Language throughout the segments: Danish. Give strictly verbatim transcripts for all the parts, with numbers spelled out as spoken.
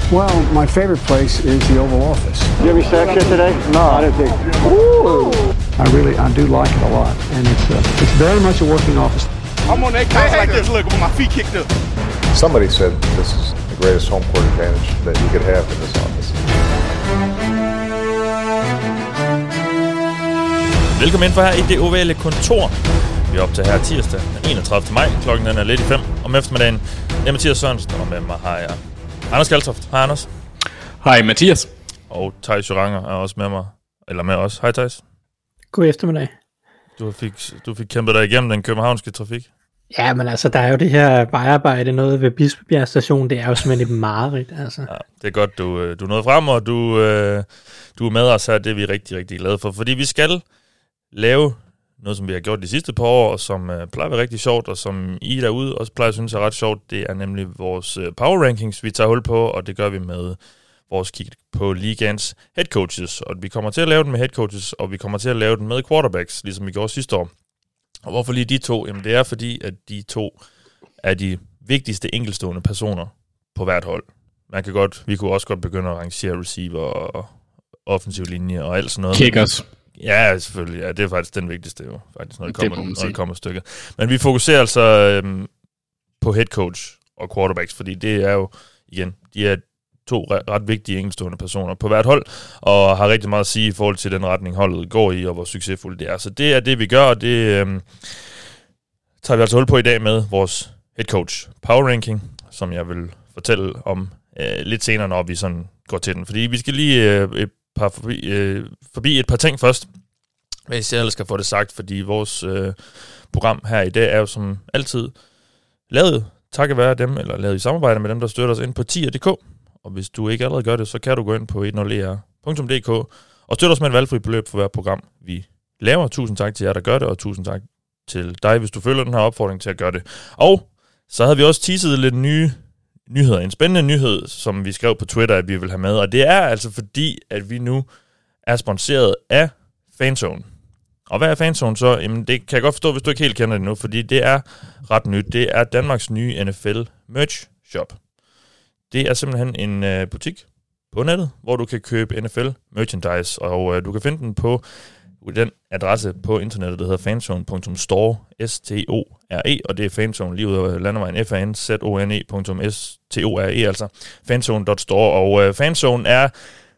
Well, my favorite place is the Oval Office. Did you have any sex yet today? No, I didn't think. Ooh. I really, I do like it a lot, and it's uh, it's very much a working office. I'm on that couch like this, look, with my feet kicked up. Somebody said this is the greatest home court advantage that you could have in this office. Velkommen ind for her i det ovale kontor. Vi er op til her tirsdag den enogtredivte maj. Klokken den er lidt i fem om eftermiddagen. Jeg er Mathias Sørensen, og med mig har jeg Anders Kaltoft. Hej Anders. Hej Mathias. Og Theis Joranger er også med mig, eller med os. Hej Theis. God eftermiddag. Du fik, du fik kæmpet dig igennem den københavnske trafik. Ja, men altså, der er jo det her vejarbejde noget ved Bispebjerg station. Det er jo simpelthen et mareridt, altså. Ja, det er godt, du, du nåede frem, og du, øh, du er med os her. Det er vi rigtig, rigtig glade for. Fordi vi skal lave noget, som vi har gjort de sidste par år, og som øh, plejer at være rigtig sjovt, og som I derude også plejer at synes er ret sjovt. Det er nemlig vores øh, power rankings, vi tager hul på, og det gør vi med vores kig på ligaens head coaches. Og vi kommer til at lave den med head coaches, og vi kommer til at lave den med quarterbacks, ligesom vi gjorde sidste år. Og hvorfor lige de to? Jamen det er fordi, at de to er de vigtigste enkeltstående personer på hvert hold. Man kan godt, vi kunne også godt begynde at rangere receiver og offensiv linje og alt sådan noget. Kickers. Ja, selvfølgelig. Ja, det er faktisk den vigtigste jo, faktisk, når det kommer, det når det kommer stykket. Men vi fokuserer altså øhm, på head coach og quarterbacks, fordi det er jo, igen, de er to ret vigtige enkeltstående personer på hvert hold, og har rigtig meget at sige i forhold til den retning, holdet går i, og hvor succesfuldt det er. Så det er det, vi gør, og det øhm, tager vi altså hul på i dag med vores head coach power ranking, som jeg vil fortælle om øh, lidt senere, når vi sådan går til den. Fordi vi skal lige øh, et par forbi, øh, forbi et par ting først, hvis jeg ellers skal få det sagt, fordi vores øh, program her i dag er jo som altid lavet takket være dem, eller lavet i samarbejde med dem, der støtter os ind på tier punktum d k. Og hvis du ikke allerede gør det, så kan du gå ind på et nul e r punktum d k og støtte os med en valgfri beløb for hver program, vi laver. Tusind tak til jer, der gør det, og tusind tak til dig, hvis du følger den her opfordring til at gøre det. Og så havde vi også teaset lidt nye nyheder. En spændende nyhed, som vi skrev på Twitter, at vi vil have med. Og det er altså fordi, at vi nu er sponsoreret af Fanzone. Og hvad er Fanzone så? Jamen, det kan jeg godt forstå, hvis du ikke helt kender det nu, fordi det er ret nyt. Det er Danmarks nye N F L merch shop. Det er simpelthen en øh, butik på nettet, hvor du kan købe N F L merchandise, og øh, du kan finde den på den adresse på internettet, der hedder fanzone punktum store, S T O R E, og det er Fanzone lige ud af landevejen, F A N Z O N E punktum S T O R E, altså fanzone punktum store, og øh, Fanzone er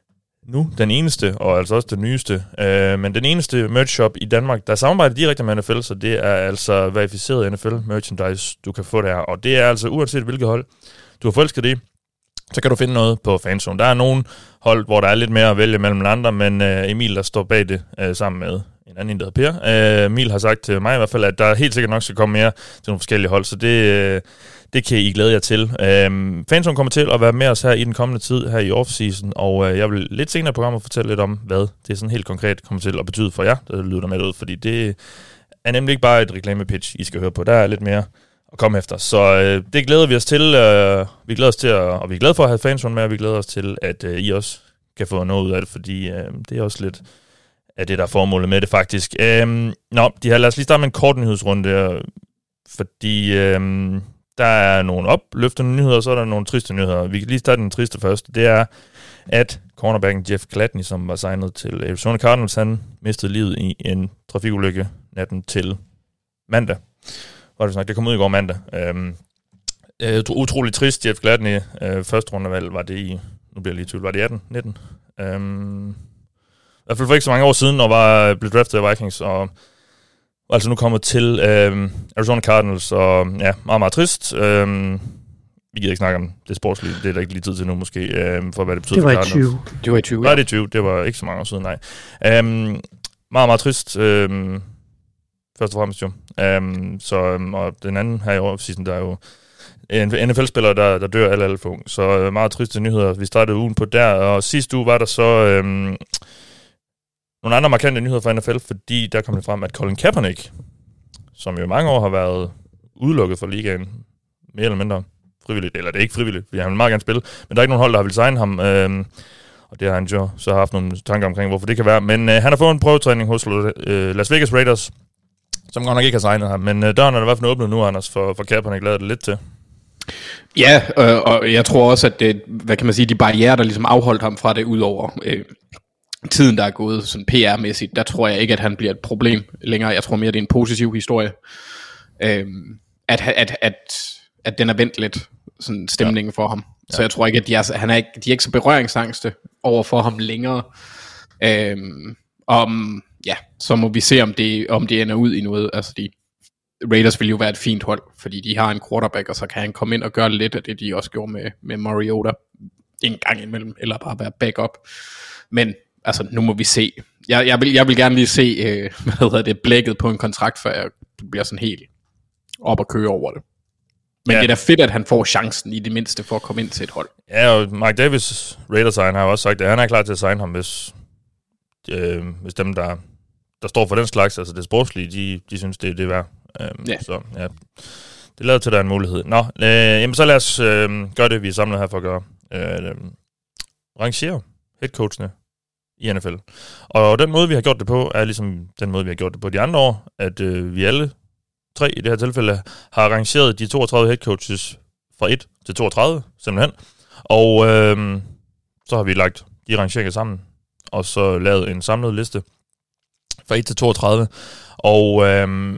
nu den eneste, og altså også den nyeste, øh, men den eneste merch shop i Danmark, der samarbejder direkte med N F L, så det er altså verificeret N F L merchandise, du kan få der, og det er altså uanset hvilket hold du har forelsket i, så kan du finde noget på Fanzone. Der er nogle hold, hvor der er lidt mere at vælge mellem andre, men øh, Emil, der står bag det øh, sammen med en anden, der hedder Per. Øh, Emil har sagt til mig i hvert fald, at der helt sikkert nok skal komme mere til nogle forskellige hold, så det, øh, det kan I glæde jer til. Øh, Fanzone kommer til at være med os her i den kommende tid, her i off-season, og øh, jeg vil lidt senere i programmet fortælle lidt om, hvad det sådan helt konkret kommer til at betyde for jer, der lyder der med ud, fordi det er nemlig ikke bare et reklamepitch, I skal høre på. Der er lidt mere at komme efter. Så øh, det glæder vi os til. Øh, vi glæder os til, at, og vi er glade for at have Fanzone med, og vi glæder os til, at øh, I også kan få noget ud af det, fordi øh, det er også lidt af det, der er formålet med det faktisk. Øh, nå, de her, lad os lige starte med en kort nyhedsrunde, fordi øh, der er nogle opløftende nyheder, og så er der nogle triste nyheder. Vi kan lige starte den triste først. Det er, at cornerbacken Jeff Gladney, som var signet til Arizona Cardinals, han mistede livet i en trafikulykke natten til mandag. Var det, det kom ud i går mandag. Øhm, øh, utrolig trist. Jeff Gladney, øh, første rundevalg, var det i, nu bliver jeg lige i tvivl, var det atten nitten? Øhm, I hvert fald for ikke så mange år siden, og var blevet draftet af Vikings, og var altså nu kommet til øh, Arizona Cardinals, og ja, meget, meget trist. Øhm, vi gider ikke snakke om det sportslige, det er der ikke lige tid til nu måske, øh, for hvad det betyder for Cardinals. tyve. Det var i tyve, ja. Var det i tyve? Det var ikke så mange år siden, nej. Øhm, meget, meget trist. Øhm, Først og fremmest jo. Um, så, um, og den anden her i off-season, der er jo en N F L-spiller, der, der dør alt, alt for ung. Så uh, meget triste nyheder. Vi startede ugen på der, og sidste uge var der så um, nogle andre markante nyheder fra N F L, fordi der kom det frem, at Colin Kaepernick, som jo i mange år har været udelukket fra ligaen, mere eller mindre frivilligt, eller det er ikke frivilligt, fordi han vil meget gerne spille, men der er ikke nogen hold, der har vil signe ham, um, og det har han jo så haft nogle tanker omkring, hvorfor det kan være. Men uh, han har fået en prøvetræning hos uh, Las Vegas Raiders, som godt nok ikke har signet ham, men uh, døren er i hvert fald åbnet nu, Anders, for, for Kaepernick lader det lidt til. Ja, øh, og jeg tror også, at det, hvad kan man sige, de barrierer, der ligesom afholdt ham fra det, udover øh, tiden, der er gået sådan P R-mæssigt, der tror jeg ikke, at han bliver et problem længere. Jeg tror mere, det er en positiv historie. Øh, at, at, at, at den er vendt lidt, sådan stemningen ja. for ham. Ja. Så jeg tror ikke, at de er, han er ikke, de er ikke så berøringsangste over for ham længere. Øh, om, ja, så må vi se, om det, om det ender ud i noget. Altså, de Raiders vil jo være et fint hold, fordi de har en quarterback, og så kan han komme ind og gøre lidt af det, de også gjorde med, med Mariota en gang imellem, eller bare være backup. Men altså, nu må vi se. Jeg, jeg, vil, jeg vil gerne lige se, øh, hvad hedder det, blækket på en kontrakt, før jeg bliver sådan helt op og køre over det. Men ja. Det er da fedt, at han får chancen i det mindste for at komme ind til et hold. Ja, og Mike Davis, Raiders egen, har også sagt, at han er klar til at signe ham, hvis, øh, hvis dem, der, der står for den slags, altså det sportslige, de, de synes, det, det er værd. Um, ja. Så ja, det lader til, at der er en mulighed. Nå, øh, jamen så lad os øh, gøre det, vi er samlet her for at gøre. Øh, rangere headcoachene i N F L. Og den måde, vi har gjort det på, er ligesom den måde, vi har gjort det på de andre år, at øh, vi alle tre i det her tilfælde har rangeret de toogtredive headcoaches fra et til toogtredive, simpelthen. Og øh, så har vi lagt de rangeringer sammen, og så lavet en samlet liste fra et til toogtredive. Og øh,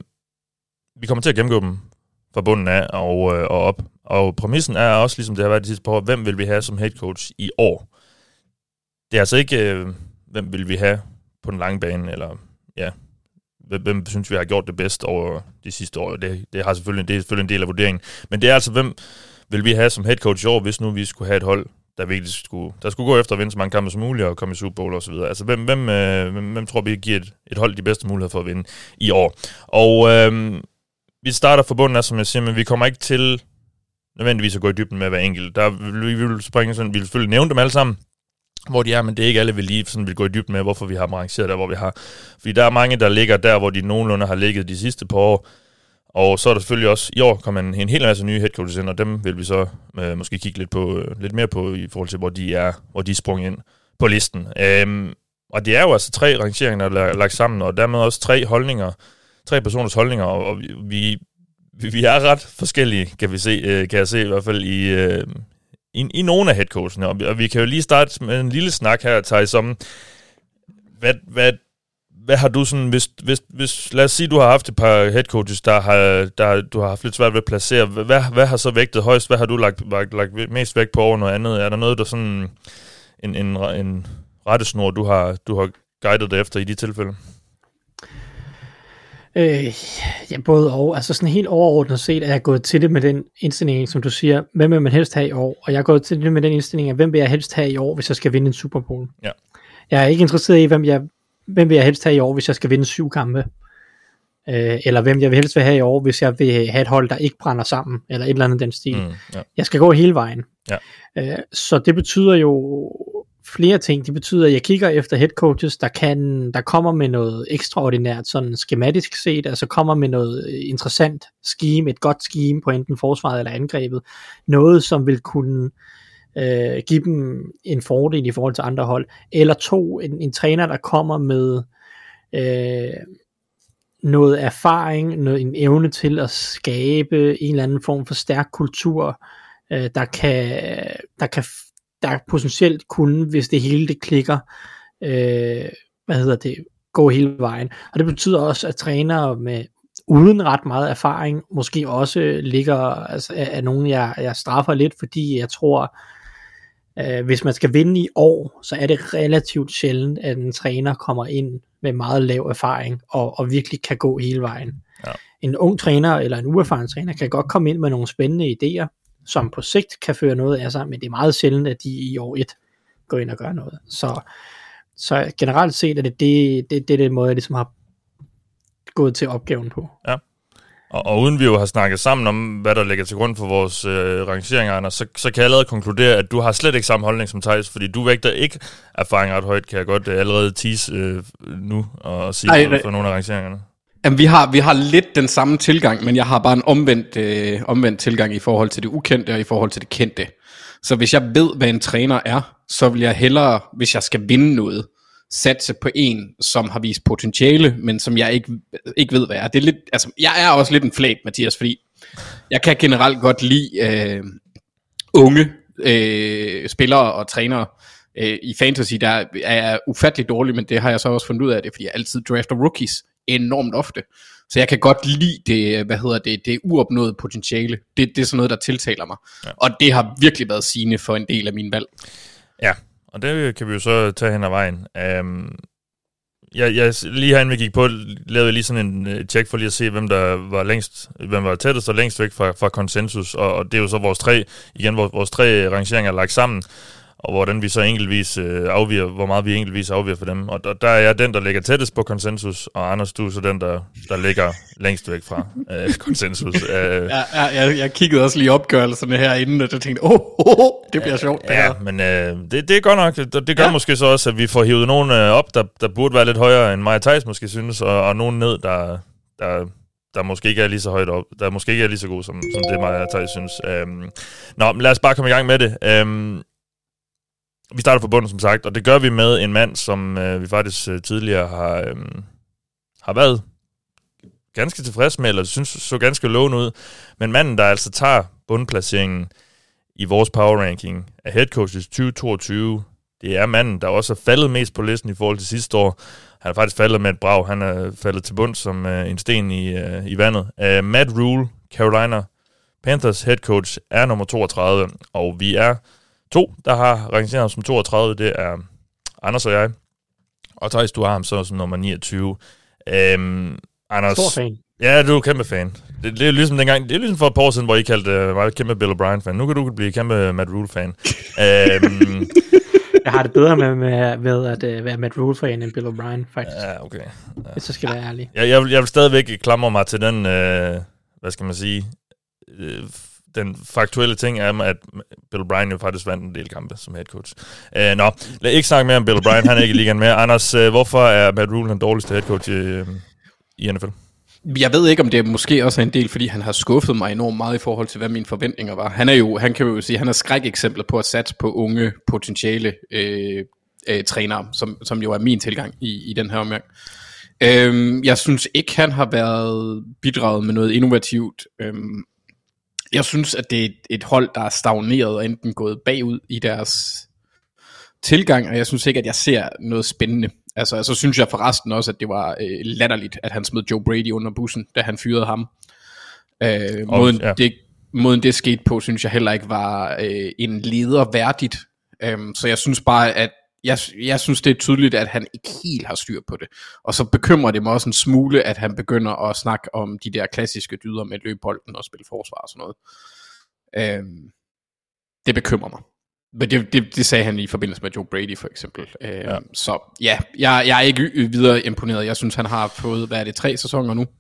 vi kommer til at gennemgå dem fra bunden af og, øh, og op. Og præmissen er også, ligesom det har været de sidste par år, hvem vil vi have som head coach i år? Det er altså ikke, øh, hvem vil vi have på den lange bane, eller ja, hvem, hvem synes vi har gjort det bedst over de sidste år. Det, det, har selvfølgelig, det er selvfølgelig en del af vurderingen. Men det er altså, hvem vil vi have som head coach i år, hvis nu vi skulle have et hold, der virkelig skulle, der skulle gå efter at vinde så mange kampe som muligt og komme i Super Bowl og så videre. Altså, hvem, hvem, øh, hvem, hvem tror vi giver et, et hold de bedste muligheder for at vinde i år? Og øh, vi starter fra bunden af, som jeg siger, men vi kommer ikke til nødvendigvis at gå i dybden med hver enkelt. Der vil vi vil springe sådan, vi vil selvfølgelig nævne dem alle sammen, hvor de er, men det er ikke alle, vi lige sådan vil gå i dybden med, hvorfor vi har dem rangeret der, hvor vi har. Fordi der er mange, der ligger der, hvor de nogenlunde har ligget de sidste par år. Og så er der selvfølgelig også, i år kommer en, en hel masse nye headcoaches ind, og dem vil vi så øh, måske kigge lidt, på, øh, lidt mere på, i forhold til, hvor de er, hvor de er sprunget ind på listen. Øhm, og det er jo altså tre rangeringer, der er lagt sammen, og dermed også tre holdninger, tre personers holdninger, og, og vi, vi, vi er ret forskellige, kan vi se, øh, kan jeg se i hvert fald i, øh, i, i nogle af headcoachene. Og, og vi kan jo lige starte med en lille snak her, Thijs, som hvad, hvad Hvad har du sådan, hvis, hvis, hvis, lad os sige, du har haft et par headcoaches, der har, der, du har haft lidt svært ved at placere. Hvad, hvad har så vægtet højst? Hvad har du lagt, lagt, lagt mest vægt på over noget andet? Er der noget, der sådan, en, en, en rettesnor, du har, du har guidet dig efter i de tilfælde? Øh, ja, både og. Altså sådan helt overordnet set, er jeg gået til det med den indstilling, som du siger, hvem vil man helst have i år? Og jeg er gået til det med den indstilling, af hvem vil jeg helst have i år, hvis jeg skal vinde en Super Bowl? Ja. Jeg er ikke interesseret i, hvem jeg Hvem vil jeg helst have i år, hvis jeg skal vinde syv kampe? Øh, eller hvem jeg vil helst vil have i år, hvis jeg vil have et hold, der ikke brænder sammen, eller et eller andet den stil. Mm, ja. Jeg skal gå hele vejen. Ja. Øh, så det betyder jo flere ting. Det betyder, at jeg kigger efter head coaches, der, kan, der kommer med noget ekstraordinært, sådan skematisk set, altså kommer med noget interessant scheme, et godt scheme på enten forsvaret eller angrebet. Noget, som vil kunne Uh, give dem en fordel i forhold til andre hold, eller to, en, en træner, der kommer med uh, noget erfaring, noget, en evne til at skabe en eller anden form for stærk kultur, uh, der kan, der kan der potentielt kunne, hvis det hele det klikker, uh, hvad hedder det, gå hele vejen. Og det betyder også, at trænere med uden ret meget erfaring, måske også ligger, altså er, er nogen, jeg, jeg straffer lidt, fordi jeg tror, Uh, hvis man skal vinde i år, så er det relativt sjældent, at en træner kommer ind med meget lav erfaring, og, og virkelig kan gå hele vejen. Ja. En ung træner, eller en uerfaren træner, kan godt komme ind med nogle spændende idéer, som på sigt kan føre noget af sig, men det er meget sjældent, at de i år et går ind og gør noget. Så, så generelt set er det det, det, det, det måde, jeg ligesom har gået til opgaven på. Ja. Og, og uden vi jo har snakket sammen om, hvad der ligger til grund for vores øh, rangeringer, Anders, så, så kan jeg allerede konkludere, at du har slet ikke samme holdning som Thijs, fordi du vægter ikke erfaring ret højt, kan jeg godt øh, allerede tease øh, nu og sige Ej, for, for nogle af rangeringerne. Jamen, vi har, vi har lidt den samme tilgang, men jeg har bare en omvendt, øh, omvendt tilgang i forhold til det ukendte og i forhold til det kendte. Så hvis jeg ved, hvad en træner er, så vil jeg hellere, hvis jeg skal vinde noget, satse på en, som har vist potentiale, men som jeg ikke, ikke ved, hvad er. Det er lidt, altså, jeg er også lidt en flæb, Mathias, fordi jeg kan generelt godt lide øh, unge øh, spillere og trænere. Øh, I fantasy, der er jeg ufattelig dårlig, men det har jeg så også fundet ud af det, fordi jeg altid drafter rookies enormt ofte. Så jeg kan godt lide det, hvad hedder det, det uopnåede potentiale. Det, det er sådan noget, der tiltaler mig. Ja. Og det har virkelig været sigende for en del af mine valg. Ja, og det kan vi jo så tage hen ad vejen. Um, jeg, jeg, lige herinde vi gik på, lavede jeg lige sådan en uh, check for lige at se, hvem der var længst, hvem var tættest og længst væk fra, fra konsensus. Og, og det er jo så vores tre, igen, vores, vores tre rangeringer er lagt sammen. Og hvordan vi så enkeltvis øh, afviger, hvor meget vi enkeltvis afviger for dem. Og, og der er jeg den, der ligger tættest på konsensus, og Anders, du er så den, der, der ligger længst væk fra øh, konsensus. Øh. Ja, ja, jeg, jeg kiggede også lige opgørelserne herinde, og jeg tænkte, åh, oh, oh, oh, det bliver sjovt. Ja, ja, men øh, det, det er godt nok. Det, det gør ja. måske så også, at vi får hivet nogen øh, op, der, der burde være lidt højere end mig og Theis måske synes, og, og nogen ned, der... der der måske ikke er lige så højt op, der måske ikke er lige så god, som, som det mig og Theis synes. Øhm, nå, men lad os bare komme i gang med det. Øhm, Vi starter fra bunden, som sagt, og det gør vi med en mand, som øh, vi faktisk øh, tidligere har, øh, har været ganske tilfreds med, eller synes så ganske lovende ud. Men manden, der altså tager bundplaceringen i vores power ranking af head coaches tyve toogtyve, det er manden, der også er faldet mest på listen i forhold til sidste år. Han er faktisk faldet med et brag. Han er faldet til bund som øh, en sten i, øh, i vandet. Uh, Matt Rhule, Carolina Panthers head coach, er nummer toogtredive, og vi er to, der har rangeret ham som toogtredive, det er Anders og jeg. Og Theis, du har ham så som nummer niogtyve. Øhm, Anders, stor fan. Ja, du er kæmpe fan. Det, det er ligesom dengang, det er ligesom for et par år siden, hvor I kaldte uh, mig kæmpe Bill O'Brien-fan. Nu kan du blive kæmpe Matt Rhule-fan. øhm, jeg har det bedre med, med, med at uh, være Matt Rhule-fan end Bill O'Brien, faktisk. Ja, okay. Ja. Hvis jeg skal være ærlig. Jeg, jeg, vil, jeg vil stadigvæk klamre mig til den, øh, hvad skal man sige... Øh, den faktuelle ting er, at Bill O'Brien jo faktisk vandt en del kampe som head coach. Uh, nå, lad ikke snakke mere om Bill O'Brien, han er ikke i ligaen med. Anders, uh, hvorfor er Matt Rhule den dårligste head coach i, uh, i N F L? Jeg ved ikke, om det måske også er en del, fordi han har skuffet mig enormt meget i forhold til, hvad mine forventninger var. Han er jo, han kan jo sige, han er skrækeksempler på at satse på unge, potentiale øh, øh, trænere, som, som jo er min tilgang i, i den her omgang. Øh, jeg synes ikke, han har været bidraget med noget innovativt. Øh, Jeg synes, at det er et, et hold, der er stagneret og enten gået bagud i deres tilgang, og jeg synes ikke, at jeg ser noget spændende. Altså, altså synes jeg forresten også, at det var øh, latterligt, at han smed Joe Brady under bussen, da han fyrede ham. Øh, måden, ja. det, måden det skete på, synes jeg heller ikke var øh, en leder værdigt. Øh, så jeg synes bare, at Jeg, jeg synes, det er tydeligt, at han ikke helt har styr på det. Og så bekymrer det mig også en smule, at han begynder at snakke om de der klassiske dyder med løb bolden og spille forsvar og sådan noget. Øhm, det bekymrer mig. Men det, det, det sagde han i forbindelse med Joe Brady for eksempel. Øhm, ja. Så ja, jeg, jeg er ikke videre imponeret. Jeg synes, han har fået, hvad er det, tre sæsoner nu?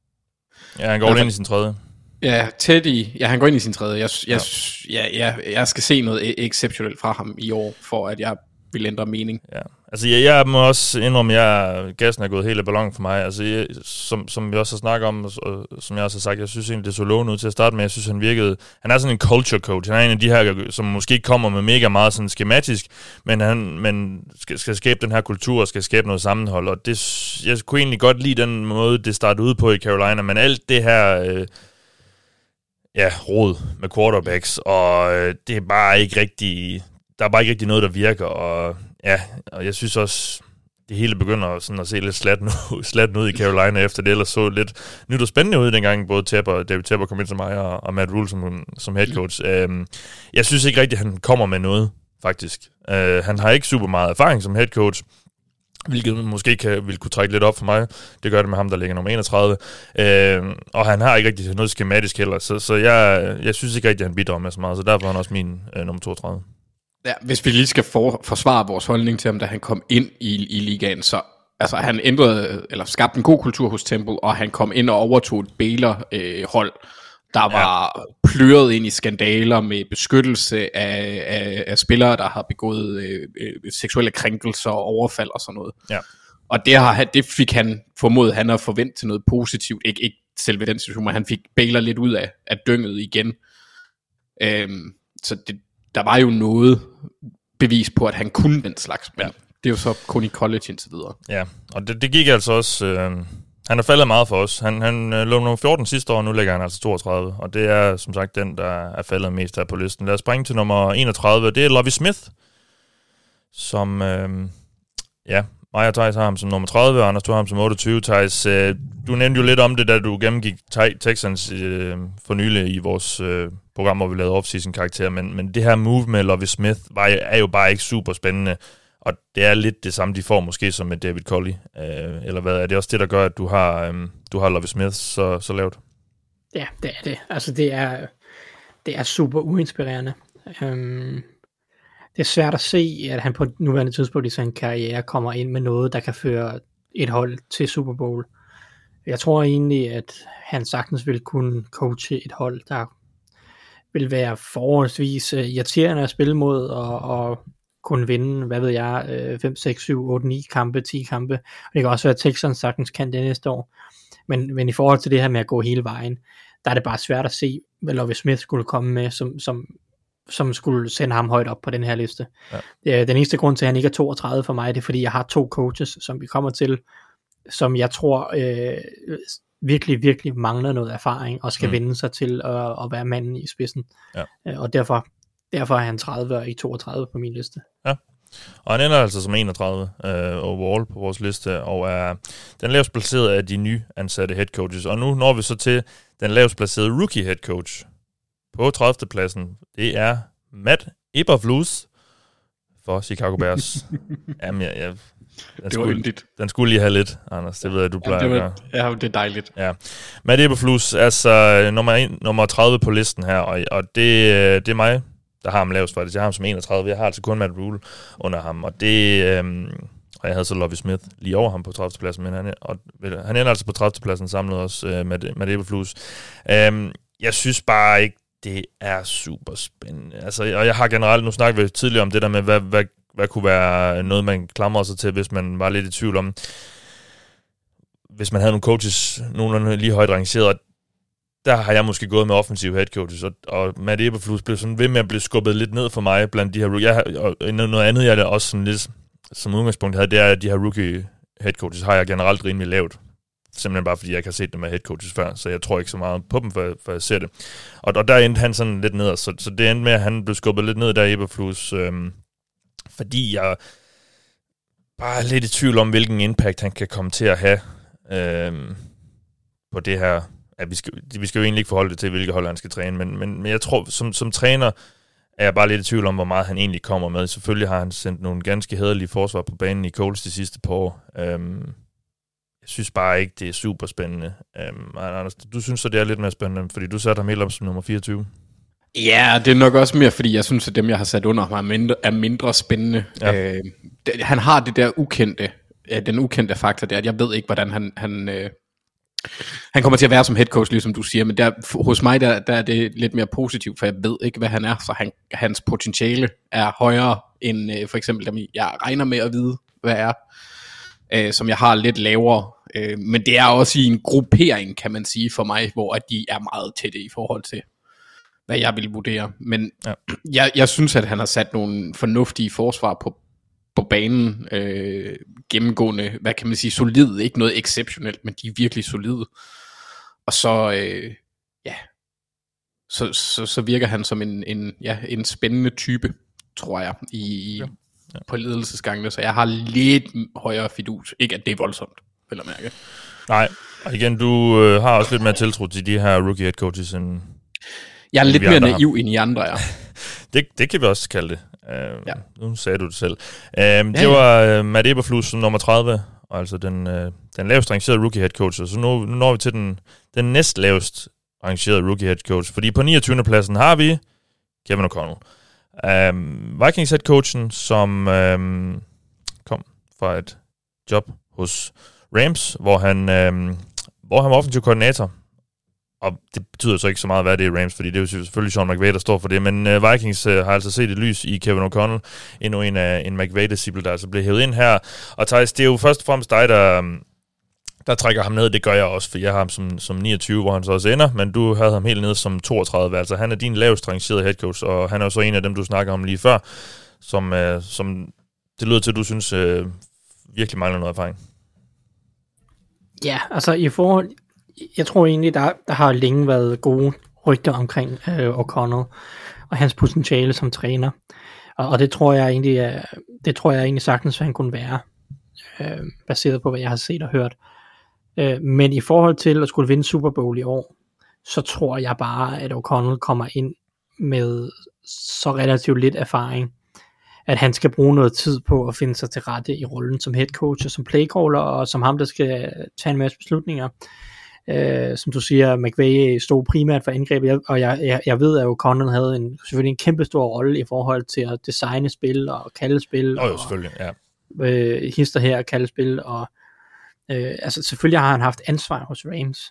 Ja, han går ind i sin tredje. Ja, Teddy, ja, han går ind i sin tredje. Jeg, jeg, ja. jeg, jeg, jeg skal se noget exceptionelt fra ham i år, for at jeg vil ændre mening. Ja. Altså, jeg, jeg må også indrømme, at jeg, gassen er gået helt af ballon for mig. Altså, jeg, som, som vi også har snakket om, og som jeg også har sagt, jeg synes egentlig, det så lovende ud til at starte med. Jeg synes, han virkede... Han er sådan en culture coach. Han er en af de her, som måske ikke kommer med mega meget sådan skematisk, men han men skal, skal skabe den her kultur og skal skabe noget sammenhold. Og det, jeg kunne egentlig godt lide den måde, det startede ud på i Carolina, men alt det her... Øh, ja, rod med quarterbacks, og øh, det er bare ikke rigtig... Der er bare ikke rigtig noget, der virker, og ja, og jeg synes også, det hele begynder sådan at se lidt slatten ud, slatten ud i Carolina, efter det ellers så lidt nyt og spændende ud, dengang både Tepper, David Tepper kom ind til mig, og, og Matt Rhule som, som head coach. Um, jeg synes ikke rigtigt, at han kommer med noget, faktisk. Uh, han har ikke super meget erfaring som head coach, hvilket måske kan, vil kunne trække lidt op for mig. Det gør det med ham, der ligger nummer enogtredive. Uh, og han har ikke rigtig noget skematisk heller, så, så jeg, jeg synes ikke rigtigt, at han bidrager med så meget, så derfor er han også min uh, nummer toogtredive. Ja, hvis vi lige skal for, forsvare vores holdning til ham, da han kom ind i, i ligaen, så altså han ændrede, eller skabte en god kultur hos Temple, og han kom ind og overtog et Baylor-hold, øh, der var ja. pløret ind i skandaler med beskyttelse af, af, af spillere, der har begået øh, øh, seksuelle krænkelser og overfald og sådan noget. Ja. Og det, har, det fik han formodet, han har forventet til noget positivt, ikke, ikke selve den situation, men han fik Baylor lidt ud af, af dynget igen. Øhm, så det der var jo noget bevis på, at han kunne den slags, men ja. det er jo så kun i college indtil videre. Ja, og det, det gik altså også... Øh, Han er faldet meget for os. Han, han lå nummer fjorten sidste år, og nu ligger han altså toogtredive. Og det er som sagt den, der er faldet mest her på listen. Lad os springe til nummer enogtredive. Det er Lovie Smith, som... Øh, ja, mig og Thijs har ham som nummer tredive, og Anders, du har ham som otteogtyve. Thijs, øh, du nævnte jo lidt om det, da du gennemgik Texans øh, for nylig i vores øh, program, hvor vi lavede off-season-karakter. Men, men det her move med Lovie Smith var, er jo bare ikke super spændende. Og det er lidt det samme, de får måske som med David Culley. Øh, eller hvad? Er det også det, der gør, at du har, øh, du har Lovie Smith så, så lavt? Ja, det er det. Altså, det er, det er super uinspirerende. Um, det er svært at se, at han på nuværende tidspunkt i sin karriere kommer ind med noget, der kan føre et hold til Super Bowl. Jeg tror egentlig, at han sagtens vil kunne coache et hold, der vil være forholdsvis irriterende at spille mod, og, og kunne vinde, hvad ved jeg, fem, seks, syv, otte, ni kampe, ti kampe. Og det kan også være, at Texans sagtens kan det næste år. Men, men i forhold til det her med at gå hele vejen, der er det bare svært at se, hvad Lovie Smith skulle komme med, som, som, som skulle sende ham højt op på den her liste. Ja. Den eneste grund til, at han ikke er toogtredive for mig, det er, fordi jeg har to coaches, som vi kommer til, som jeg tror øh, virkelig, virkelig mangler noget erfaring, og skal mm. vende sig til at, at være manden i spidsen. Ja. Og derfor Derfor er han tredive og ikke toogtredive på min liste. Ja, og han ender altså som enogtredive uh, overall på vores liste, og er den lavest placerede af de nyansatte head coaches. Og nu når vi så til den lavest placerede rookie head coach på tredivte pladsen. Det er Matt Eberflus for Chicago Bears. Jamen, jeg, jeg, den, det skulle, yndigt. den skulle lige have lidt, Anders. Det ved jeg, du plejer ja, det var, at gøre. Ja, det er dejligt. Ja. Matt Eberflus er altså nummer, en, nummer tredive på listen her, og, og det, det er mig, der har ham lavest faktisk. Jeg har ham som enogtredive. Jeg har altså kun Matt Rule under ham. Og det øhm, og jeg havde så Lovie Smith lige over ham på tredivte pladsen, men han, og, han ender altså på tredivte pladsen samlet også øh, med, med Eberflus. Øhm, jeg synes bare ikke, det er super spændende. Altså, og jeg har generelt, nu snakker vi tidligere om det der med, hvad, hvad, hvad kunne være noget, man klamrer sig til, hvis man var lidt i tvivl om, hvis man havde nogle coaches, nogenlunde lige højt rangeret. Der har jeg måske gået med offensive head coaches, og, og Matt Eberflus blev sådan ved med at blive skubbet lidt ned for mig blandt de her rookie. Jeg, og noget andet, jeg også sådan lidt som udgangspunkt havde, det er, at de her rookie head coaches har jeg generelt rimelig lavt. Simpelthen bare fordi jeg ikke har set dem af head coaches før, så jeg tror ikke så meget på dem, for, for jeg ser det. Og, og der endte han sådan lidt ned, så, så det endte med, at han blev skubbet lidt ned der i Eberflus, øhm, fordi jeg bare er lidt i tvivl om, hvilken impact han kan komme til at have øhm, på det her. Ja, vi, skal, vi skal jo egentlig ikke forholde det til, hvilke hold han skal træne, men, men, men jeg tror, som, som træner er jeg bare lidt i tvivl om, hvor meget han egentlig kommer med. Selvfølgelig har han sendt nogle ganske hæderlige forsvar på banen i Colts de sidste par år. Øhm, jeg synes bare ikke, det er super spændende. Øhm, Anders, du synes så, det er lidt mere spændende, fordi du satte ham helt op som nummer fireogtyve. Ja, det er nok også mere, fordi jeg synes, at dem, jeg har sat under ham, er mindre, er mindre spændende. Ja. Øh, det, han har det der ukendte, øh, den ukendte faktor der, at jeg ved ikke, hvordan han... han øh, Han kommer til at være som head coach, ligesom du siger, men der, hos mig der, der er det lidt mere positivt, for jeg ved ikke, hvad han er, så han, hans potentiale er højere end øh, for eksempel dem, jeg regner med at vide, hvad er, øh, som jeg har lidt lavere. Øh, men det er også i en gruppering, kan man sige, for mig, hvor at de er meget tætte i forhold til, hvad jeg vil vurdere. Men ja. jeg, jeg synes, at han har sat nogle fornuftige forsvar på på banen, øh, gennemgående, hvad kan man sige, solid, ikke noget exceptionelt, men de er virkelig solide. Og så, øh, ja, så, så, så virker han som en, en, ja, en spændende type, tror jeg, i, ja. Ja. på ledelsesgangene, så jeg har lidt højere fidus. Ikke at det er voldsomt, vil jeg mærke. Nej, og igen, du øh, har også lidt mere tiltro til de her rookie head coaches, end jeg er lidt mere naiv end I andre, ja. det, det kan vi også kalde det. Uh, ja. Nu sagde du det selv. Uh, ja, det var uh, Matt Eberflus som nummer tredive, og altså den, uh, den lavest rangerede rookie head coach. Så nu, nu når vi til den, den næst lavest rangerede rookie head coach. Fordi på niogtyvende pladsen har vi Kevin O'Connell. Uh, Vikings head coachen, som uh, kom fra et job hos Rams, hvor han, uh, hvor han var offensiv koordinator. Og det betyder så ikke så meget, hvad det er i Rams, fordi det er jo selvfølgelig Sean McVay, der står for det. Men uh, Vikings uh, har altså set et lys i Kevin O'Connell. Endnu en af uh, en McVay-disciple, der altså blev hævet ind her. Og Thijs, det er jo først og fremmest dig, der, der trækker ham ned. Det gør jeg også, for jeg har ham som, som niogtyve, hvor han så også ender. Men du havde ham helt ned som toogtredive. Altså han er din lavest rangerede head coach, og han er jo så en af dem, du snakker om lige før, som, uh, som det lyder til, at du synes uh, virkelig mangler noget erfaring. Ja, altså i forhold, jeg tror egentlig, der, der har længe været gode rygter omkring øh, O'Connell og hans potentiale som træner. Og, og det tror jeg egentlig, er, det tror jeg egentlig sagtens, han kunne være, øh, baseret på, hvad jeg har set og hørt. Øh, men i forhold til at skulle vinde Super Bowl i år, så tror jeg bare, at O'Connell kommer ind med så relativt lidt erfaring, at han skal bruge noget tid på at finde sig til rette i rollen som head coach og som playcaller, og som ham, der skal tage en masse beslutninger. Uh, som du siger, McVay stod primært for angrebet, og jeg, jeg, jeg ved, at O'Connell havde en, selvfølgelig en kæmpe stor rolle i forhold til at designe spil og kalde spil. Oh, jo, selvfølgelig, ja. Og uh, hister her og kalde spil, og uh, altså selvfølgelig har han haft ansvar hos Rams.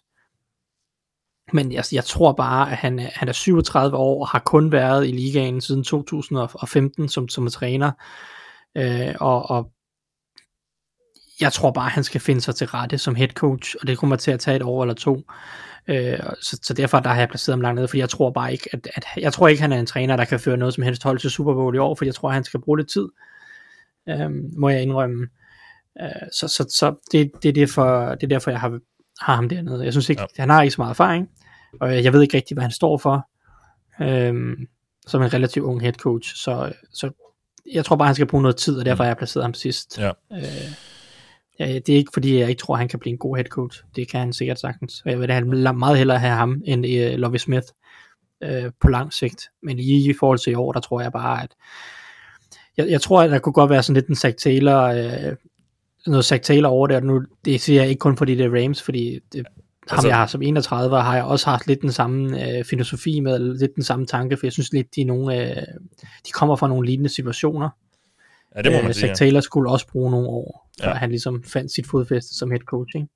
Men jeg, jeg tror bare, at han, han er syvogtredive år og har kun været i ligaen siden to tusind og femten som, som træner. Øh, og, og jeg tror bare, at han skal finde sig til rette som head coach, og det kommer til at tage et år eller to. Øh, så, så derfor der har jeg placeret ham langt nede, fordi jeg tror bare ikke, at, at jeg tror ikke, han er en træner, der kan føre noget som helst hold til Super Bowl i år, for jeg tror, at han skal bruge lidt tid, øh, må jeg indrømme. Øh, så så, så det, det, er derfor, det er derfor, jeg har har ham dernede. Jeg synes ikke, ja. Han har ikke så meget erfaring, og jeg ved ikke rigtig, hvad han står for, øhm, som en relativt ung head coach, så, så jeg tror bare, han skal bruge noget tid, og derfor har jeg placeret ham sidst. Ja. Øh, ja, det er ikke, fordi jeg ikke tror, han kan blive en god head coach. Det kan han sikkert sagtens, og jeg vil have meget hellere have ham, end uh, Lovie Smith uh, på lang sigt. Men i, i forhold til i år, der tror jeg bare, at jeg, jeg tror, at der kunne godt være sådan lidt en Zach Taylor, uh, noget Zach Taylor over der. Nu, det siger jeg ikke kun fordi det er Rams, fordi det, altså, ham jeg har som enogtredive, har jeg også haft lidt den samme øh, filosofi med, lidt den samme tanke, for jeg synes lidt, de, er nogle, øh, de kommer fra nogle lignende situationer. Ja, det må man øh, sige. Zach Taylor skulle også bruge nogle år, før ja. han ligesom fandt sit fodfæste som head coach, ikke?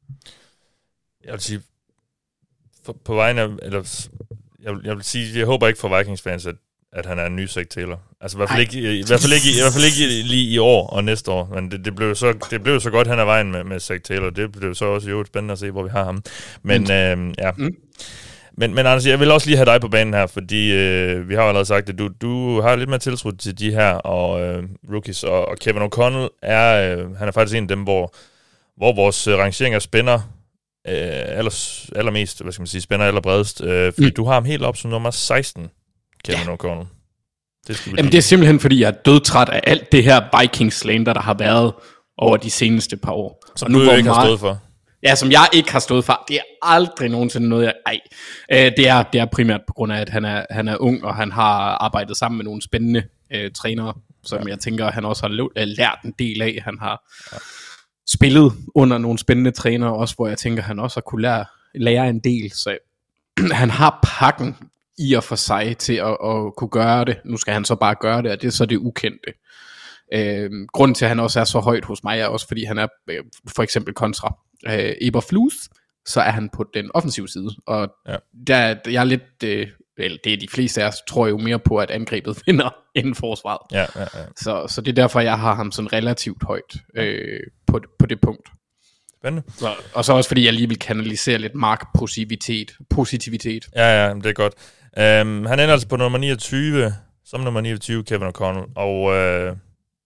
Jeg vil sige, for, på vejen af, eller, jeg, vil, jeg vil sige, jeg håber ikke for Vikings fans, at at han er en ny Zach Taylor. Altså i hvert fald ikke i, i hvert fald ikke i, i hvert fald ikke lige i år og næste år, men det, det blev så det blev så godt hen ad vejen med med Zach Taylor. Det blev så også jo spændende at se, hvor vi har ham. Men mm. øh, ja. Mm. Men men Anders, jeg vil også lige have dig på banen her, fordi øh, vi har jo allerede sagt at du du har lidt mere tiltro til de her og øh, rookies og, og Kevin O'Connell er øh, han er faktisk en af dem hvor hvor vores øh, rangeringer spænder øh, aller, allermest, hvad skal man sige, spænder allerbredest, øh, fordi mm. du har ham helt op som nummer seksten. Kevin ja. O'Connell. Det Jamen det er simpelthen fordi jeg er dødtræt af alt det her Vikings slander der har været over de seneste par år. Som nu, du ikke meget, har stået for. Ja, som jeg ikke har stået for. Det er aldrig nogensinde noget jeg ej. Øh, det er det er primært på grund af at han er han er ung og han har arbejdet sammen med nogle spændende øh, trænere, som ja. jeg tænker han også har lært en del af. Han har ja. spillet under nogle spændende trænere også, hvor jeg tænker han også har kunne lære lære en del, så han har pakken i og for sig til at, at kunne gøre det. Nu skal han så bare gøre det, og det er så det ukendte. Øh, grunden til, at han også er så højt hos mig, er også, fordi han er øh, for eksempel kontra øh, Eberflus, så er han på den offensive side. Og ja. der, jeg er lidt, øh, eller det er de fleste af os, tror jo mere på, at angrebet vinder inden forsvaret. Ja, ja, ja. Så, så det er derfor, jeg har ham sådan relativt højt øh, på, på det punkt. Så, og så også fordi jeg lige vil kanalisere lidt markpositivitet positivitet. Ja, ja, det er godt. Um, han ender altså på nummer niogtyve, som nummer niogtyve, Kevin O'Connell, og uh,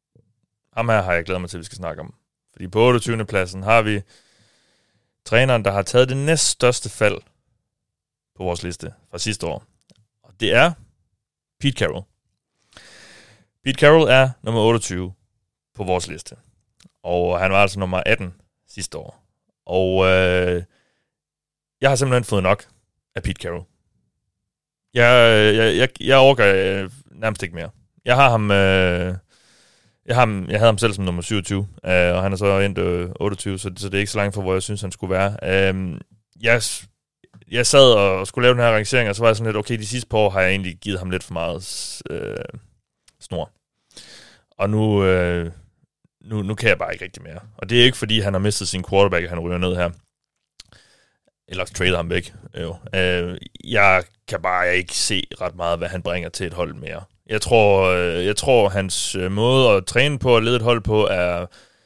ham her har jeg glædet mig til, at vi skal snakke om. Fordi på otteogtyvende pladsen har vi træneren, der har taget det næststørste fald på vores liste fra sidste år. Og det er Pete Carroll. Pete Carroll er nummer otteogtyve på vores liste. Og han var altså nummer atten sidste år. Og øh, jeg har simpelthen fået nok af Pete Carroll. Jeg, jeg, jeg, jeg orker øh, nærmest ikke mere. Jeg har ham, øh, jeg, har ham, jeg havde ham selv som nummer syvogtyve, øh, og han er så endt øh, otteogtyve, så, så det er ikke så langt fra, hvor jeg synes, han skulle være. Øh, jeg, jeg sad og skulle lave den her rangering, og så var jeg sådan lidt, okay, de sidste par år har jeg egentlig givet ham lidt for meget øh, snor. Og nu... Øh, Nu, nu kan jeg bare ikke rigtig mere. Og det er ikke, fordi han har mistet sin quarterback, og han ryger ned her. Eller trader ham væk. Jo. Øh, jeg kan bare ikke se ret meget, hvad han bringer til et hold mere. Jeg tror, jeg tror hans måde at træne på og lede et hold på er,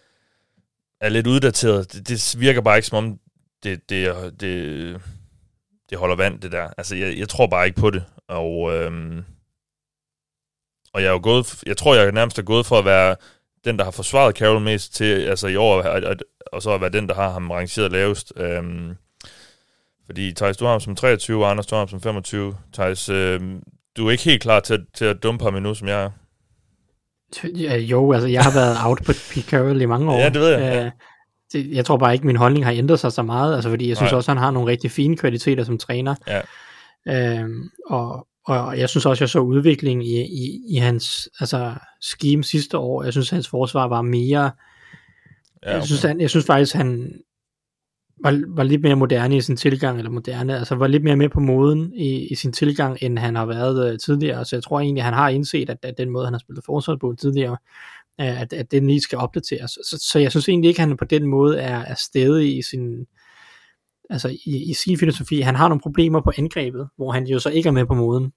er lidt uddateret. Det, det virker bare ikke, som om det, det, det, det holder vand, det der. Altså, jeg, jeg tror bare ikke på det. Og, øhm, og jeg er jo gået, jeg tror, jeg nærmest er gået for at være den, der har forsvaret Carroll mest til, altså i år, at, at, og så at være den, der har ham rangeret lavest. Øhm, fordi Thijs, du har ham som treogtyve, og Anders, du har ham som femogtyve. Thijs, øhm, du er ikke helt klar til, til at dumpe ham endnu, som jeg er. Jo, altså jeg har været out på Pete Carroll i mange år. Ja, det ved jeg. Øh, det, jeg tror bare ikke, min holdning har ændret sig så meget, altså fordi jeg synes Nej. også, han har nogle rigtig fine kvaliteter som træner. Ja. Øhm, og, og jeg synes også, jeg så udvikling i, i, i hans altså, scheme sidste år. Jeg synes, hans forsvar var mere... Ja, okay. jeg, synes, han, jeg synes faktisk, han var, var lidt mere moderne i sin tilgang, eller moderne, altså var lidt mere med på moden i, i sin tilgang, end han har været uh, tidligere. Så jeg tror egentlig, han har indset, at, at den måde, han har spillet forsvar på tidligere, at, at den lige skal opdateres. Så, så jeg synes egentlig ikke, at han på den måde er, er stædig i sin... altså i, i sin filosofi. Han har nogle problemer på angrebet, hvor han jo så ikke er med på moden.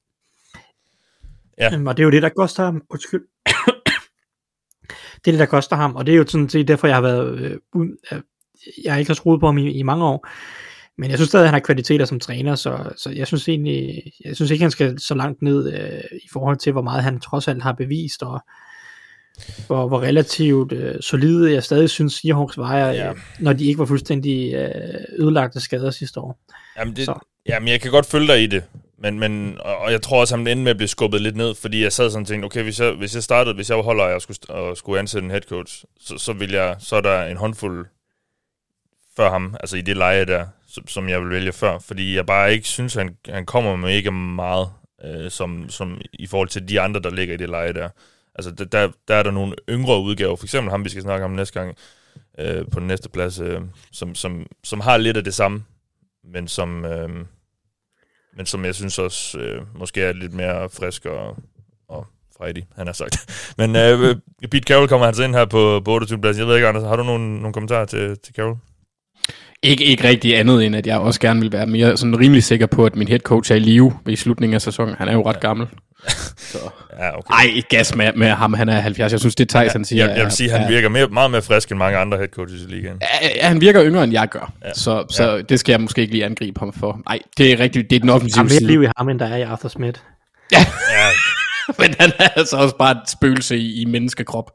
Ja. Um, og det er jo det, der koster ham. Undskyld. det er det, der koster ham, og det er jo sådan set derfor, jeg har været øh, uh, jeg ikke har troet på ham i, i mange år. Men jeg synes stadig, at han har kvaliteter som træner, så, så jeg synes egentlig, jeg synes ikke, han skal så langt ned øh, i forhold til, hvor meget han trods alt har bevist, og hvor, hvor relativt øh, solide jeg stadig synes Seahawks var, ja. øh, når de ikke var fuldstændig øh, ødelagte skader sidste år. Jamen, det, jamen jeg kan godt følge dig i det, men, men, og jeg tror også, at han endte med at blive skubbet lidt ned, fordi jeg sad sådan og tænkte, okay, hvis jeg, hvis jeg startede, hvis jeg var holder, og jeg skulle, og skulle ansætte en head coach, så, så, vil jeg, så er der en håndfuld før ham, altså i det leje der, som, som jeg vil vælge før, fordi jeg bare ikke synes, han, han kommer med ikke meget, øh, som, som i forhold til de andre, der ligger i det leje der. Altså, der, der er der nogle yngre udgaver, for eksempel ham, vi skal snakke om næste gang, øh, på den næste plads, øh, som, som, som har lidt af det samme, men som, øh, men som jeg synes også, øh, måske er lidt mere frisk og, og fredig, han har sagt. Men øh, Pete Carroll kommer altså ind her på, på otteogtyvende pladsen. Jeg ved ikke, Anders, har du nogle, nogle kommentarer til, til Carroll? Ikke, ikke rigtig andet, end at jeg også gerne vil være mere sådan rimelig sikker på, at min head coach er i live i slutningen af sæsonen. Han er jo ret ja. gammel. Så. Ja, okay. Ej, gas med, med ham, han er halvfjerds. Jeg synes, det Thijs, ja, han siger... Jeg, jeg vil sige, at han virker mere, meget mere frisk end mange andre head coaches i ligaen. Ja, han virker yngre, end jeg gør. Ja. Så, så ja. det skal jeg måske ikke lige angribe ham for. Nej, det er rigtigt. Det er den offensive side. Der er mere liv i ham, end der er i Arthur Smith. Ja, ja. Men han er altså også bare et spøgelse i, i menneskekrop.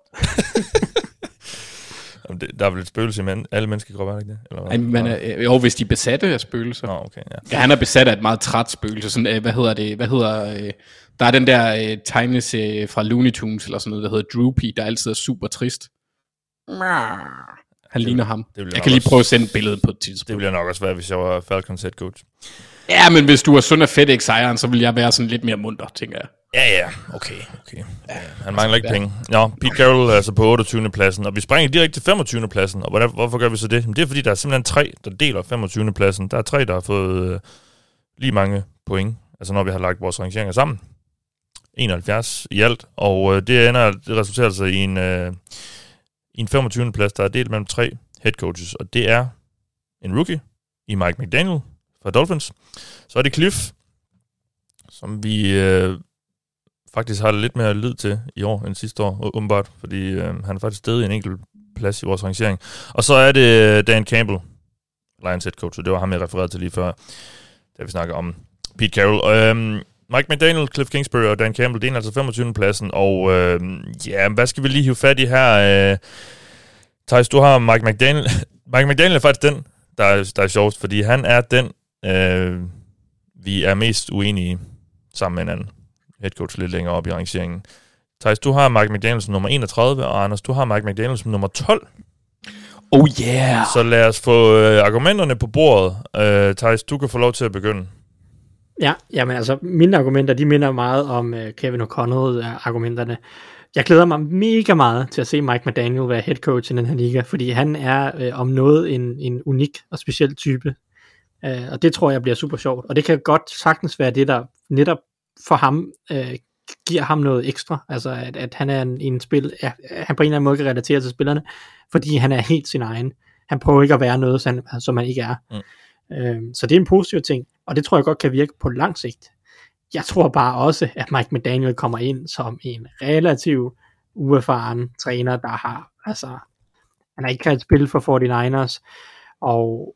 Der er vel et spøgelse i men- alle menneskekroppe, er det ikke det? Eller Ej, man er, jo, hvis de er besatte af spøgelser. Nå, okay, ja. Ja, han er besat af et meget træt spøgelse. Sådan, øh, hvad hedder det? Hvad hedder, øh, der er den der øh, tegneserie fra Looney Tunes, eller sådan noget, der hedder Droopy, der altid er super trist. Han det, ligner ham. Jeg kan lige også prøve at sende et billede på et tidspunkt. Det ville jeg nok også være, hvis jeg var Falcons head coach. Ja, men hvis du er søn af FedEx-ejeren, så vil jeg være sådan lidt mere munter, tænker jeg. Ja, ja, okay, okay. Ja, han mangler ikke penge. Nå, Pete Carroll er altså på otteogtyvende pladsen, og vi springer direkte til femogtyvende pladsen, og hvordan, hvorfor gør vi så det? Det er fordi, der er simpelthen tre, der deler femogtyvende pladsen. Der er tre, der har fået øh, lige mange point, altså når vi har lagt vores rangeringer sammen. enoghalvfjerds i alt, og øh, det ender, det resulterer sig i en, øh, i en femogtyvende plads, der er delt mellem tre head coaches, og det er en rookie i Mike McDaniel fra Dolphins. Så er det Cliff, som vi øh, faktisk har lidt mere lid til i år end sidste år, umiddelbart, fordi øh, han er faktisk stedet i en enkelt plads i vores rangering. Og så er det Dan Campbell, Lions head coach, og det var ham, jeg refererede til lige før, da vi snakker om Pete Carroll. Øh, Mike McDaniel, Cliff Kingsbury og Dan Campbell, det er altså femogtyvende pladsen, og øh, ja, hvad skal vi lige hive fat i her? Øh, Thijs, du har Mike McDaniel. Mike McDaniel er faktisk den, der er, der er sjovest, fordi han er den, øh, vi er mest uenige sammen med hinanden. Head coach lidt længere op i rangeringen. Thijs, du har Mike McDaniel som nummer enogtredive, og Anders, du har Mike McDaniel som nummer tolv. Oh yeah! Så lad os få øh, argumenterne på bordet. Øh, Thijs, du kan få lov til at begynde. Ja, jamen altså, mine argumenter, de minder meget om uh, Kevin O'Connell-argumenterne. Jeg glæder mig mega meget til at se Mike McDaniel være head coach i den her liga, fordi han er øh, om noget en, en unik og speciel type. Uh, og det tror jeg bliver super sjovt. Og det kan godt sagtens være det, der netop for ham øh, giver ham noget ekstra. Altså, at, at han er en, en spil, ja, han på en eller anden måde kan relatere til spillerne, fordi han er helt sin egen. Han prøver ikke at være noget, som, som han ikke er. Mm. Øh, så det er en positiv ting, og det tror jeg godt kan virke på lang sigt. Jeg tror bare også, at Mike McDaniel kommer ind som en relativ uerfaren træner, der har, altså, han har ikke kan spille for forty-niners, og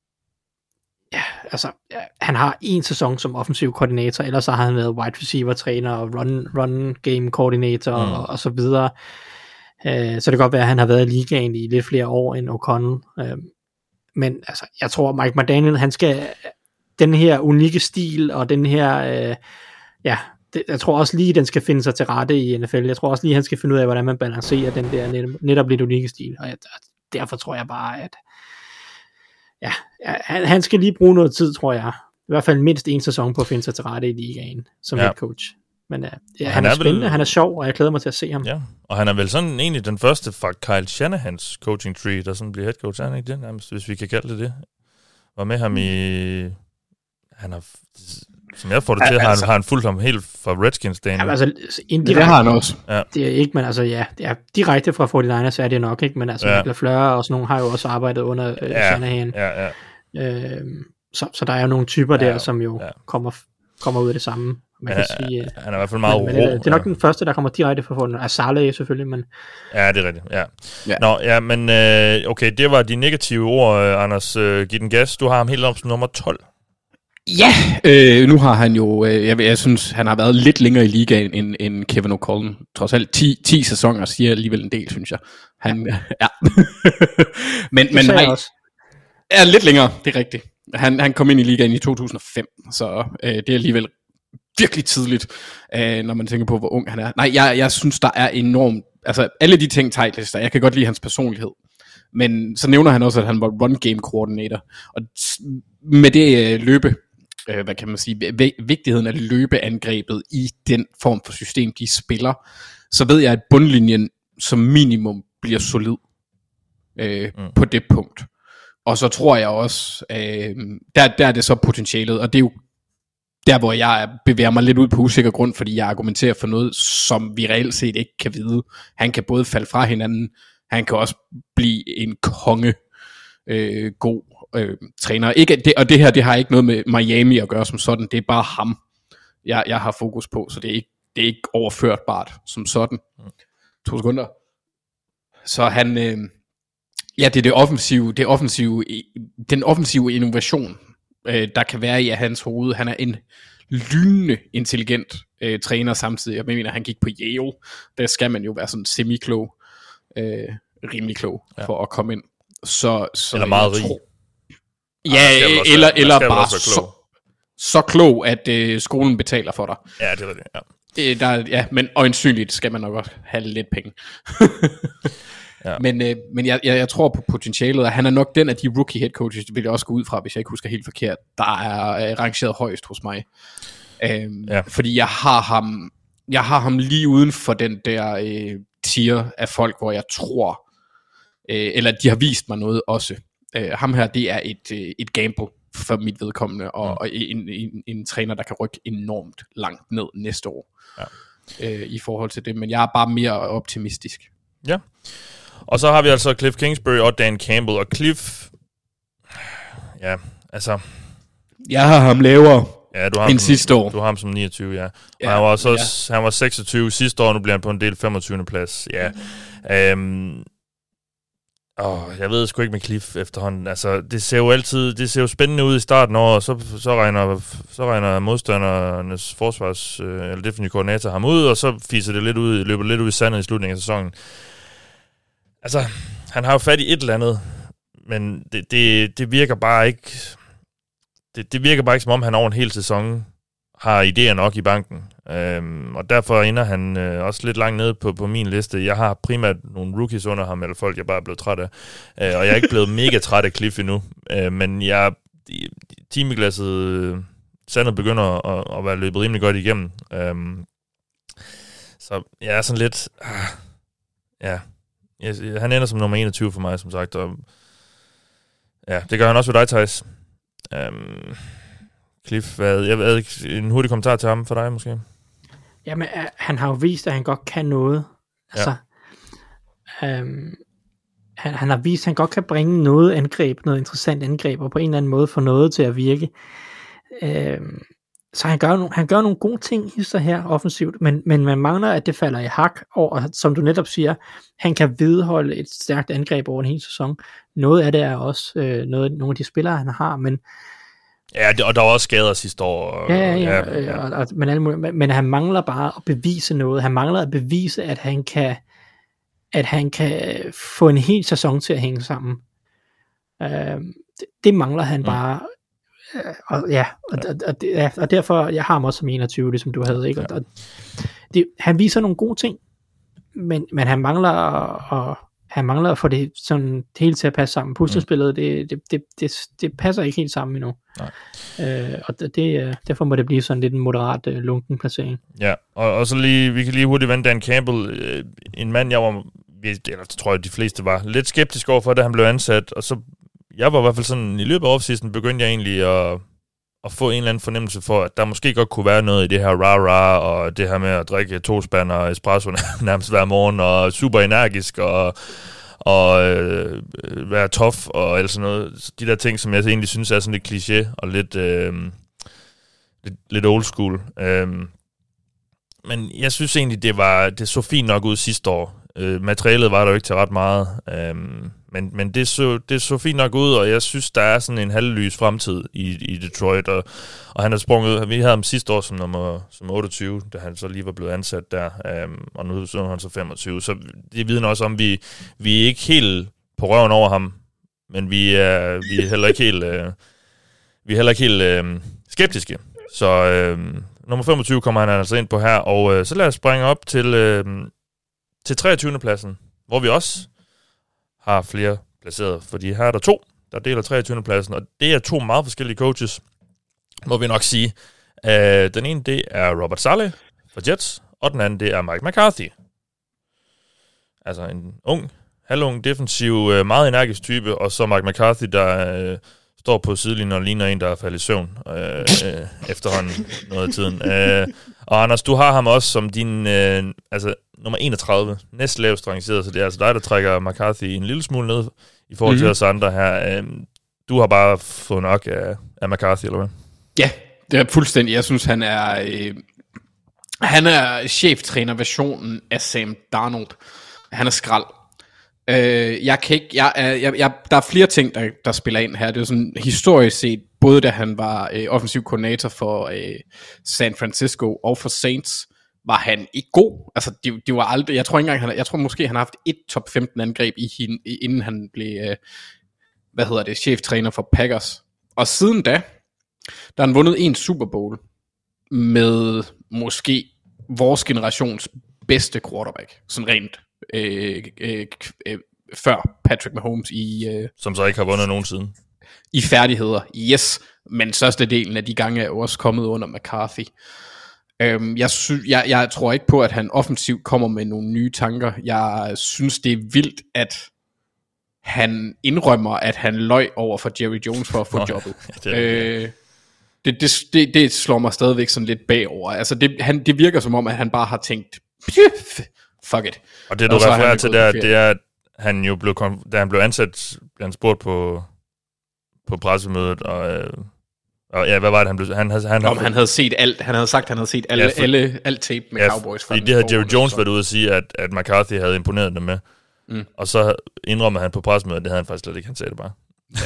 ja, altså, han har en sæson som offensiv koordinator, ellers så har han været wide receiver træner og run, run game koordinator mm. og, og så videre. Øh, så det kan godt være, at han har været i ligaen i lidt flere år end O'Connell. Øh, men altså, jeg tror, Mike McDaniel, han skal den her unikke stil, og den her, øh, ja, det, jeg tror også lige, den skal finde sig til rette i N F L. Jeg tror også lige, han skal finde ud af, hvordan man balancerer den der net, netop lidt unikke stil. Og jeg, derfor tror jeg bare, at ja, han, han skal lige bruge noget tid, tror jeg. I hvert fald mindst en sæson på at finde sig til rette i ligaen som ja. head coach. Men uh, ja, han, han er, er spændende, vel, han er sjov, og jeg glæder mig til at se ham. Ja, og han er vel sådan egentlig den første fra Kyle Shanahans coaching tree, der sådan bliver head coach, er han ikke det nærmest, hvis vi kan kalde det det? Var med ham i... Han har... Som jeg får det til, ja, altså, har, han, har han fulgt ham helt fra Redskins dagen. Ja, altså, indirekte, det har han også. Ja. Det er ikke, men altså ja, det er direkte fra forty-niners er det nok, ikke? Men altså, ja. LaFleur og sådan nogle har jo også arbejdet under øh, ja. Shanahan. Ja, ja. Øh, så, så der er jo nogle typer ja, der, som jo ja. kommer, kommer ud af det samme. Man kan ja, sige, han er i hvert fald meget men, ro. Men det, det er nok ja. den første, der kommer direkte fra forty-niners. Altså Saleh selvfølgelig, men... Ja, det er rigtigt, ja. ja. Nå, ja, men øh, okay, det var de negative ord, øh, Anders. Øh, giv den gas. Du har ham helt op som nummer tolv. Ja, øh, nu har han jo, øh, jeg, jeg synes, han har været lidt længere i ligaen end, end Kevin O'Connell. Trods alt ti, ti sæsoner siger alligevel en del, synes jeg. Han, ja. men men nej, er lidt længere, det er rigtigt. Han, han kom ind i ligaen i to tusind og fem, så øh, det er alligevel virkelig tidligt, øh, når man tænker på, hvor ung han er. Nej, jeg, jeg synes, der er enormt, altså alle de ting Titleist, jeg kan godt lide hans personlighed. Men så nævner han også, at han var run game coordinator. Og med det øh, løbe, øh, hvad kan man sige, vigtigheden af løbeangrebet i den form for system, de spiller, så ved jeg, at bundlinjen som minimum bliver solid øh, mm. på det punkt. Og så tror jeg også, øh, der, der er det så potentialet, og det er jo der, hvor jeg bevæger mig lidt ud på usikker grund, fordi jeg argumenterer for noget, som vi reelt set ikke kan vide. Han kan både falde fra hinanden, han kan også blive en konge øh, god øh, træner. Ikke, det, og det her, det har ikke noget med Miami at gøre som sådan, det er bare ham, jeg, jeg har fokus på, så det er ikke, det er ikke overførbart som sådan. To sekunder. Så han, øh, ja, det er det offensive, det offensive, den offensive innovation, øh, der kan være i hans hoved. Han er en lynende intelligent øh, træner samtidig. Jeg mener, han gik på Yale. Der skal man jo være sådan semi-klog. Øh, rimelig klog ja. for at komme ind. Så, så eller meget rig. Tror, ja, ja eller, være, eller bare så, så klog, at øh, skolen betaler for dig. Ja, det var det, ja. Det, der, ja, men øjensynligt skal man nok også have lidt penge. ja. Men, øh, men jeg, jeg, jeg tror på potentialet, og han er nok den af de rookie head coaches, det vil jeg også gå ud fra, hvis jeg ikke husker helt forkert, der er øh, rangeret højst hos mig. Øh, ja. Fordi jeg har ham, jeg har ham lige uden for den der... Øh, tier af folk, hvor jeg tror, øh, eller de har vist mig noget også. Øh, ham her, det er et, øh, et gamble for mit vedkommende, og, mm. og en, en, en træner, der kan rykke enormt langt ned næste år, ja. øh, i forhold til det, men jeg er bare mere optimistisk. Ja, og så har vi altså Cliff Kingsbury og Dan Campbell, og Cliff, ja, altså... Jeg har ham lavere. Ja, du har, ham, sidste år. Du har ham som niogtyve, ja. ja han var så ja. han var seksogtyve sidste år, nu bliver han på en del femogtyvende plads. Ja. Mm. Øhm, åh, jeg ved sgu ikke med Cliff efterhånden. Altså, det ser jo altid, det ser jo spændende ud i starten af året, så så regner så regner modstandernes forsvars eller defensive koordinator ham ud, og så fiser det lidt ud, løber lidt ud i sandet i slutningen af sæsonen. Altså, han har jo fat i et eller andet, men det det, det virker bare ikke. Det, det virker bare ikke, som om han over en hel sæson har idéer nok i banken. Øhm, og derfor ender han øh, også lidt langt nede på, på min liste. Jeg har primært nogle rookies under ham, eller folk, jeg bare er blevet træt af. Øh, og jeg er ikke blevet mega træt af Cliff endnu. Øh, men jeg timeglasset øh, sandet begynder at, at være løbet rimelig godt igennem. Øhm, så jeg er sådan lidt... Ah, ja, jeg, han ender som nummer enogtyve for mig, som sagt. Og, ja, det gør han også ved dig, Thijs. Um, Cliff, hvad, jeg ved ikke, en hurtig kommentar til ham for dig måske? Jamen, uh, han har jo vist, at han godt kan noget. Altså, ja. um, han, han har vist, at han godt kan bringe noget angreb, noget interessant angreb, og på en eller anden måde få noget til at virke. Um, så han gør, no, han gør nogle gode ting i sig her offensivt, men, men man mangler, at det falder i hak, og som du netop siger, han kan vedholde et stærkt angreb over en hel sæson. Noget af det er også øh, noget, nogle af de spillere, han har, men... Ja, og der var også skader sidste år. Og, ja, ja, ja, ja. Og, og, men, men, men han mangler bare at bevise noget. Han mangler at bevise, at han kan at han kan få en hel sæson til at hænge sammen. Øh, det, det mangler han mm. bare. Øh, og, ja, og, og, og, ja, og derfor, jeg har ham også som enogtyve, ligesom du havde, ikke? Og, og det, han viser nogle gode ting, men, men han mangler at, han mangler at få det sådan hele til at passe sammen. Puslespillet, mm. det, det, det, det, det passer ikke helt sammen endnu. Øh, og det, det, derfor må det blive sådan lidt en moderat uh, lunken placering. Ja, og, og så lige, vi kan lige hurtigt vende Dan Campbell, øh, en mand, jeg var, eller tror jeg de fleste var, lidt skeptisk overfor, da han blev ansat, og så, jeg var i hvert fald sådan, i løbet af offseason begyndte jeg egentlig at, at få en eller anden fornemmelse for, at der måske godt kunne være noget i det her rah-rah, og det her med at drikke to spander espresso nærmest hver morgen, og super energisk, og og øh, være tough og alt sådan noget. De der ting, som jeg egentlig synes er sådan lidt kliché og lidt, øh, lidt, lidt old school. Øh, men jeg synes egentlig, det var det så fint nok ud sidste år. Øh, materialet var der jo ikke til ret meget. Øh, men men det, så, det så fint nok ud, og jeg synes, der er sådan en halvlys fremtid i, i Detroit. Og, og han er sprunget, vi havde ham sidste år som nummer som otteogtyve, da han så lige var blevet ansat der. Øh, og nu så er han så femogtyve. Så det vidner også om, vi, vi er ikke helt på røven over ham, men vi er, vi er heller ikke helt, øh, vi er heller ikke helt øh, skeptiske. Så øh, nummer femogtyve kommer han altså ind på her, og øh, så lad os springe op til, øh, til treogtyvende pladsen, hvor vi også har flere placeret, fordi her er der to, der deler treogtyvende pladsen, og det er to meget forskellige coaches, må vi nok sige. Øh, den ene, det er Robert Saleh for Jets, og den anden, det er Mike McCarthy. Altså en ung, halvung, defensiv, øh, meget energisk type, og så Mike McCarthy, der øh, står på sidelinjen og ligner en, der er faldet i søvn øh, øh, efterhånden noget af tiden. Øh, og Anders, du har ham også som din, øh, altså nummer enogtredive, næst lavest rangeret, så det er altså dig, der trækker McCarthy en lille smule ned i forhold til mm-hmm. os andre her. Øh, du har bare fået nok af, af McCarthy, eller hvad? Ja, det er fuldstændig. Jeg synes, han er øh, han er cheftræner-versionen af Sam Darnold. Han er skrald. Øh, jeg kan ikke, jeg, jeg, jeg, der er flere ting, der, der spiller ind her. Det er sådan historisk set, både da han var øh, offensiv koordinator for øh, San Francisco og for Saints, var han ikke god. Altså, det, det var aldrig, jeg tror ikke engang, han, jeg tror måske, han har haft et top femten angreb i hende, inden han blev, øh, hvad hedder det, cheftræner for Packers. Og siden da, der har han vundet en Super Bowl med måske vores generations bedste quarterback, sådan rent øh, øh, øh, før Patrick Mahomes i øh, som så ikke har vundet nogen siden i færdigheder, yes, men størstedelen af de gange er jo også kommet under McCarthy. øhm, jeg, sy- jeg, jeg tror ikke på, at han offensivt kommer med nogle nye tanker. Jeg synes det er vildt, at han indrømmer, at han løj over for Jerry Jones for at få Nå, jobbet. Ja, det, øh, det, det, det, det slår mig stadigvæk sådan lidt bagover. Altså det, han, det virker som om, at han bare har tænkt, fuck it. Og det du refererer til, der, det er, at han jo blev, da han blev ansat, blev han spurgt på, på pressemødet, og, øh, og ja, hvad var det, han blev... Han, han, han, Om han havde set alt, han havde sagt, at han havde set alle, ja, for, alle, alt tape med ja, Cowboys. Fordi det havde Jerry Jones været ude at sige, at, at McCarthy havde imponeret dem med. Mm. Og så indrømmer han på pressemødet, det havde han faktisk slet ikke, han sagde det bare. Ja.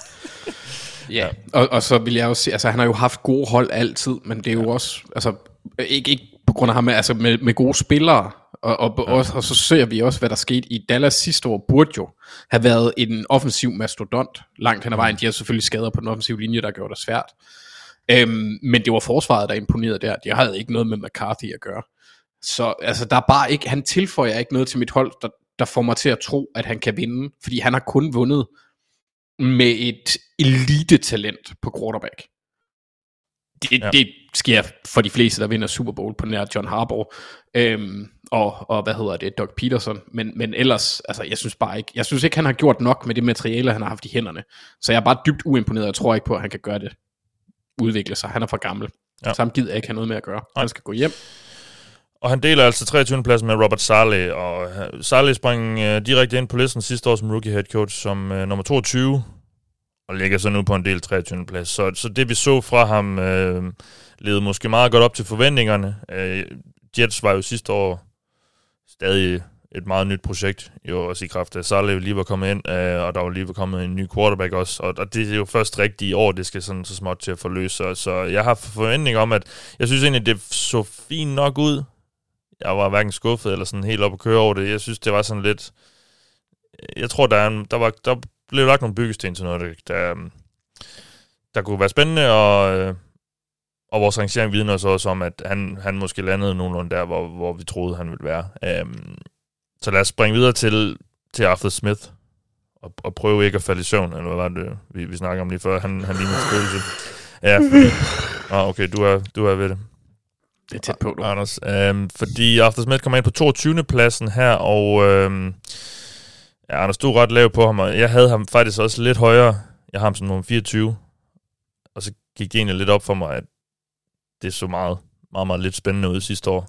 Ja, og, og så vil jeg jo sige, altså han har jo haft gode hold altid, men det er jo ja. også, altså ikke, ikke på grund af ham, men altså med, med gode spillere, og, og, ja. og, og så ser vi også, hvad der skete i Dallas sidste år, burde jo have været en offensiv mastodont, langt hen ad vejen. De har selvfølgelig skader på den offensive linje, der gjorde det svært, øhm, men det var forsvaret, der imponerede der. Det havde ikke noget med McCarthy at gøre, så altså der er bare ikke, han tilføjer ikke noget til mit hold, der, der får mig til at tro, at han kan vinde, fordi han har kun vundet med et elite-talent på quarterback. Det, ja. det sker for de fleste, der vinder Super Bowl på nær John Harbaugh øhm, og, og hvad hedder det, Doug Peterson, men, men ellers, altså jeg synes bare ikke, jeg synes ikke han har gjort nok med det materiale han har haft i hænderne, så jeg er bare dybt uimponeret. Jeg tror ikke på at han kan gøre det, udvikle sig. Han er for gammel, ja. Samt gider jeg ikke have noget med at gøre. Han skal gå hjem. Og han deler altså treogtyvende pladsen med Robert Saleh, og Saleh sprang uh, direkte ind på listen sidste år som rookie head coach som uh, nummer toogtyve, og ligger så nu på en del treogtyvende plads. Så, så det vi så fra ham uh, levede måske meget godt op til forventningerne. Uh, Jets var jo sidste år stadig et meget nyt projekt, jo også i kraft af Saleh lige var kommet ind, uh, og der var lige var kommet en ny quarterback også, og, og det er jo først rigtigt i år, det skal sådan så småt til at forløse. Så, så jeg har forventning om, at jeg synes egentlig, det så fint nok ud. jeg var hverken skuffet eller sådan helt op at køre over det. Jeg synes, det var sådan lidt... Jeg tror, der, er en, der, var, der blev lagt nogle byggesten til noget, der, der kunne være spændende, og, og vores rangering vidner så også om, at han, han måske landede nogenlunde der, hvor, hvor vi troede, han ville være. Um, så lad os springe videre til, til Arthur Smith, og, og prøve ikke at falde i søvn, eller hvad var det, vi, vi snakker om lige før. Han, han ligner en spøgelse. Ja, fordi... Ah, okay, du er, du er ved det. Det er tæt på, du. Anders. Um, fordi Arthur Smith kommer ind på toogtyvende pladsen her, og... Um, Ja, Anders stod ret lav på ham, og jeg havde ham faktisk også lidt højere. Jeg har ham som nummer fireogtyve, og så gik det egentlig lidt op for mig, at det så meget, meget, meget lidt spændende ud sidste år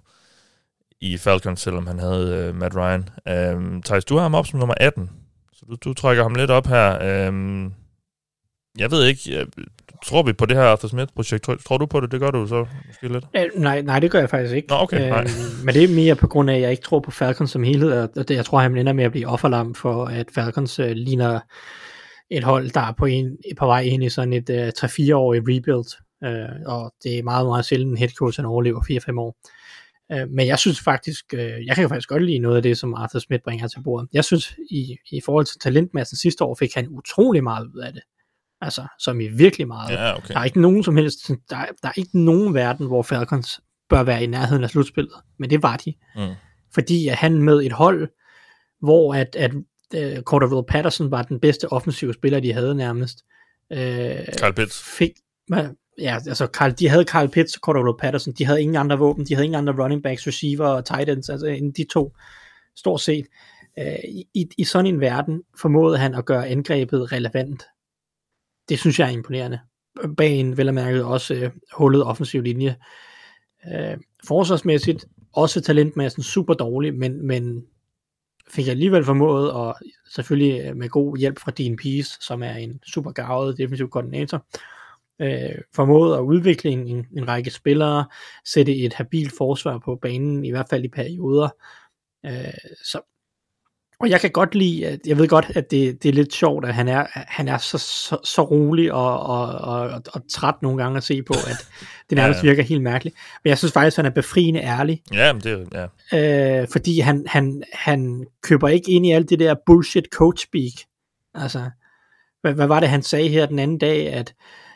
i Falcons, selvom han havde uh, Matt Ryan. Um, Thijs, du har ham op som nummer atten, så du, du trækker ham lidt op her. Um, jeg ved ikke, jeg, tror vi på det her Arthur Smith-projekt? Tror, tror du på det? Det gør du så måske lidt? Øh, nej, nej, det gør jeg faktisk ikke. Nå, okay, nej. Øh, men det er mere på grund af, at jeg ikke tror på Falcons som helhed, og det, jeg tror, han ender med at blive offerlam for, at Falcons øh, ligner et hold, der er på, en, på vej ind i sådan et øh, tre fire årig rebuild, øh, og det er meget, meget sjældent, en headcoach, han overlever fire fem år. Øh, men jeg synes faktisk, øh, jeg kan faktisk godt lide noget af det, som Arthur Smith bringer til bordet. Jeg synes, i, i forhold til talentmassen sidste år, fik han utrolig meget ud af det. Altså, som i virkelig meget. Ja, okay. Der er ikke nogen som helst, der er, der er ikke nogen verden, hvor Falcons bør være i nærheden af slutspillet, men det var de. Mm. Fordi at han med et hold, hvor at, at uh, Cordell Patterson var den bedste offensive spiller, de havde nærmest. Uh, Kyle Pitts. Fik, ja, altså Carl, de havde Kyle Pitts og Cordell Patterson, de havde ingen andre våben, de havde ingen andre running backs, receiver og tight ends, altså end de to, stort set. Uh, i, I sådan en verden formåede han at gøre angrebet relevant. Det synes jeg er imponerende. Bag en vel og mærket også øh, hullet offensiv linje. Øh, forsvarsmæssigt også talentmassen super dårlig, men, men fik jeg alligevel formået, og selvfølgelig med god hjælp fra Dean Pease, som er en super garvet defensiv koordinator, øh, formået at udvikle en, en række spillere, sætte et habilt forsvar på banen, i hvert fald i perioder. Øh, så Og jeg kan godt lide, at jeg ved godt, at det, det er lidt sjovt, at han er, han er så, så, så rolig og, og, og, og træt nogle gange at se på, at det nærmest ja, ja. virker helt mærkeligt. Men jeg synes faktisk, at han er befriende ærlig. Ja, det ja. Øh, fordi han, han, han køber ikke ind i alt det der bullshit coach speak. Altså, hvad, hvad var det, han sagde her den anden dag, at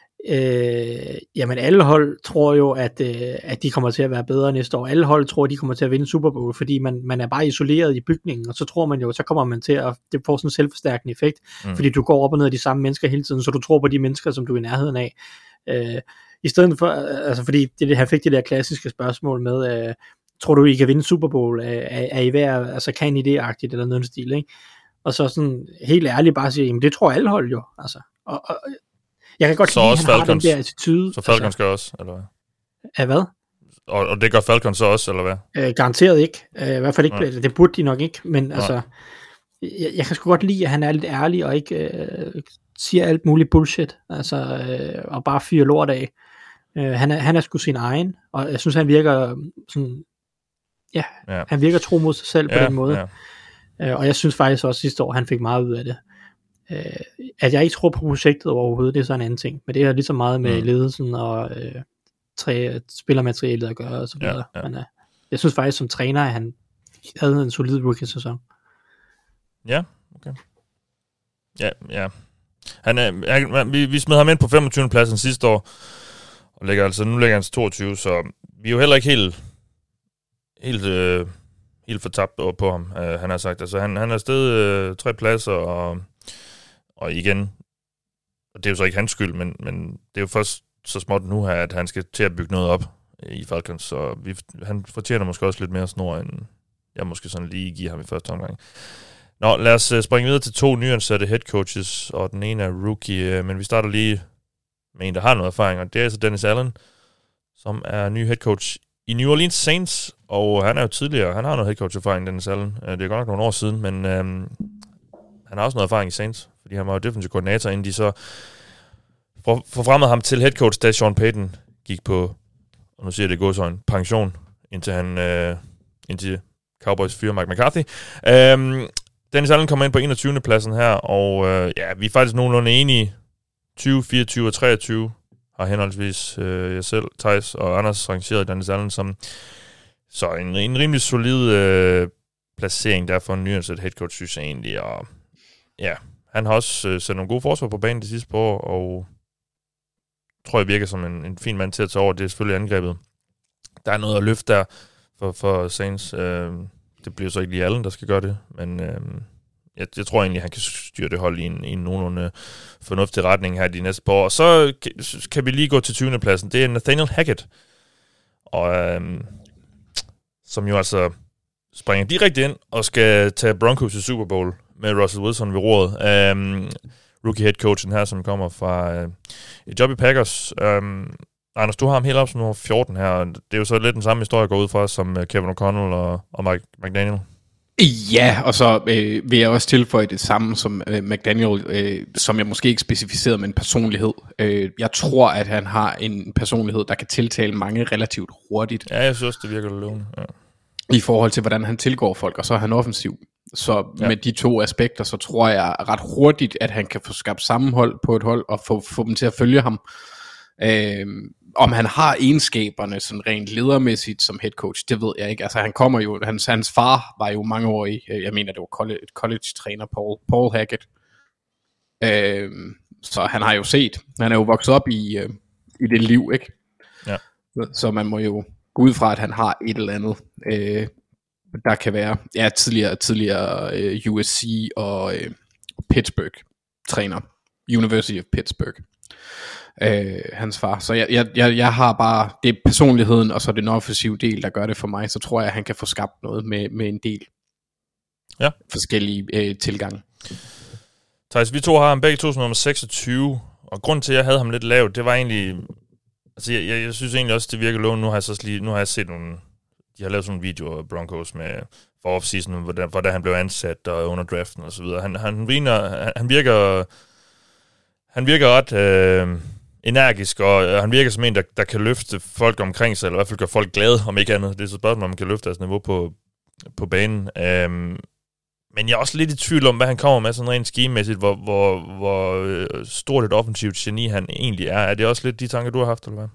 Øh, jamen alle hold tror jo at, øh, at de kommer til at være bedre næste år. Alle hold tror at de kommer til at vinde Super Bowl, fordi man, man er bare isoleret i bygningen, og så tror man jo, så kommer man til at det får sådan en selvforstærkende effekt, mm. fordi du går op og ned af de samme mennesker hele tiden, så du tror på de mennesker, som du er i nærheden af, øh, i stedet for, altså fordi det, han fik det der klassiske spørgsmål med øh, tror du I kan vinde Super Bowl, er, er I værd, altså kan I det-agtigt eller noget stil, ikke? Og så sådan helt ærligt bare sige, jamen det tror alle hold jo, altså, og, og jeg kan godt så lide, også han Falcons. har den der attitude. Så Falcons altså, gør også, eller hvad? Af hvad? Og, og det gør Falcons så også, eller hvad? Øh, garanteret ikke. Øh, I hvert fald ikke. Nej. Det burde de nok ikke. Men Nej. altså, jeg, jeg kan sgu godt lide, at han er lidt ærlig, og ikke øh, siger alt muligt bullshit. Altså, øh, og bare fyrer lort af. Øh, han, er, han er sgu sin egen, og jeg synes, han virker sådan, ja, ja. han virker tro mod sig selv ja, på den måde. Ja. Øh, og jeg synes faktisk også sidste år, han fik meget ud af det. Uh, at jeg ikke tror på projektet overhovedet, det er så en anden ting, men det har lige så meget med mm. ledelsen og uh, træ, spillermaterialet at gøre og så videre. Ja, ja. Men uh, jeg synes faktisk som træner, at han havde en solid rookie-sæson. Ja, okay. Ja, ja. Han er, han, vi, vi smed ham ind på femogtyvende pladsen sidste år, og lægger altså, nu ligger han til toogtyve, så vi er jo heller ikke helt helt, øh, helt fortabt på ham, øh, han har sagt. Altså han, han er stedet øh, tre pladser, og Og igen, og det er jo så ikke hans skyld, men, men det er jo først så småt nu her, at han skal til at bygge noget op i Falcons, så vi, han fortjener måske også lidt mere snor, end jeg måske sådan lige giver ham i første omgang. Nå, lad os springe videre til to nyansatte head coaches, og den ene er rookie, men vi starter lige med en, der har noget erfaring, og det er altså Dennis Allen, som er ny head coach i New Orleans Saints, og han er jo tidligere, han har noget head coach erfaring, Dennis Allen. Det er godt nok nogle år siden, men øhm, han har også noget erfaring i Saints, fordi han var jo defensive koordinator, inden de så forfremmede ham til head coach, da Sean Payton gik på, og nu siger jeg det går så en pension, indtil han, øh, indtil Cowboys fyrer Mike McCarthy. Øhm, Dennis Allen kommer ind på enogtyvende pladsen her, og øh, ja, vi er faktisk nogenlunde enige. tyve, fireogtyve og treogtyve har henholdsvis øh, jeg selv, Thijs og Anders rangeret Dennis Allen som Så en, en rimelig solid øh, placering der for en nyansat head coach, synes jeg egentlig. Og ja, han har også øh, sat nogle gode forsvar på banen de sidste par år, og tror jeg virker som en, en fin mand til at tage over. Det er selvfølgelig angrebet. Der er noget at løfte der for, for Saints. Øh, det bliver så ikke lige Allen, der skal gøre det, men øh, jeg, jeg tror egentlig, han kan styre det hold i en, i en nogenlunde fornuftig retning her de næste par år. Og så kan, kan vi lige gå til tyvende pladsen. Det er Nathaniel Hackett, og, øh, som jo altså springer direkte ind og skal tage Broncos til Super Bowl med Russell Wilson ved roret. Øh, rookie head coachen her, som kommer fra øh, et job i Packers. Øh, Anders, du har ham helt op som nummer fjorten her, og det er jo så lidt den samme historie, går ud fra, som Kevin O'Connell og, og Mike McDaniel. Ja, og så øh, vil jeg også tilføje det samme som øh, McDaniel, øh, som jeg måske ikke specificerede med en personlighed. Øh, jeg tror, at han har en personlighed, der kan tiltale mange relativt hurtigt. Ja, jeg synes det virker lovende. Ja. I forhold til, hvordan han tilgår folk, og så er han offensiv. Så ja. Med de to aspekter, så tror jeg ret hurtigt, at han kan få skabt sammenhold på et hold, og få, få dem til at følge ham. Øh, om han har egenskaberne sådan rent ledermæssigt som head coach, det ved jeg ikke. Altså han kommer jo, hans, hans far var jo mange år i, jeg mener det var college, college-træner Paul, Paul Hackett. Øh, så han har jo set, han er jo vokset op i, øh, i det liv, ikke? Ja. Så, så man må jo gå ud fra, at han har et eller andet, øh, der kan være, ja, tidligere, tidligere øh, U S C og øh, Pittsburgh træner, University of Pittsburgh. Øh, hans far. Så jeg, jeg, jeg, jeg har bare, det er personligheden, og så den offensive del, der gør det for mig, så tror jeg, at han kan få skabt noget med, med en del ja. forskellige øh, tilgange. Thijs, vi to har ham begge to som nummer seksogtyve, og grunden til, at jeg havde ham lidt lavt, det var egentlig, altså jeg, jeg, jeg synes egentlig også, det virker lovende. Nu har jeg så lige, nu har jeg set nogle, de har lavet sådan en video af Broncos med for off-season, hvordan, hvordan han blev ansat og under draften og så videre. Han, han, viner, han virker, han virker ret øh, energisk, og han virker som en, der, der kan løfte folk omkring sig, eller i hvert fald gøre folk glade, om ikke andet. Det er så spørgsmål, om man kan løfte deres niveau på, på banen. Øhm, men jeg er også lidt i tvivl om, hvad han kommer med sådan rent schememæssigt, hvor, hvor, hvor stort et offensivt geni han egentlig er. Er det også lidt de tanker, du har haft, eller hvad?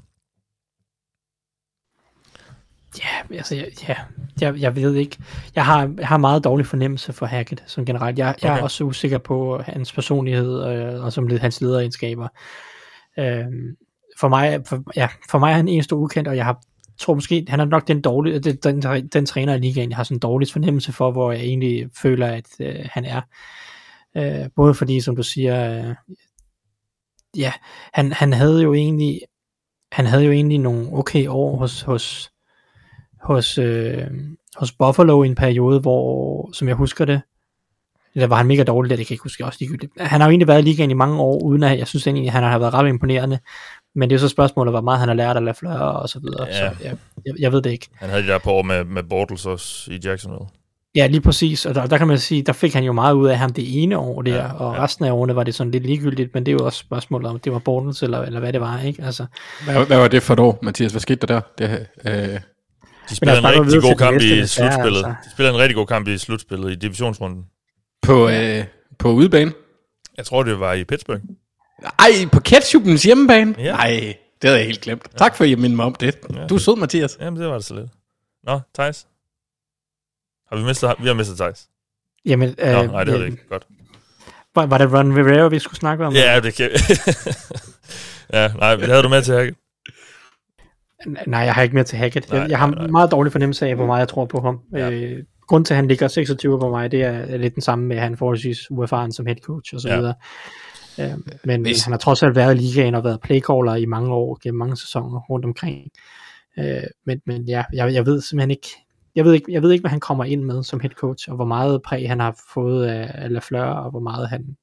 Ja, altså, ja, jeg, jeg ved ikke. Jeg har, jeg har meget dårlig fornemmelse for Hackett, som generelt. Jeg, jeg okay. er også usikker på hans personlighed, øh, og som lidt hans lederegenskaber. Øh, for mig, for, ja, for mig er han eneste ukendt, og jeg har, tror måske, han er nok den dårlige, den, den, den træner i ligaen, jeg har sådan en dårlig fornemmelse for, hvor jeg egentlig føler, at øh, han er. Øh, både fordi, som du siger, øh, ja, han, han havde jo egentlig, han havde jo egentlig nogle okay år hos, hos hos, øh, hos Buffalo i en periode, hvor, som jeg husker det, der var han mega dårlig, det kan jeg ikke huske, også ligegyldigt. Han har jo egentlig været i ligaen i mange år, uden at jeg synes egentlig, at han har været ret imponerende, men det er jo så spørgsmålet, hvor meget han har lært af LaFleur og så videre, ja. Så jeg, jeg, jeg ved det ikke. Han havde de der på år med, med Bortles også i Jacksonville. Ja, lige præcis, og der, der kan man sige, der fik han jo meget ud af ham det ene år der, ja, og ja. Resten af årene var det sådan lidt ligegyldigt, men det er jo også spørgsmålet om, det var Bortles eller, eller hvad det var, ikke? Altså. Hvad, hvad var det for et år, Mathias? Hvad skete der der? Det, øh De spiller en rigtig god kamp i slutspillet. Altså. De spiller en rigtig god kamp i slutspillet i divisionsrunden. På, øh, på udebane? Jeg tror, det var i Pittsburgh. Ej, på Ketchupens hjemmebane? Ja. Ej, det havde jeg helt glemt. Ja. Tak for, at I mindede mig om det. Ja. Du er sød, Mathias. Jamen, det var det så lidt. Nå, Thijs? Har vi mistet, vi har mistet Thijs? Jamen, øh, Nå, nej, det havde vi ikke. Godt. Var, var det Ron Rivera, vi skulle snakke om? Ja, det kan Ja, nej, det havde du med til Hackett. Nej, jeg har ikke mere til Hackett. Jeg, nej, jeg har nej, nej. meget dårlig fornemmelse af, hvor meget jeg tror på ham. Ja. Øh, grunden til, at han ligger seksogtyve på mig, det er lidt den samme med, at han forholdsvis uerfaren som head coach og så videre. Ja. Øh, men, men han har trods alt været i ligaen og været playcaller i mange år, gennem mange sæsoner rundt omkring. Øh, men, men ja, jeg, jeg ved simpelthen ikke, jeg ved ikke, jeg ved ikke, hvad han kommer ind med som head coach, og hvor meget præg han har fået af, af LaFleur, og hvor meget han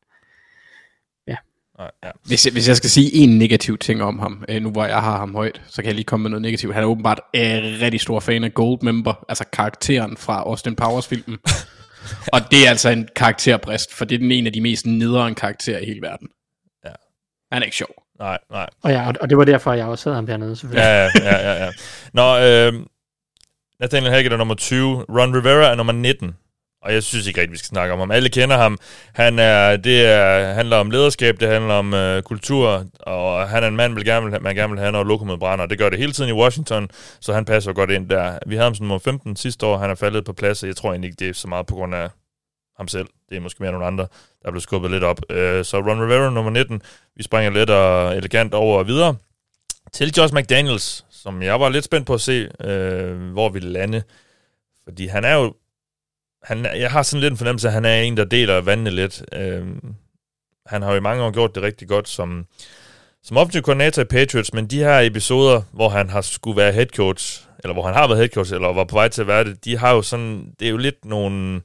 Ja. Hvis, jeg, hvis jeg skal sige en negativ ting om ham, øh, nu hvor jeg har ham højt, så kan jeg lige komme med noget negativt. Han er åbenbart øh, rigtig stor fan af Goldmember, altså karakteren fra Austin Powers-filmen. Og det er altså en karakterbrist, for det er den en af de mest nederen karakterer i hele verden. Ja. Han er ikke sjov. Nej, nej. Og, ja, og det var derfor, jeg også havde ham dernede, selvfølgelig. Ja, ja, ja. ja. Nå, øh, Nathaniel Hackett er nummer tyve, Ron Rivera er nummer nitten, Og jeg synes ikke rigtig, vi skal snakke om ham. Alle kender ham. Han er, det er, handler om lederskab, det handler om øh, kultur, og han er en mand, man gerne vil, man gerne vil have, når lokummet brænder. Det gør det hele tiden i Washington, så han passer godt ind der. Vi havde ham som nummer femten sidste år, han er faldet på plads, og jeg tror egentlig ikke, det er så meget på grund af ham selv. Det er måske mere nogle andre, der er blevet skubbet lidt op. Øh, så Ron Rivera nummer nitten. Vi springer lidt og elegant over og videre. Til Josh McDaniels, som jeg var lidt spændt på at se, øh, hvor vi lande. Fordi han er jo Han, jeg har sådan lidt en fornemmelse, at han er en, der deler vandene lidt. Øhm, han har jo i mange år gjort det rigtig godt som, som offensiv koordinator i Patriots, men de her episoder, hvor han har skulle være head coach, eller hvor han har været head coach, eller var på vej til at være det, de har jo sådan, det er jo lidt nogle,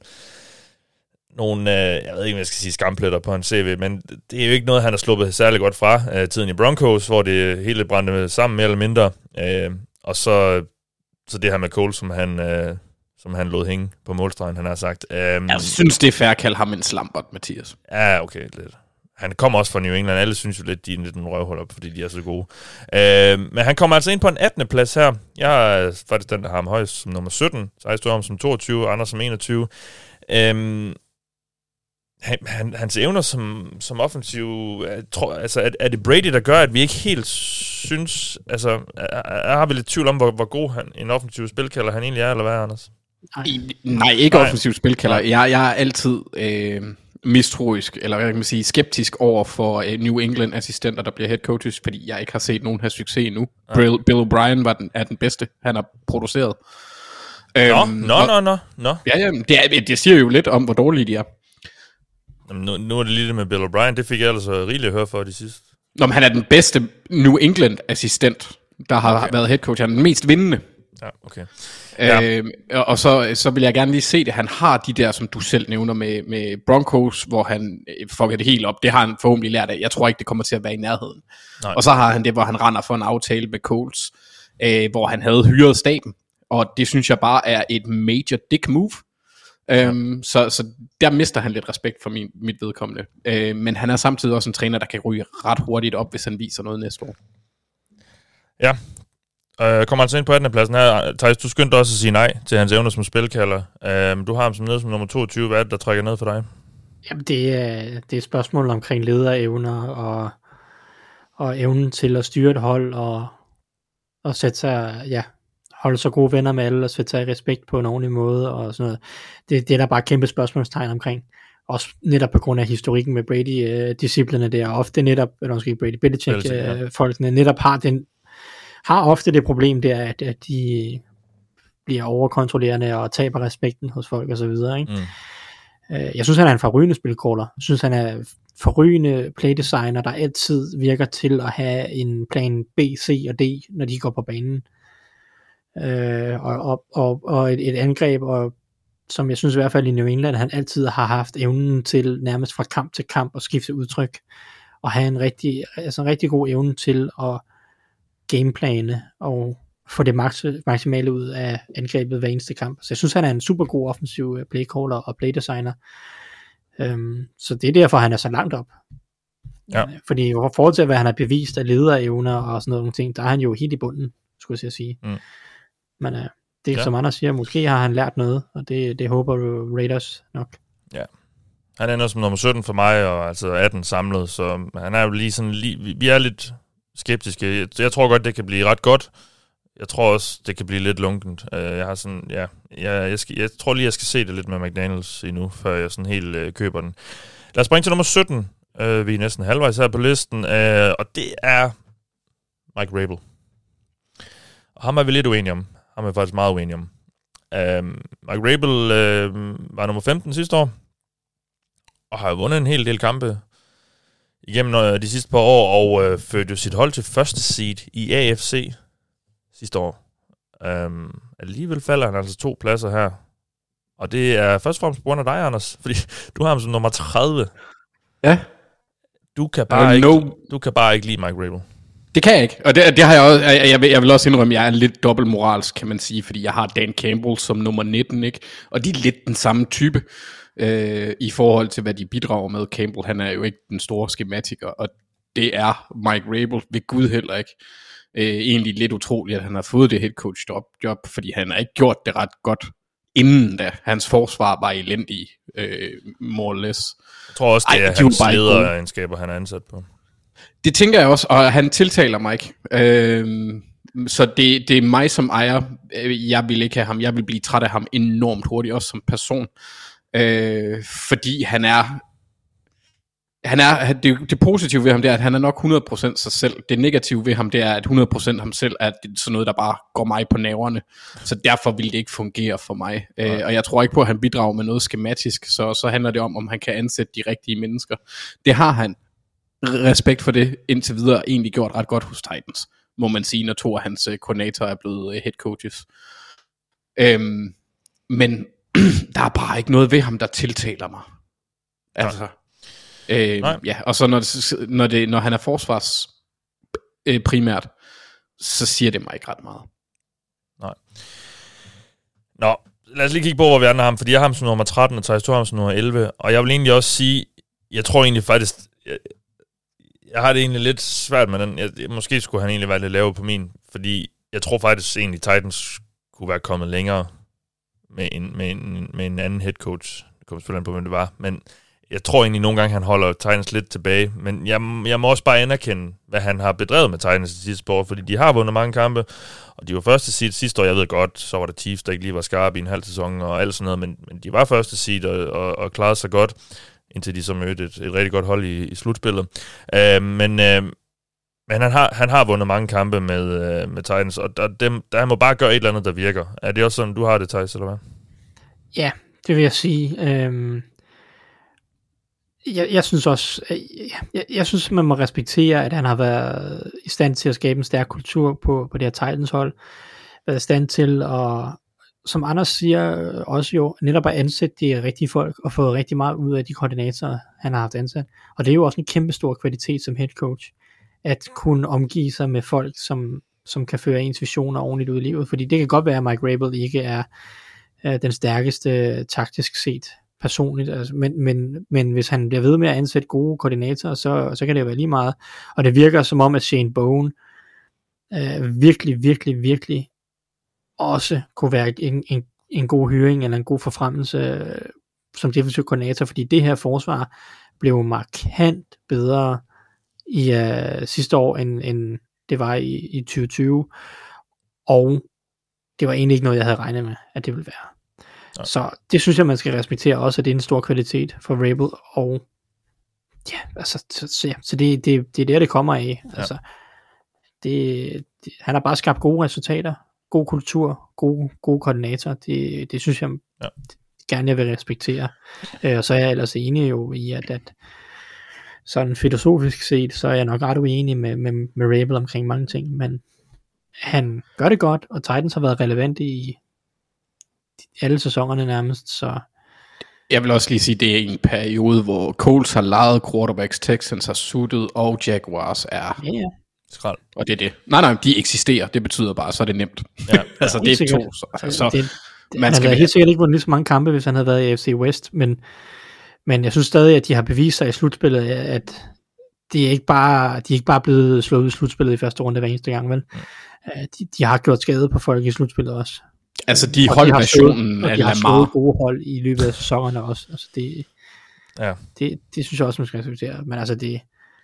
nogle øh, jeg ved ikke, om jeg skal sige skampletter på hans C V, men det er jo ikke noget, han har sluppet særlig godt fra øh, tiden i Broncos, hvor det hele brændte sammen mere eller mindre. Øh, og så, så det her med Cole, som han... Øh, som han lod hænge på målstregen, han har sagt. Um, jeg synes, det er fair at kalde ham en slampert, Mathias. Ja, okay, lidt. Han kommer også fra New England. Alle synes jo lidt, de er lidt en røvhold op, fordi de er så gode. Uh, men han kommer altså ind på en attende plads her. Jeg er faktisk den, der har ham højst som nummer sytten. Så jeg står ham som toogtyve, andre som enogtyve. Um, han, han, hans evner som, som offensiv... Jeg tror, altså, er, er det Brady, der gør, at vi ikke helt synes... Altså, er, er, har vi lidt tvivl om, hvor, hvor god han, en offensiv spilkalder han egentlig er, eller hvad, Anders? Nej, Nej ikke offensiv spilkalder. Jeg, jeg er altid øh, mistroisk, eller hvad kan man sige, skeptisk over for øh, New England-assistenter, der bliver head coaches, fordi jeg ikke har set nogen have succes endnu. Ja. Bill, Bill O'Brien var den, er den bedste, han har produceret. Nå, øhm, nå, nå, nå, nå. Ja, ja, det, er, det siger jo lidt om, hvor dårlige de er. Jamen, nu, nu er det lige det med Bill O'Brien, det fik jeg ellers rigeligt at høre for de sidste. Nå, men han er den bedste New England-assistent, der har okay. været head coach. Han er den mest vindende. Ja, okay. Ja. Øh, og så, så vil jeg gerne lige se det. Han har de der, som du selv nævner med, med Broncos, hvor han fucker det helt op. Det har han forhåbentlig lært af. Jeg tror ikke, det kommer til at være i nærheden. Nej. Og så har han det, hvor han render for en aftale med Colts, øh, hvor han havde hyret staben. Og det synes jeg bare er et major dick move. Ja. Um, så, så der mister han lidt respekt for min, mit vedkommende. Uh, men han er samtidig også en træner, der kan ryge ret hurtigt op, hvis han viser noget næste år. Ja. Uh, kommer altså ind på attende pladsen her. Thijs, du skyndte også at sige nej til hans evner som spilkalder. Uh, du har ham som nede som nummer toogtyve. Hvad er det, der trækker ned for dig? Jamen, det er, det er et spørgsmål omkring lederevner og, og evnen til at styre et hold og, og sætte sig, ja, holde så gode venner med alle og sætte sig i respekt på en ordentlig måde og sådan noget. Det, det er der bare kæmpe spørgsmålstegn omkring. Også netop på grund af historikken med Brady-disciplinerne øh, der. Ofte netop, eller måske Brady Belichick-folkene, øh, ja. netop har den har ofte det problem der, at, at de bliver overkontrollerende og taber respekten hos folk og så videre, ikke? Mm. Øh, jeg synes, han er en forrygende spilcaller. Jeg synes, han er forrygende playdesigner, der altid virker til at have en plan B, C og D, når de går på banen. Øh, og, og, og, og et, et angreb, og, som jeg synes i hvert fald i New England, han altid har haft evnen til nærmest fra kamp til kamp at skifte udtryk, og have en rigtig, altså en rigtig god evne til at gameplane og få det maks- maksimale ud af angrebet hver eneste kamp. Så jeg synes, han er en super god offensiv playcaller og playdesigner. Um, så det er derfor, han er så langt op. Ja. Fordi for forhold til, hvad han har bevist af lederevner og sådan nogle ting, der er han jo helt i bunden, skulle jeg sige. Mm. Men uh, det er ja. som andre siger, måske har han lært noget, og det, det håber Raiders nok. Ja. Han ender som nummer sytten for mig, og altså atten samlet, så han er jo lige sådan, lige, vi er lidt skeptiske. Jeg tror godt, det kan blive ret godt. Jeg tror også, det kan blive lidt lunkent. Jeg har sådan, ja, jeg, jeg, skal, jeg tror lige, jeg skal se det lidt med McDaniels endnu, før jeg sådan helt øh, køber den. Lad os springe til nummer sytten. Øh, vi er næsten halvvejs her på listen, øh, og det er Mike Vrabel. Og ham er vi lidt uenige om. Ham er faktisk meget uenige om. Øh, Mike Vrabel øh, var nummer femten sidste år, og har vundet en hel del kampe igennem øh, de sidste par år, og øh, førte jo sit hold til første seed i A F C sidste år. Um, alligevel falder han altså to pladser her. Og det er først og fremmest på grund af dig, Anders, fordi du har ham som nummer tredive. Ja. Du kan bare, ikke, no. du kan bare ikke lide Mike Vrabel. Det kan jeg ikke, og det, det har jeg også, jeg, jeg, vil, jeg vil også indrømme, at jeg er lidt dobbeltmoralsk, kan man sige, fordi jeg har Dan Campbell som nummer nitten, ikke? Og de er lidt den samme type, øh, i forhold til, hvad de bidrager med. Campbell, han er jo ikke den store skematiker, og det er Mike Vrabel ved Gud heller ikke. Øh, egentlig lidt utroligt, at han har fået det head coach job, job, fordi han har ikke gjort det ret godt inden da. Hans forsvar var elendig, øh, more or less. Jeg tror også, det er Ej, hans lederegenskaber, han er ansat på. Det tænker jeg også, og han tiltaler mig ikke. Øh, så det, det er mig som ejer. Jeg vil ikke have ham. Jeg vil blive træt af ham enormt hurtigt, også som person. Øh, fordi han er... Han er, det, det positive ved ham, det er, at han er nok hundrede procent sig selv. Det negative ved ham, det er, at hundrede procent ham selv er sådan noget, der bare går mig på nerverne. Så derfor vil det ikke fungere for mig. Ja. Øh, og jeg tror ikke på, at han bidrager med noget skematisk. Så, så handler det om, om han kan ansætte de rigtige mennesker. Det har han. Respekt for det indtil videre egentlig gjort ret godt hos Titans, må man sige, når to af hans koordinatorer er blevet head coaches. Øhm, men der er bare ikke noget ved ham, der tiltaler mig. Altså... Ja. Øh, ja, og så når, det, når, det, når han er forsvars øh, primært, så siger det mig ikke ret meget. Nej. Nå, lad os lige kigge på, hvor vi andre har ham, fordi jeg har ham som nummer tretten, og Thijs, du har ham som nummer elleve, og jeg vil egentlig også sige, jeg tror egentlig faktisk, jeg, jeg har det egentlig lidt svært med den, jeg, måske skulle han egentlig være lidt lavere på min, fordi jeg tror faktisk egentlig, Titans kunne være kommet længere med en, med en, med en anden head coach. Det kommer selvfølgelig an på, hvem det var, men jeg tror egentlig nogle gange, han holder Titans lidt tilbage, men jeg, jeg må også bare anerkende, hvad han har bedrevet med Titans i sidste år, fordi de har vundet mange kampe, og de var første seed sidste år, jeg ved godt, så var der Chiefs, der ikke lige var skarpe i en halv sæson og alt sådan noget, men, men de var første seed og, og, og klarede sig godt, indtil de så mødte et, et rigtig godt hold i, i slutspillet. Uh, men uh, men han, har, han har vundet mange kampe med, uh, med Titans, og der, dem, der han må bare gøre et eller andet, der virker. Er det også sådan, du har det, Thijs, eller hvad? Ja, det vil jeg sige. Øhm Jeg, jeg synes også, jeg, jeg synes, man må respektere, at han har været i stand til at skabe en stærk kultur på, på det her Titans hold, været i stand til at, som Anders siger, også jo, netop at ansætte de rigtige folk, og få rigtig meget ud af de koordinatorer, han har haft ansat. Og det er jo også en kæmpe stor kvalitet som head coach, at kunne omgive sig med folk, som, som kan føre ens visioner ordentligt ud i livet, fordi det kan godt være, at Mike Rabel ikke er, er den stærkeste taktisk set, personligt, altså, men, men, men hvis han bliver ved med at ansætte gode koordinatorer, så, så kan det jo være lige meget, og det virker som om, at Shane Bowen øh, virkelig, virkelig, virkelig også kunne være en, en, en god hyring, eller en god forfremmelse øh, som defensiv koordinator, fordi det her forsvar blev markant bedre i øh, sidste år, end, end det var i, i tyve tyve, og det var egentlig ikke noget, jeg havde regnet med, at det ville være. Ja. Så det synes jeg, man skal respektere også, at det er en stor kvalitet for Rabel, og ja, altså, så, ja, så det, det, det er der, det kommer af. Ja. Altså, det, det, han har bare skabt gode resultater, god kultur, gode, gode koordinator, det, det synes jeg ja. gerne, jeg vil respektere. Øh, og så er jeg ellers enig jo i, at, at sådan filosofisk set, så er jeg nok ret uenig med, med, med Rabel omkring mange ting, men han gør det godt, og Titans har været relevant i alle sæsonerne nærmest, så... Jeg vil også lige sige, det er en periode, hvor Colts har lejet quarterbacks, Texans har suttet, og Jaguars er... Ja, ja. Skrald. Og det er det. Nej, nej, de eksisterer. Det betyder bare, så er det nemt. Ja. altså, det er sikkert. to. Så, altså, det, det, man han havde helt sikkert ikke vundet lige så mange kampe, hvis han havde været i A F C West, men, men jeg synes stadig, at de har bevist sig i slutspillet, at de er ikke bare, de er ikke bare blevet slået i slutspillet i første runde hver eneste gang, vel? Mm. De, de har gjort skade på folk i slutspillet også. Altså, de holdt versionen af Lamar. Og de har slået gode hold i løbet af sæsonerne også. Altså, det, ja. det, det synes jeg også, man skal respektere. Men altså, det...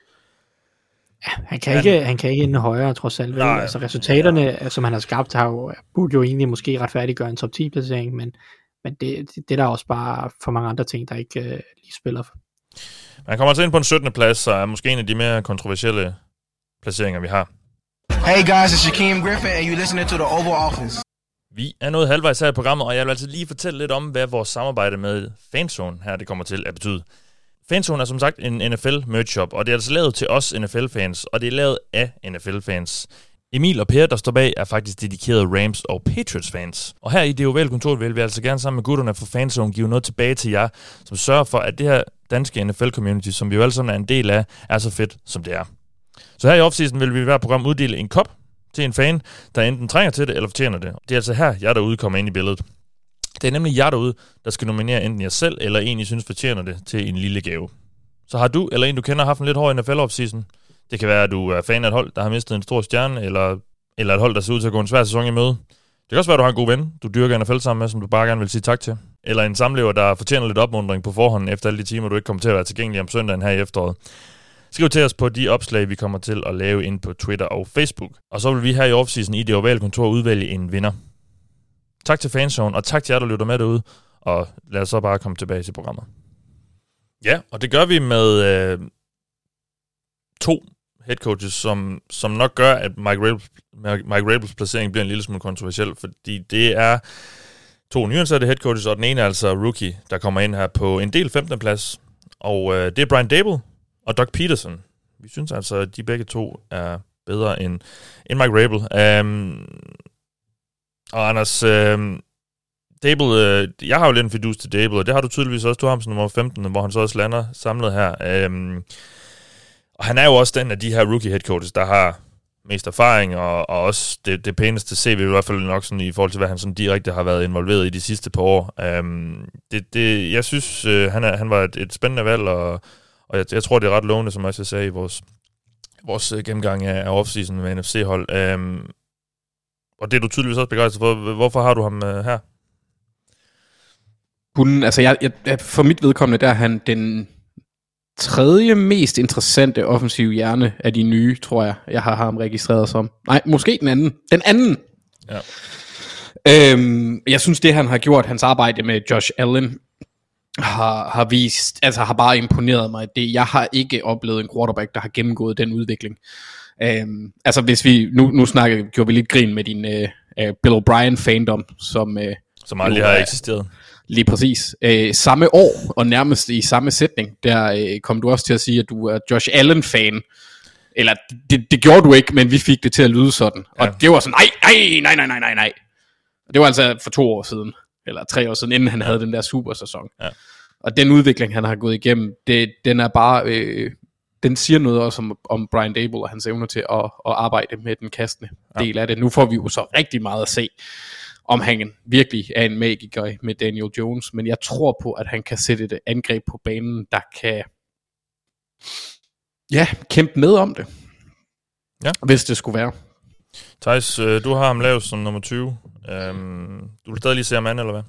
Ja, han kan, han, ikke, han kan ikke ende højere, trods alt. Nej, altså, resultaterne, ja. som han har skabt, har jo, burde jo egentlig måske retfærdiggøre en top ti placering, men, men det, det, det er der også bare for mange andre ting, der ikke uh, lige spiller. Man kommer altså ind på en syttende plads, så er måske en af de mere kontroversielle placeringer, vi har. Hey guys, it's Shaquem Griffin, and you're listening to The Oval Office. Vi er nået halvvejs her i programmet, og jeg vil altså lige fortælle lidt om, hvad vores samarbejde med Fanzone her det kommer til at betyde. Fanzone er som sagt en N F L-merch-shop, og det er altså lavet til os N F L-fans, og det er lavet af N F L-fans. Emil og Per, der står bag, er faktisk dedikerede Rams og Patriots-fans. Og her i det ovale kontor vil vi altså gerne sammen med gutterne fra Fanzone give noget tilbage til jer, som sørger for, at det her danske N F L-community, som vi jo alle sammen er en del af, er så fedt, som det er. Så her i offseason vil vi i hvert program uddele en kop til en fan, der enten trænger til det eller fortjener det. Det er altså her, jer derude kommer ind i billedet. Det er nemlig jer derude, der skal nominere enten jer selv eller en, I synes fortjener det til en lille gave. Så har du eller en, du kender, haft en lidt hård N F L-offseason. Det kan være, at du er fan af et hold, der har mistet en stor stjerne, eller, eller et hold, der ser ud til at gå en svær sæson i møde. Det kan også være, at du har en god ven, du dyrker N F L sammen med, som du bare gerne vil sige tak til. Eller en samlever, der fortjener lidt opmuntring på forhånd, efter alle de timer, du ikke kommer til at være tilgængelig om søndagen her i efteråret. Skriv til os på de opslag, vi kommer til at lave ind på Twitter og Facebook. Og så vil vi her i offseason i det ovale kontor udvælge en vinder. Tak til Fanzone, og tak til jer, der lytter med derude. Og lad os så bare komme tilbage til programmet. Ja, og det gør vi med øh, to headcoaches, som, som nok gør, at Mike Rabels, Mike Rabels placering bliver en lille smule kontroversiel, fordi det er to nyansatte headcoaches, og den ene er altså rookie, der kommer ind her på en del femtende plads. Og øh, det er Brian Daboll og Doug Peterson. Vi synes altså, at de begge to er bedre end, end Mike Rabel. Um, og Anders, uh, Daboll, uh, jeg har jo lidt en fidus til Daboll, og det har du tydeligvis også. Du har ham som nummer femten, hvor han så også lander samlet her. Um, og han er jo også den af de her rookie head coaches, der har mest erfaring, og, og også det, det pæneste C V, i hvert fald nok sådan i forhold til, hvad han sådan direkte har været involveret i de sidste par år. Um, det, det, jeg synes, uh, han, er, han var et, et spændende valg, og Og jeg, jeg tror, det er ret lovende, som også jeg sagde i vores, vores uh, gennemgang af, af offseason med N F C-hold. Um, og det er du tydeligvis også begejstret for. Hvorfor har du ham uh, her? Hun, altså jeg, jeg, for mit vedkommende, der er han den tredje mest interessante offensive hjerne af de nye, tror jeg, jeg har ham registreret som. Nej, måske den anden. Den anden! Ja. Um, jeg synes, det han har gjort, hans arbejde med Josh Allen, har, har vist, altså har bare imponeret mig. Det, jeg har ikke oplevet en quarterback, der har gennemgået den udvikling. Um, altså hvis vi, nu, nu snakker, gjorde vi lidt grin med din uh, uh, Bill O'Brien fandom, som, uh, som aldrig har eksisteret. Lige præcis. Uh, samme år, og nærmest i samme sætning, der uh, kom du også til at sige, at du er Josh Allen-fan. Eller det, det gjorde du ikke, men vi fik det til at lyde sådan. Ja. Og det var sådan, nej, nej, nej, nej, nej, nej. Det var altså for to år siden. Eller tre år siden, inden han havde den der supersæson. Ja. Og den udvikling, han har gået igennem, det, den er bare, øh, den siger noget også om, om Brian Daboll og hans evne til at, at arbejde med den kastende ja. del af det. Nu får vi jo så rigtig meget at se, om han virkelig er en magiker med Daniel Jones, men jeg tror på, at han kan sætte et angreb på banen, der kan ja, kæmpe med om det, ja. Hvis det skulle være. Thijs, du har ham lavet som nummer tyve. Um, du vil stadig lige se ham an, eller hvad?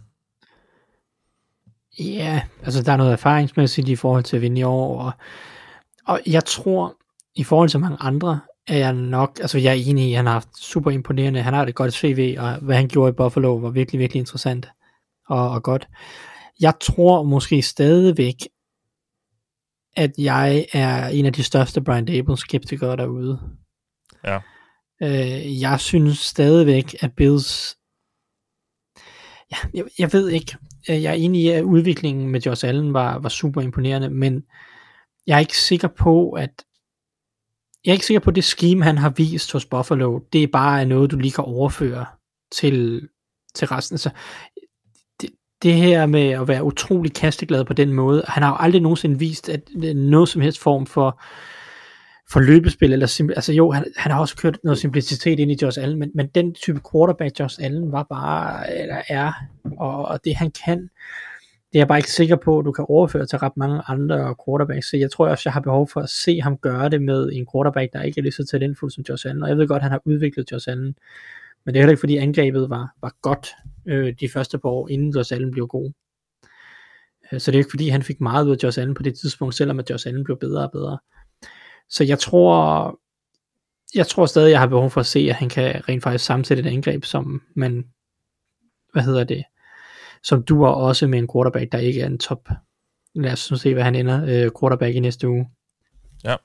Ja, altså der er noget erfaringsmæssigt i forhold til at vinde i år, og, og jeg tror, i forhold til mange andre, er jeg nok, altså jeg er enig i, at han har haft super imponerende, han har et godt C V, og hvad han gjorde i Buffalo var virkelig, virkelig interessant og, og godt. Jeg tror måske stadigvæk, at jeg er en af de største Brian Daboll-skeptikere derude. Ja. Øh, jeg synes stadigvæk, at Bills, ja, jeg, jeg ved ikke, jeg er enig i, at udviklingen med Josh Allen var, var super imponerende, men jeg er ikke sikker på, at jeg er ikke sikker på, at det scheme, han har vist hos Buffalo, det er bare noget, du lige kan overføre til, til resten. Så det, det her med at være utrolig kasteglad på den måde, han har jo aldrig nogensinde vist, at noget som helst form for for løbespil, eller simpel, altså jo, han, han har også kørt noget simplicitet ind i Josh Allen, men, men den type quarterback, Josh Allen var bare, eller er, og, og det han kan, det er jeg bare ikke sikker på, at du kan overføre til ret mange andre quarterbacks, så jeg tror også, jeg har behov for at se ham gøre det med en quarterback, der ikke er lige så talentfuld som Josh Allen, og jeg ved godt, at han har udviklet Josh Allen, men det er heller ikke, fordi angrebet var, var godt øh, de første par år, inden Josh Allen blev god. Så det er ikke, fordi han fik meget ud af Josh Allen på det tidspunkt, selvom at Josh Allen blev bedre og bedre. Så jeg tror, jeg tror stadig, jeg har behov for at se, at han kan rent faktisk sammensætte et angreb, som man, hvad hedder det, som duer også med en quarterback, der ikke er en top. Lad os nu se, hvad han ender øh, quarterback i næste uge. Ja.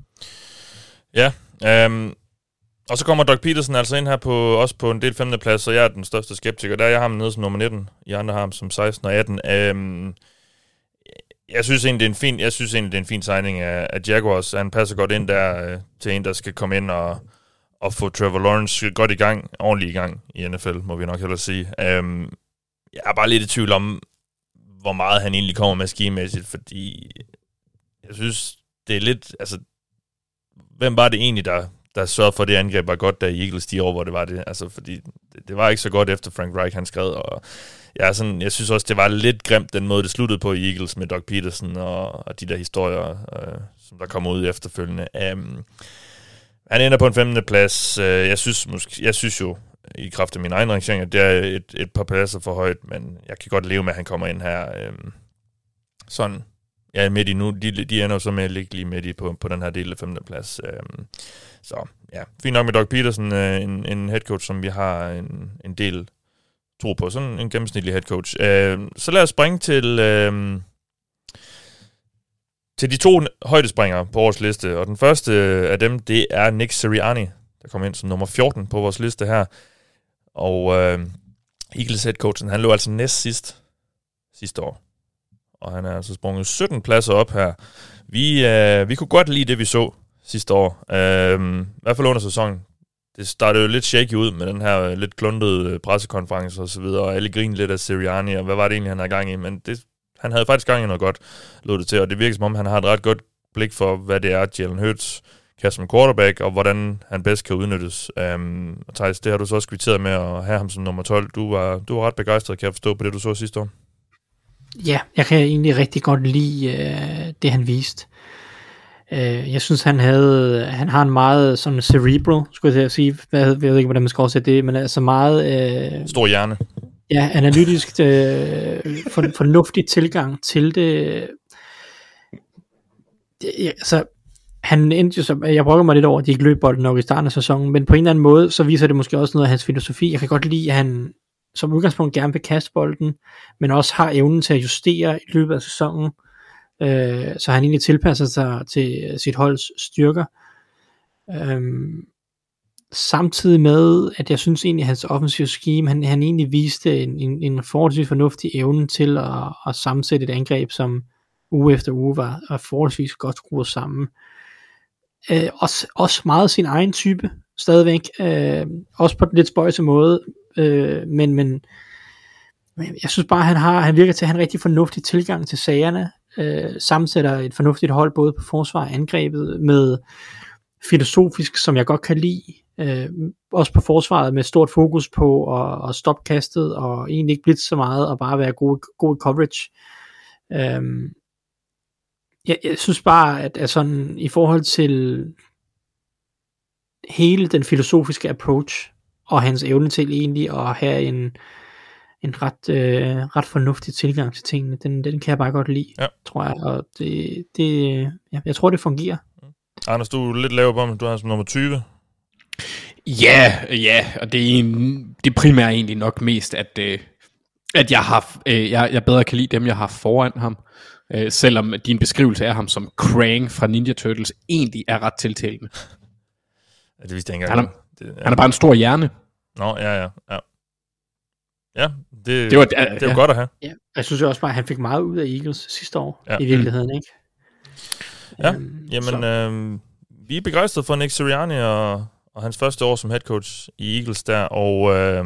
Ja, um, og så kommer Doug Peterson altså ind her på, også på en del femte plads, så jeg er den største skeptiker. Der er jeg ham nede som nummer nitten, I andre har ham som seksten og atten. Um, Jeg synes egentlig, det er en fin, jeg synes egentlig, det er en fin signing af, af Jaguars. Han passer godt ind der øh, til en, der skal komme ind og, og få Trevor Lawrence godt i gang, ordentligt i gang i N F L, må vi nok hellere sige. Um, jeg er bare lidt i tvivl om, hvor meget han egentlig kommer med skimæssigt, fordi jeg synes, det er lidt, altså, hvem var det egentlig, der, der sørgede for, at det angreb var godt, da Eagles de år, hvor det var det? Altså, fordi det, det var ikke så godt efter Frank Reich, han skrev, og jeg, er sådan, jeg synes også, det var lidt grimt, den måde, det sluttede på i Eagles med Doug Peterson og, og de der historier, øh, som der kommer ud efterfølgende. Um, han ender på en femte plads. Uh, jeg, synes, måske, jeg synes jo, i kraft af mine egne rangeringer. Det er et, et par pladser for højt, men jeg kan godt leve med, at han kommer ind her øh, sådan, ja, midt i nu. De, de ender jo så med at ligge lige midt i på, på den her del af femte plads. Øh, så ja, fint nok med Doug Peterson, øh, en, en headcoach, som vi har en, en del tro på. Sådan en gennemsnitlig headcoach. Øh, så lad os springe til... Øh, Til de to højdespringere på vores liste, og den første af dem, det er Nick Sirianni, der kommer ind som nummer fjorten på vores liste her. Og øh, Eagles headcoachen, han lå altså næst sidst sidste år. Og han er altså sprunget sytten pladser op her. Vi, øh, vi kunne godt lide det, vi så sidste år. Øh, I hvert fald under sæsonen. Det startede jo lidt shaky ud med den her lidt kluntede pressekonference og så videre, og alle grinede lidt af Sirianni, og hvad var det egentlig, han havde gang i, men det... Han havde faktisk gang i noget godt, lod det til, og det virker som om, han har et ret godt blik for, hvad det er, Jalen Hurts kan som quarterback, og hvordan han bedst kan udnyttes. Um, og Thijs, det har du så også kvitteret med at have ham som nummer tolv. Du var, du var ret begejstret, kan jeg forstå, på det, du så sidste år. Ja, jeg kan egentlig rigtig godt lide uh, det, han viste. Uh, jeg synes, han havde, han har en meget sådan cerebral, skulle jeg sige, jeg ved ikke, hvordan man skal oversætte det, men altså meget... Uh, Stor hjerne. Ja, analytisk øh, for, fornuftig tilgang til det. Ja, altså, han endte jo så, jeg brokker mig lidt over, at de ikke løb bolden nok i starten af sæsonen, men på en eller anden måde, så viser det måske også noget af hans filosofi. Jeg kan godt lide, at han som udgangspunkt gerne vil kaste bolden, men også har evnen til at justere i løbet af sæsonen, øh, så han egentlig tilpasser sig til sit holds styrker. Øhm, Samtidig med, at jeg synes egentlig, at hans offensive scheme, han, han egentlig viste en, en, en forholdsvis fornuftig evne til at, at sammensætte et angreb, som uge efter uge var, var forholdsvis godt skruet sammen. Øh, også, også meget sin egen type, stadigvæk. Øh, også på en lidt spøjse måde. Øh, men, men, men jeg synes bare, han har, han virker til at have en rigtig fornuftig tilgang til sagerne. Øh, sammensætter et fornuftigt hold, både på forsvar og angrebet, med filosofisk, som jeg godt kan lide. Øh, også på forsvaret med stort fokus på at, at stoppe kastet og egentlig ikke blitse så meget og bare være god, god coverage. Øh, jeg, jeg synes bare at, at sådan i forhold til hele den filosofiske approach og hans evne til egentlig at have en, en ret, øh, ret fornuftig tilgang til tingene, den, den kan jeg bare godt lide, ja. Tror jeg, og det, det ja, jeg tror det fungerer. Anders, du er lidt lavere på ham, du har som nummer tyve. Ja, ja, og det er, en, det primære er egentlig nok mest, at, øh, at jeg, har, øh, jeg, jeg bedre kan lide dem, jeg har foran ham. Øh, selvom din beskrivelse af ham som Krang fra Ninja Turtles egentlig er ret tiltalende. Ja, det vidste jeg ikke engang. Han er, det, ja. han er bare en stor hjerne. Nå, ja, ja, ja. Ja, det, det var, det er jo ja. godt at have. Ja, jeg synes også bare, at han fik meget ud af Eagles sidste år, ja. I virkeligheden, ikke? Ja, um, jamen, øh, vi er begejstrede for Nick Sirianni og, og hans første år som head coach i Eagles der, og øh,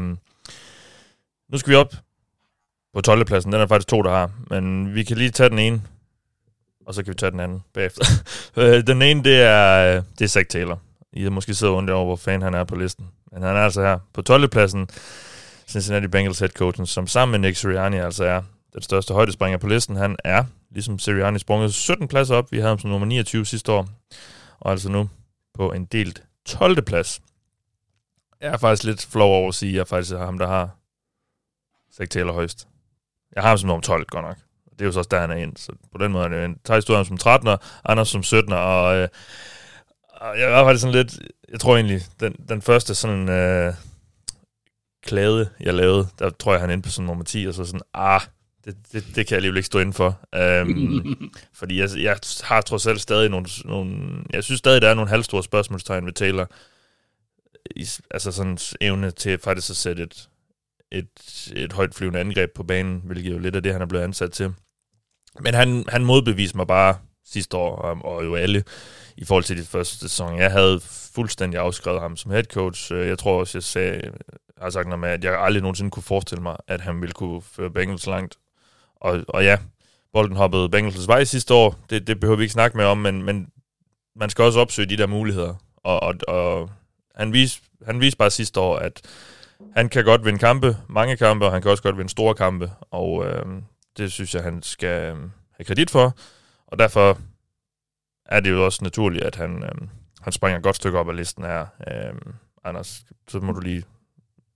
nu skal vi op på tolvte pladsen. Den er faktisk to, der har, men vi kan lige tage den ene, og så kan vi tage den anden bagefter. Den ene, det er, det er Zach Taylor. I har måske siddet rundt over, hvor fan han er på listen, men han er altså her på tolvte pladsen, Cincinnati Bengals head coachen, som sammen med Nick Sirianni altså er den største højdespringer på listen. Han er, ligesom Sirianni, sprunget sytten pladser op. Vi havde ham som nummer niogtyve sidste år, og altså nu på en delt tolvte plads. Jeg er faktisk lidt flov over at sige, at jeg faktisk er ham, der har Zach Taylor højst. Jeg har ham som nummer tolv, godt nok. Det er jo så også der, han er ind. Så på den måde er det en. Thijs stod ham som trettener, Anders som syttener, og, øh, og jeg var faktisk sådan lidt, jeg tror egentlig, den, den første sådan øh, klæde, jeg lavede, der tror jeg, han endte på sådan nummer ti, og så sådan, ah, det, det, det kan jeg alligevel ikke stå inden for. Um, fordi jeg, jeg har trods alt stadig nogle, nogle, jeg synes stadig, der er nogle halvstore spørgsmålstegn ved Taylor. I, altså sådan evne til faktisk at sætte et, et, et højt flyvende angreb på banen, hvilket jo lidt af det, han er blevet ansat til. Men han, han modbeviste mig bare sidste år, og, og jo alle, i forhold til de første sæson. Jeg havde fuldstændig afskrevet ham som head coach. Jeg tror også, jeg sagde, jeg har sagt noget med, at jeg aldrig nogensinde kunne forestille mig, at han ville kunne føre Bengals langt. Og, og ja, bolden hoppede Bengals vej sidste år. Det, det behøver vi ikke snakke mere om, men, men man skal også opsøge de der muligheder. Og, og, og han viste han viste bare sidste år, at han kan godt vinde kampe, mange kampe, og han kan også godt vinde store kampe. Og øh, det synes jeg, han skal have kredit for. Og derfor er det jo også naturligt, at han, øh, han springer et godt stykke op af listen her. Øh, Anders, så må du lige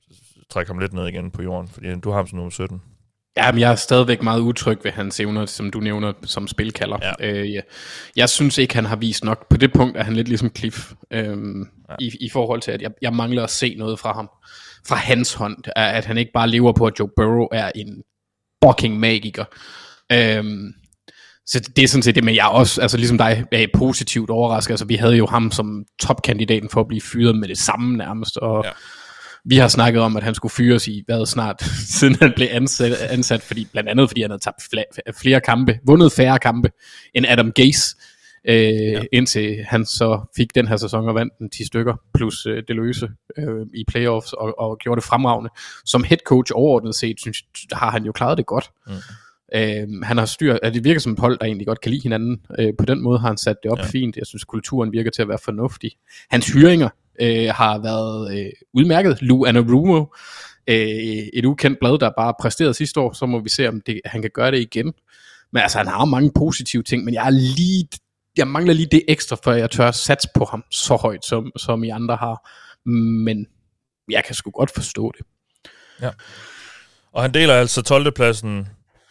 trække ham lidt ned igen på jorden, fordi du har ham som nummer sytten. Ja, men jeg er stadigvæk meget utryg ved hans evner, som du nævner, som spilkalder. Ja. Øh, ja. Jeg synes ikke, han har vist nok. På det punkt er han lidt ligesom Cliff, øhm, ja. i, i forhold til, at jeg, jeg mangler at se noget fra ham. Fra hans hånd, at han ikke bare lever på, at Joe Burrow er en fucking magiker. Øhm, så det er sådan set det, men jeg er også, altså ligesom dig, er positivt overrasket. Altså vi havde jo ham som topkandidaten for at blive fyret med det samme nærmest, og ja. Vi har snakket om, at han skulle fyres i, hvad snart, siden han blev ansat, ansat fordi, blandt andet fordi han havde tabt flere, flere kampe, vundet færre kampe end Adam Gase, øh, ja. Indtil han så fik den her sæson og vandt den ti stykker, plus øh, det løse øh, i playoffs, og, og gjorde det fremragende. Som head coach overordnet set, synes, har han jo klaret det godt. Mm. Øh, han har styr, at det virker som et hold, der egentlig godt kan lide hinanden. Øh, på den måde har han sat det op ja. Fint. Jeg synes, kulturen virker til at være fornuftig. Hans hyringer øh, har været øh, udmærket. Lou Anarumo, øh, et ukendt blad, der bare præsterede sidste år, så må vi se, om det, han kan gøre det igen. Men altså, han har mange positive ting, men jeg er lige, jeg mangler lige det ekstra, for jeg tør satse på ham så højt, som, som I andre har. Men jeg kan sgu godt forstå det. Ja. Og han deler altså tolvte pladsen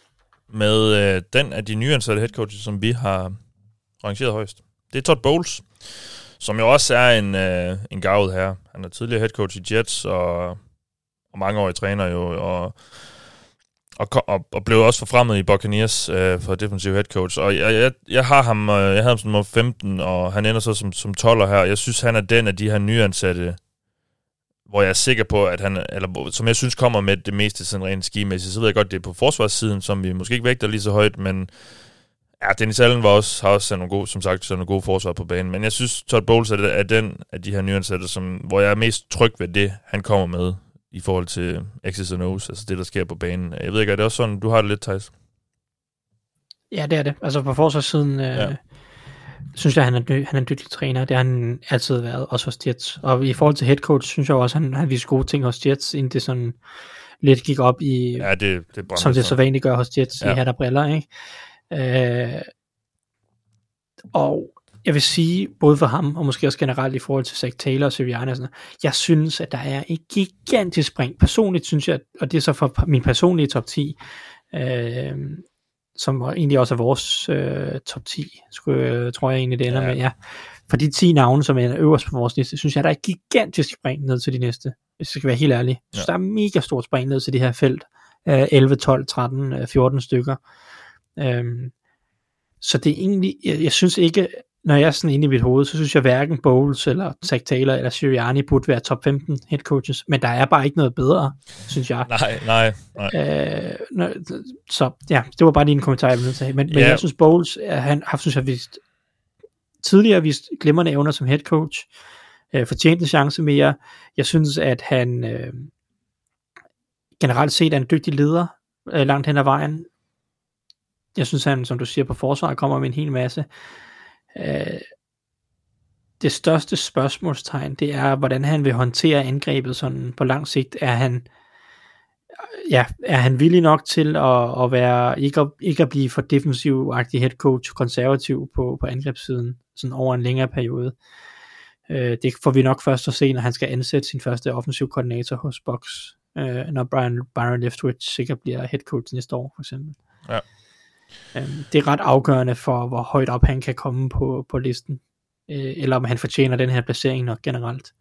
med øh, den af de nyansatte headcoaches, som vi har rangeret højst. Det er Todd Bowles, som jo også er en, øh, en gavet her. Han er tidligere headcoach i Jets, og, og mangeårig træner jo, og, og, og, og blev også forfremmet i Buccaneers øh, for defensive headcoach. Og jeg, jeg, jeg har ham, øh, jeg havde ham som nummer femten, og han ender så som, som tolver her. Jeg synes, han er den af de her nyansatte, hvor jeg er sikker på, at han, eller som jeg synes kommer med det meste sådan rent skimæssigt. Så ved jeg godt, det er på forsvarssiden, som vi måske ikke vægter lige så højt, men ja, Dennis Allen var også, har også nogle gode, som sagt, sådan nogle gode forsvar på banen. Men jeg synes, Todd Bowles er, er den af de her nyansatte, som, hvor jeg er mest tryg ved det, han kommer med i forhold til X's and O's, altså det, der sker på banen. Jeg ved ikke, er det også sådan, du har det lidt, Thijs? Ja, det er det. Altså på forsvarssiden, øh, ja. synes jeg, han er, han er en dygtig træner. Det har han altid været, også hos Jets. Og i forhold til head coach, synes jeg også, han har vist gode ting hos Jets, inden det sådan lidt gik op i, ja, det, det som det så vanligt gør hos Jets, ja. I hat og briller, ikke? Øh, og jeg vil sige, både for ham, og måske også generelt i forhold til Zach Taylor og Sirianni og sådan noget, jeg synes, at der er et gigantisk spring. Personligt synes jeg, og det er så for min personlige top ti, øh, som egentlig også er vores øh, top ti, skulle, tror jeg egentlig det ender ja. Med, ja. For de ti navne, som er øverst på vores liste, synes jeg, der er et gigantisk spring ned til de næste, hvis jeg skal være helt ærlig. Jeg synes, ja. Der er mega stort spring ned til det her felt, øh, elleve, tolv, tretten, fjorten stykker. Øhm, så det er egentlig, jeg, jeg synes ikke, når jeg er sådan inde i mit hoved, så synes jeg hverken Bowles eller Zach Taylor eller Sirianni burde være top femten head coaches, men der er bare ikke noget bedre, synes jeg. Nej, nej, nej. Øh, når, så ja, det var bare lige en kommentar, jeg ville sige. Men, men yeah. jeg synes Bowles, han har, synes jeg, vist, tidligere vist glimrende evner som head coach, øh, fortjent en chance mere. Jeg synes, at han øh, generelt set er en dygtig leder øh, langt hen ad vejen. Jeg synes, han, som du siger, på forsvaret kommer med en hel masse. Øh, det største spørgsmålstegn, det er, hvordan han vil håndtere angrebet sådan på lang sigt. Er han, ja, er han villig nok til at, at være, ikke at, ikke at blive for defensiv-agtig head coach, konservativ på, på angrebssiden, sådan over en længere periode? Øh, det får vi nok først at se, når han skal ansætte sin første offensiv koordinator hos Bucs, øh, når Brian, Byron Leftwich sikkert bliver head coach næste år, for eksempel. Ja. Det er ret afgørende for, hvor højt op han kan komme på, på listen, eller om han fortjener den her placering nok generelt.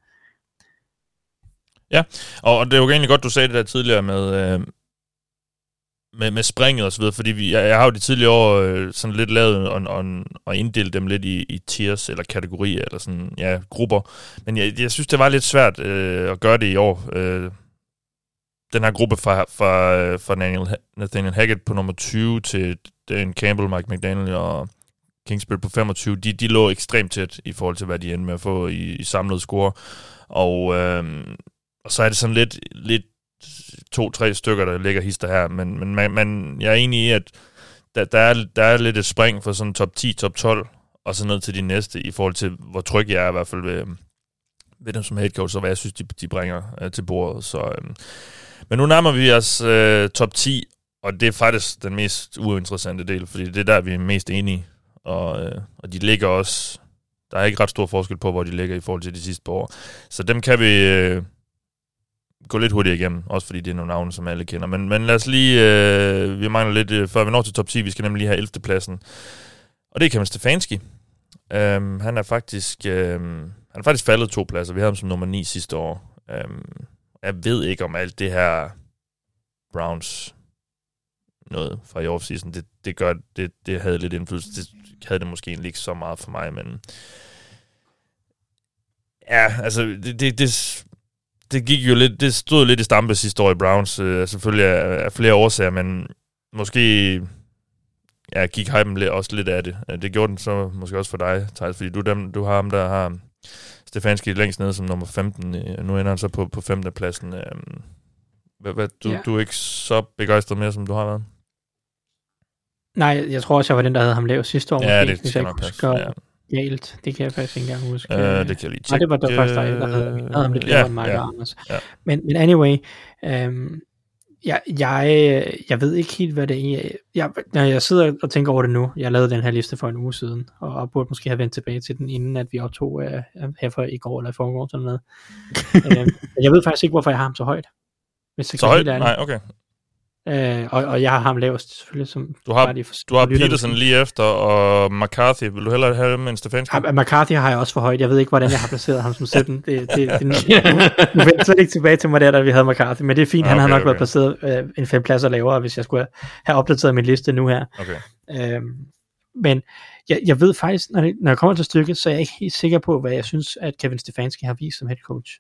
Ja, og det er jo egentlig godt, du sagde det der tidligere med, øh, med, med springet og så videre, fordi vi, jeg, jeg har jo de tidligere år øh, sådan lidt lavet og, og, og inddelt dem lidt i, i tiers eller kategorier, eller sådan, ja, grupper. Men jeg, jeg synes, det var lidt svært øh, at gøre det i år. Øh, den her gruppe fra, fra, fra Nathaniel, Nathaniel Hackett på nummer tyve til Dan Campbell, Mike McDaniel og Kingsbury på femogtyve, de, de lå ekstremt tæt i forhold til, hvad de endte med at få i, i samlet score. Og, øhm, og så er det sådan lidt, lidt to-tre stykker, der ligger hister her, men, men man, man, jeg er enig i, at der, der, er, der er lidt et spring fra sådan top ti, top tolv, og så ned til de næste, i forhold til, hvor tryg jeg er i hvert fald ved, ved dem som head coach, og hvad jeg synes, de, de bringer øh, til bordet. Så, øhm, men nu nærmer vi os øh, top ti, og det er faktisk den mest uinteressante del, fordi det er der, vi er mest enige. Og, øh, og de ligger også... Der er ikke ret stor forskel på, hvor de ligger i forhold til de sidste par år. Så dem kan vi... Øh, gå lidt hurtigt igennem, også fordi det er nogle navne, som alle kender. Men, men lad os lige, øh, vi mangler lidt, øh, før vi når til top ti, vi skal nemlig lige have ellevte pladsen. Og det er Kevin Stefanski. Um, han er faktisk um, han er faktisk faldet to pladser. Vi havde ham som nummer ni sidste år. Um, jeg ved ikke om alt det her Browns noget fra i offseason. Det, det gør det, det havde lidt indflydelse. Det havde det måske egentlig ikke så meget for mig, men ja, altså det, det, det, det gik jo lidt, det stod lidt i stampe sidste år i Browns. Uh, selvfølgelig af, af flere årsager, men måske ja, gik hypen også lidt af det. Det gjorde den så måske også for dig, Thijs, fordi du, dem, du har ham, der har Stefanski længst nede som nummer femten. Nu ender han så på, på femte pladsen. Hvad, hvad, du, ja. du er ikke så begejstret mere, som du har været? Nej, jeg tror også, jeg var den, der havde ham lavet sidste år. Ja, måske, det hvis skal jeg nok passe. Ja. Galt. Det kan jeg faktisk ikke engang huske. Uh, det kan jeg lige tjekke. Nej, det var der faktisk dig, der havde, havde ham lidt lavere ja, end mig, ja, Anders. Ja. Men, men anyway, øhm, Jeg, jeg, jeg ved ikke helt, hvad det er. Jeg, jeg sidder og tænker over det nu. Jeg lavede den her liste for en uge siden, og burde måske have vendt tilbage til den, inden at vi optog uh, her for i går eller i forgår. Sådan noget. uh, jeg ved faktisk ikke, hvorfor jeg har ham så højt. Hvis så højt? Nej, okay. Uh, og, og jeg har ham lavest selvfølgelig. Som du har, for, du har Peterson lige efter, og McCarthy. Vil du hellere have dem end Stefanski? Ja, McCarthy har jeg også for højt. Jeg ved ikke, hvordan jeg har placeret ham som sytten. Det, det, det, det, nu vendte slet ikke tilbage til mig der, da vi havde McCarthy. Men det er fint. Okay, han har nok okay. været placeret uh, en fem pladser lavere, hvis jeg skulle have opdateret min liste nu her. Okay. Uh, men jeg, jeg ved faktisk, når, det, når jeg kommer til stykket, så er jeg ikke helt sikker på, hvad jeg synes, at Kevin Stefanski har vist som head coach.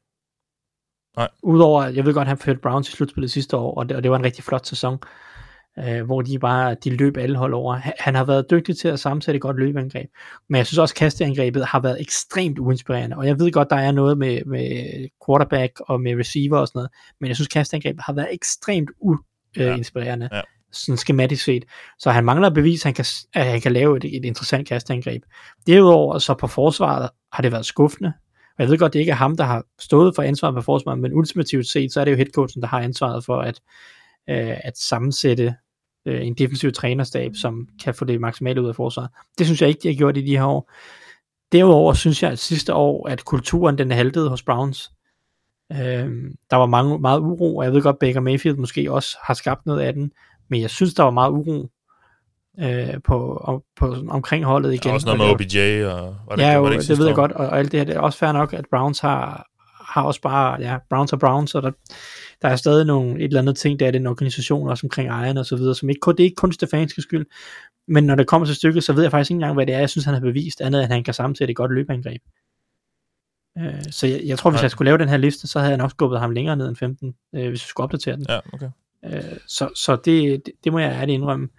Nej. Udover, jeg ved godt, at han førte Browns i slutspillet sidste år, og det, og det var en rigtig flot sæson, øh, hvor de bare de løb alle hold over. Han, han har været dygtig til at sammensætte et godt løbeangreb, men jeg synes også, at kasteangrebet har været ekstremt uinspirerende, og jeg ved godt, der er noget med, med quarterback og med receiver og sådan noget, men jeg synes, kasteangrebet har været ekstremt uinspirerende, ja. Ja. sådan skematisk set, så han mangler at bevise, at han kan, at han kan lave et, et interessant kasteangreb. Derudover, så på forsvaret har det været skuffende. Og jeg ved godt, det ikke er ham, der har stået for ansvaret på forsvaret, men ultimativt set, så er det jo headcoachen, der har ansvaret for at, øh, at sammensætte øh, en defensiv trænerstab, som kan få det maksimale ud af forsvaret. Det synes jeg ikke, de har gjort i de her år. Derudover synes jeg, at sidste år, at kulturen den haltede hos Browns. Øh, der var mange, meget uro, og jeg ved godt, Baker Mayfield måske også har skabt noget af den, men jeg synes, der var meget uro Øh, på, om, på, omkring holdet igen. Og også noget med O B J og var det, ja, var det, jo, det, det ved jeg godt, og, og alt det her, det er også fair nok, at Browns har, har også bare, ja, Browns og Browns, og der, der er stadig nogle, et eller andet ting, der er den organisation også omkring ejerne og så videre, som ikke, det er ikke kun Stefanskis skyld, men når det kommer til stykket, så ved jeg faktisk ikke engang, hvad det er, jeg synes, han har bevist, andet at han kan sammensætte et godt løbeangreb. Øh, så jeg, jeg tror, hvis jeg skulle lave den her liste, så havde jeg nok skubbet ham længere ned end femten, øh, hvis jeg skulle opdatere den. Ja, okay. Øh, så så det, det, det må jeg ærligt indrømme.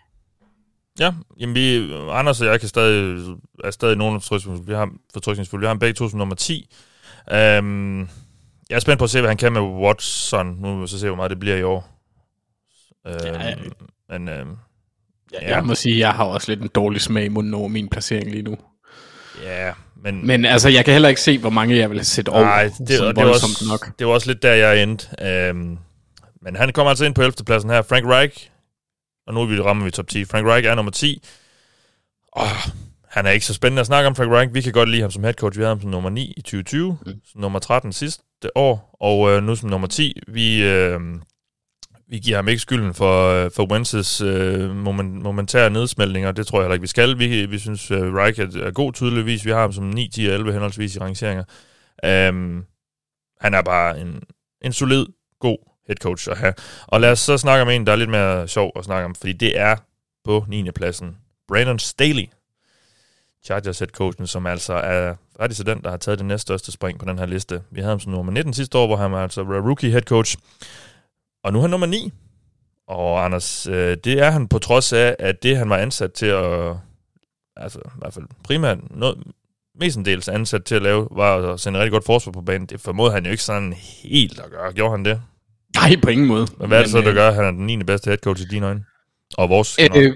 Ja, jamen vi, Anders og jeg kan stadig, er stadig nogen fortrykningsfulde. Vi har fortrykningsfulde. Vi har ham begge to som nummer ti. Um, jeg er spændt på at se, hvad han kan med Watson. Nu vil vi så se, hvor meget det bliver i år. Um, ja, men, um, ja. Jeg må sige, jeg har også lidt en dårlig smag i munden over min placering lige nu. Ja, men... Men altså, jeg kan heller ikke se, hvor mange jeg vil sætte over. Nej, det, det, det, var også, nok. det var også lidt der, jeg endte. Um, men han kommer altså ind på ellevte pladsen her. Frank Reich. Og nu er vi rammer vi top ti. Frank Reich er nummer ti. Oh, han er ikke så spændende at snakke om, Frank Reich. Vi kan godt lide ham som head coach. Vi havde ham som nummer ni i tyve tyve, mm. som nummer tretten sidste år, og øh, nu som nummer ti. Vi, øh, vi giver ham ikke skylden for, for Wentz's øh, moment, momentære nedsmeltninger. Det tror jeg heller ikke, vi skal. Vi, vi synes, øh, Reich er, er god tydeligvis. Vi har ham som ni, ti og elleve henholdsvis i rangeringer. Um, han er bare en, en solid, god head coach at have. Og lad os så snakke om en, der er lidt mere sjov at snakke om, fordi det er på niende pladsen. Brandon Staley, Chargers head coachen, som altså er faktisk den, der har taget det næststørste spring på den her liste. Vi havde ham som nummer nitten sidste år, hvor han var altså rookie head coach. Og nu er han nummer ni. Og Anders, øh, det er han på trods af, at det han var ansat til at, altså i hvert fald primært, noget, mestendels ansat til at lave, var at sende rigtig godt forsvar på banen. Det formåede han jo ikke sådan helt at gøre. Gjorde han det? Nej, på ingen måde. Men hvad er det så, der gør, at han er den niende bedste head coach i dine øjne? Og vores? Øh,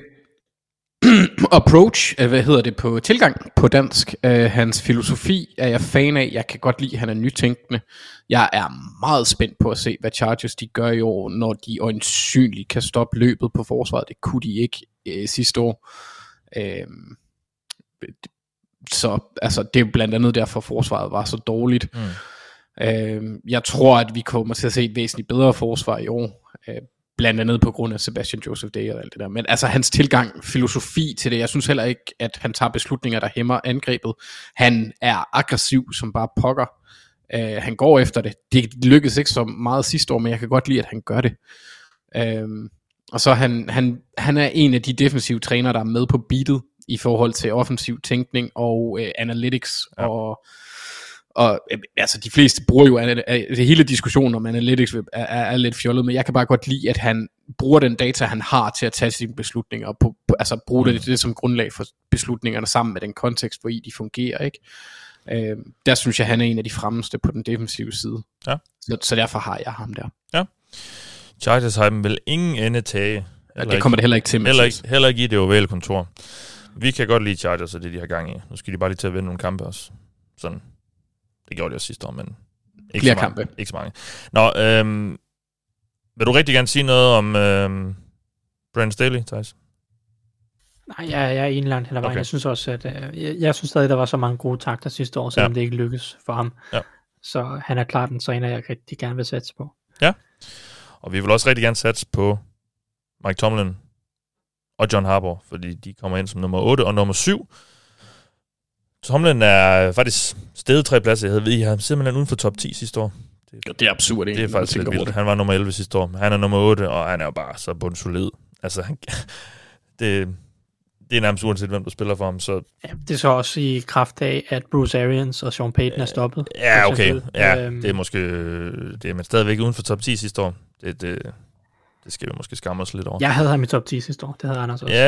approach, hvad hedder det på tilgang på dansk. Uh, hans filosofi er jeg fan af. Jeg kan godt lide, at han er nytænkende. Jeg er meget spændt på at se, hvad Chargers de gør i år, når de øjensynligt kan stoppe løbet på forsvaret. Det kunne de ikke uh, sidste år. Uh, så altså, det er jo blandt andet derfor, forsvaret var så dårligt. Mm. Øh, jeg tror, at vi kommer til at se et væsentligt bedre forsvar i år, øh, blandt andet på grund af Sebastian Joseph Day og alt det der. Men altså hans tilgang, filosofi til det, jeg synes heller ikke, at han tager beslutninger, der hæmmer angrebet. Han er aggressiv som bare pokker. Uh, han går efter det. Det lykkedes ikke så meget sidste år, men jeg kan godt lide, at han gør det. Uh, og så han, han, han er en af de defensive trænere, der er med på beatet i forhold til offensiv tænkning og uh, analytics. Ja. Og, og altså de fleste bruger jo det hele diskussionen om analytics er, er, er lidt fjollet, men jeg kan bare godt lide, at han bruger den data, han har til at tage sine beslutninger, og på, på, altså bruge det, det som grundlag for beslutningerne sammen med den kontekst, hvor i de fungerer, ikke? Øh, der synes jeg, han er en af de fremmeste på den defensive side. Ja. Så, så derfor har jeg ham der. Ja. Chargers har dem vel ingen ende tage. Ja, det kommer det heller ikke til. Heller ikke, heller ikke i det ovale kontor. Vi kan godt lide Chargers og det, de har gang i. Nu skal de bare lige til at vinde nogle kampe også. Sådan. Det gjorde de også sidste år, men ikke flere så mange. kampe. Ikke så mange. Nå, øhm, vil du rigtig gerne sige noget om øhm, Brandon Staley, Thijs? Nej, jeg, jeg er en langt hen ad vejen. Okay. Jeg synes også, at øh, jeg, jeg synes stadig, der var så mange gode takter sidste år, selvom ja. det ikke lykkedes for ham. Ja. Så han er klart en træner, jeg rigtig gerne vil satse på. Ja, og vi vil også rigtig gerne satse på Mike Tomlin og John Harbaugh, fordi de kommer ind som nummer otte og nummer syv. Tomlin er faktisk steget tre pladser. Jeg havde ham simpelthen uden for top ti sidste år. Det, det er absurd. Det er faktisk lidt vildt. Han var nummer elleve sidste år. Han er nummer otte, og han er jo bare så bundsolid. Altså, han, det, det er nærmest uanset, hvem du spiller for ham. Så. Ja, det er så også i kraft af, at Bruce Arians og Sean Payton er stoppet. Ja, okay. Ja, øhm. det er måske... Det er man stadigvæk uden for top ti sidste år. Det, det, det skal vi måske skamme os lidt over. Jeg havde ham i top ti sidste år. Det havde Anders også. Ja...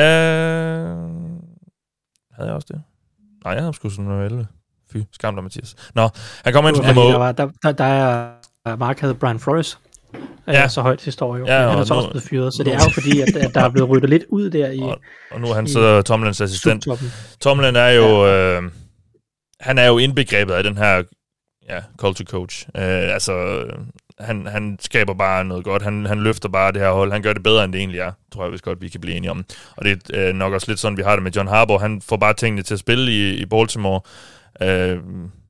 Havde jeg også det? Nej, jeg havde sgu sådan nummer elleve. Fy, skam dig, Mathias. Nå, han kommer ind som nummer otte. Der, der, der er... Mark havde Brian Flores. Ja. Så højt sidste år jo. Ja, han er så nu, også blevet fyret, så det er jo fordi, at, at der er blevet ryddet lidt ud der i... Og, og nu er han så Tomlins assistent. Tomlin er jo... Ja. Øh, han er jo indbegrebet af den her ja, culture coach. Øh, altså, han, han skaber bare noget godt. Han, han løfter bare det her hold. Han gør det bedre, end det egentlig er. Tror jeg, hvis godt, vi kan blive enige om. Og det er øh, nok også lidt sådan, vi har det med John Harbaugh. Han får bare tingene til at spille i, i Baltimore. Øh,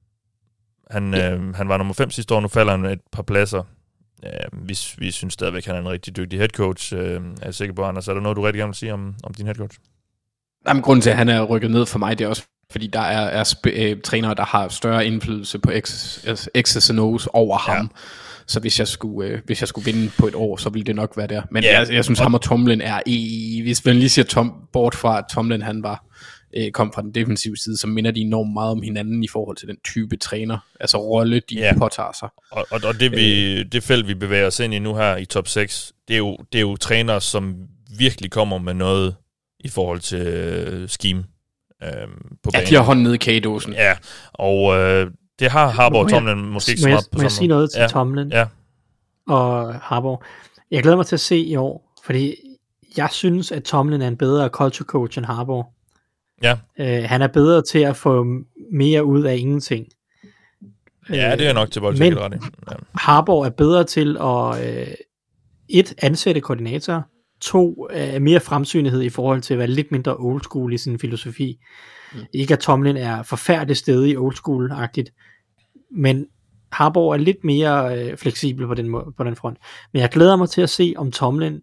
han, øh, han var nummer fem sidste år. Nu falder han et par pladser. Øh, vi, vi synes stadigvæk, han er en rigtig dygtig head coach. Øh, er jeg sikker på, Anders. Er der noget, du rigtig gerne vil sige om, om din head coach? Jamen, grunden til, at han er rykket ned for mig, det er også fordi der er, er sp- øh, trænere, der har større indflydelse på X's and O's over ham. Ja. Så hvis jeg skulle øh, hvis jeg skulle vinde på et år, så ville det nok være der. Men ja, jeg, jeg synes, ham og Tomlin er i... Hvis man lige siger Tom, bort fra, at Tomlin han var, øh, kom fra den defensive side, så minder de enormt meget om hinanden i forhold til den type træner. Altså rolle, de ja. påtager sig. Og, og, og det, vi, det felt, vi bevæger os ind i nu her i top seks, det er jo, det er jo trænere, som virkelig kommer med noget i forhold til øh, scheme. Øhm, på ja, de har hånden nede i kagedåsen. Ja, og øh, det har Harbaugh og Tomlin måske ikke så meget på Må jeg sige noget til ja. Tomlin ja. og Harbaugh? Jeg glæder mig til at se i år, fordi jeg synes, at Tomlin er en bedre culture coach end Harbaugh. Ja. Øh, han er bedre til at få mere ud af ingenting. Ja, det er nok til bolden. Men ja. Harbaugh er bedre til at øh, et, ansætte koordinatorer, to, øh, mere fremsynighed i forhold til at være lidt mindre old school i sin filosofi. Mm. Ikke at Tomlin er forfærdeligt stedig old school-agtigt, men Harbaugh er lidt mere øh, fleksibel på den, på den front. Men jeg glæder mig til at se, om Tomlin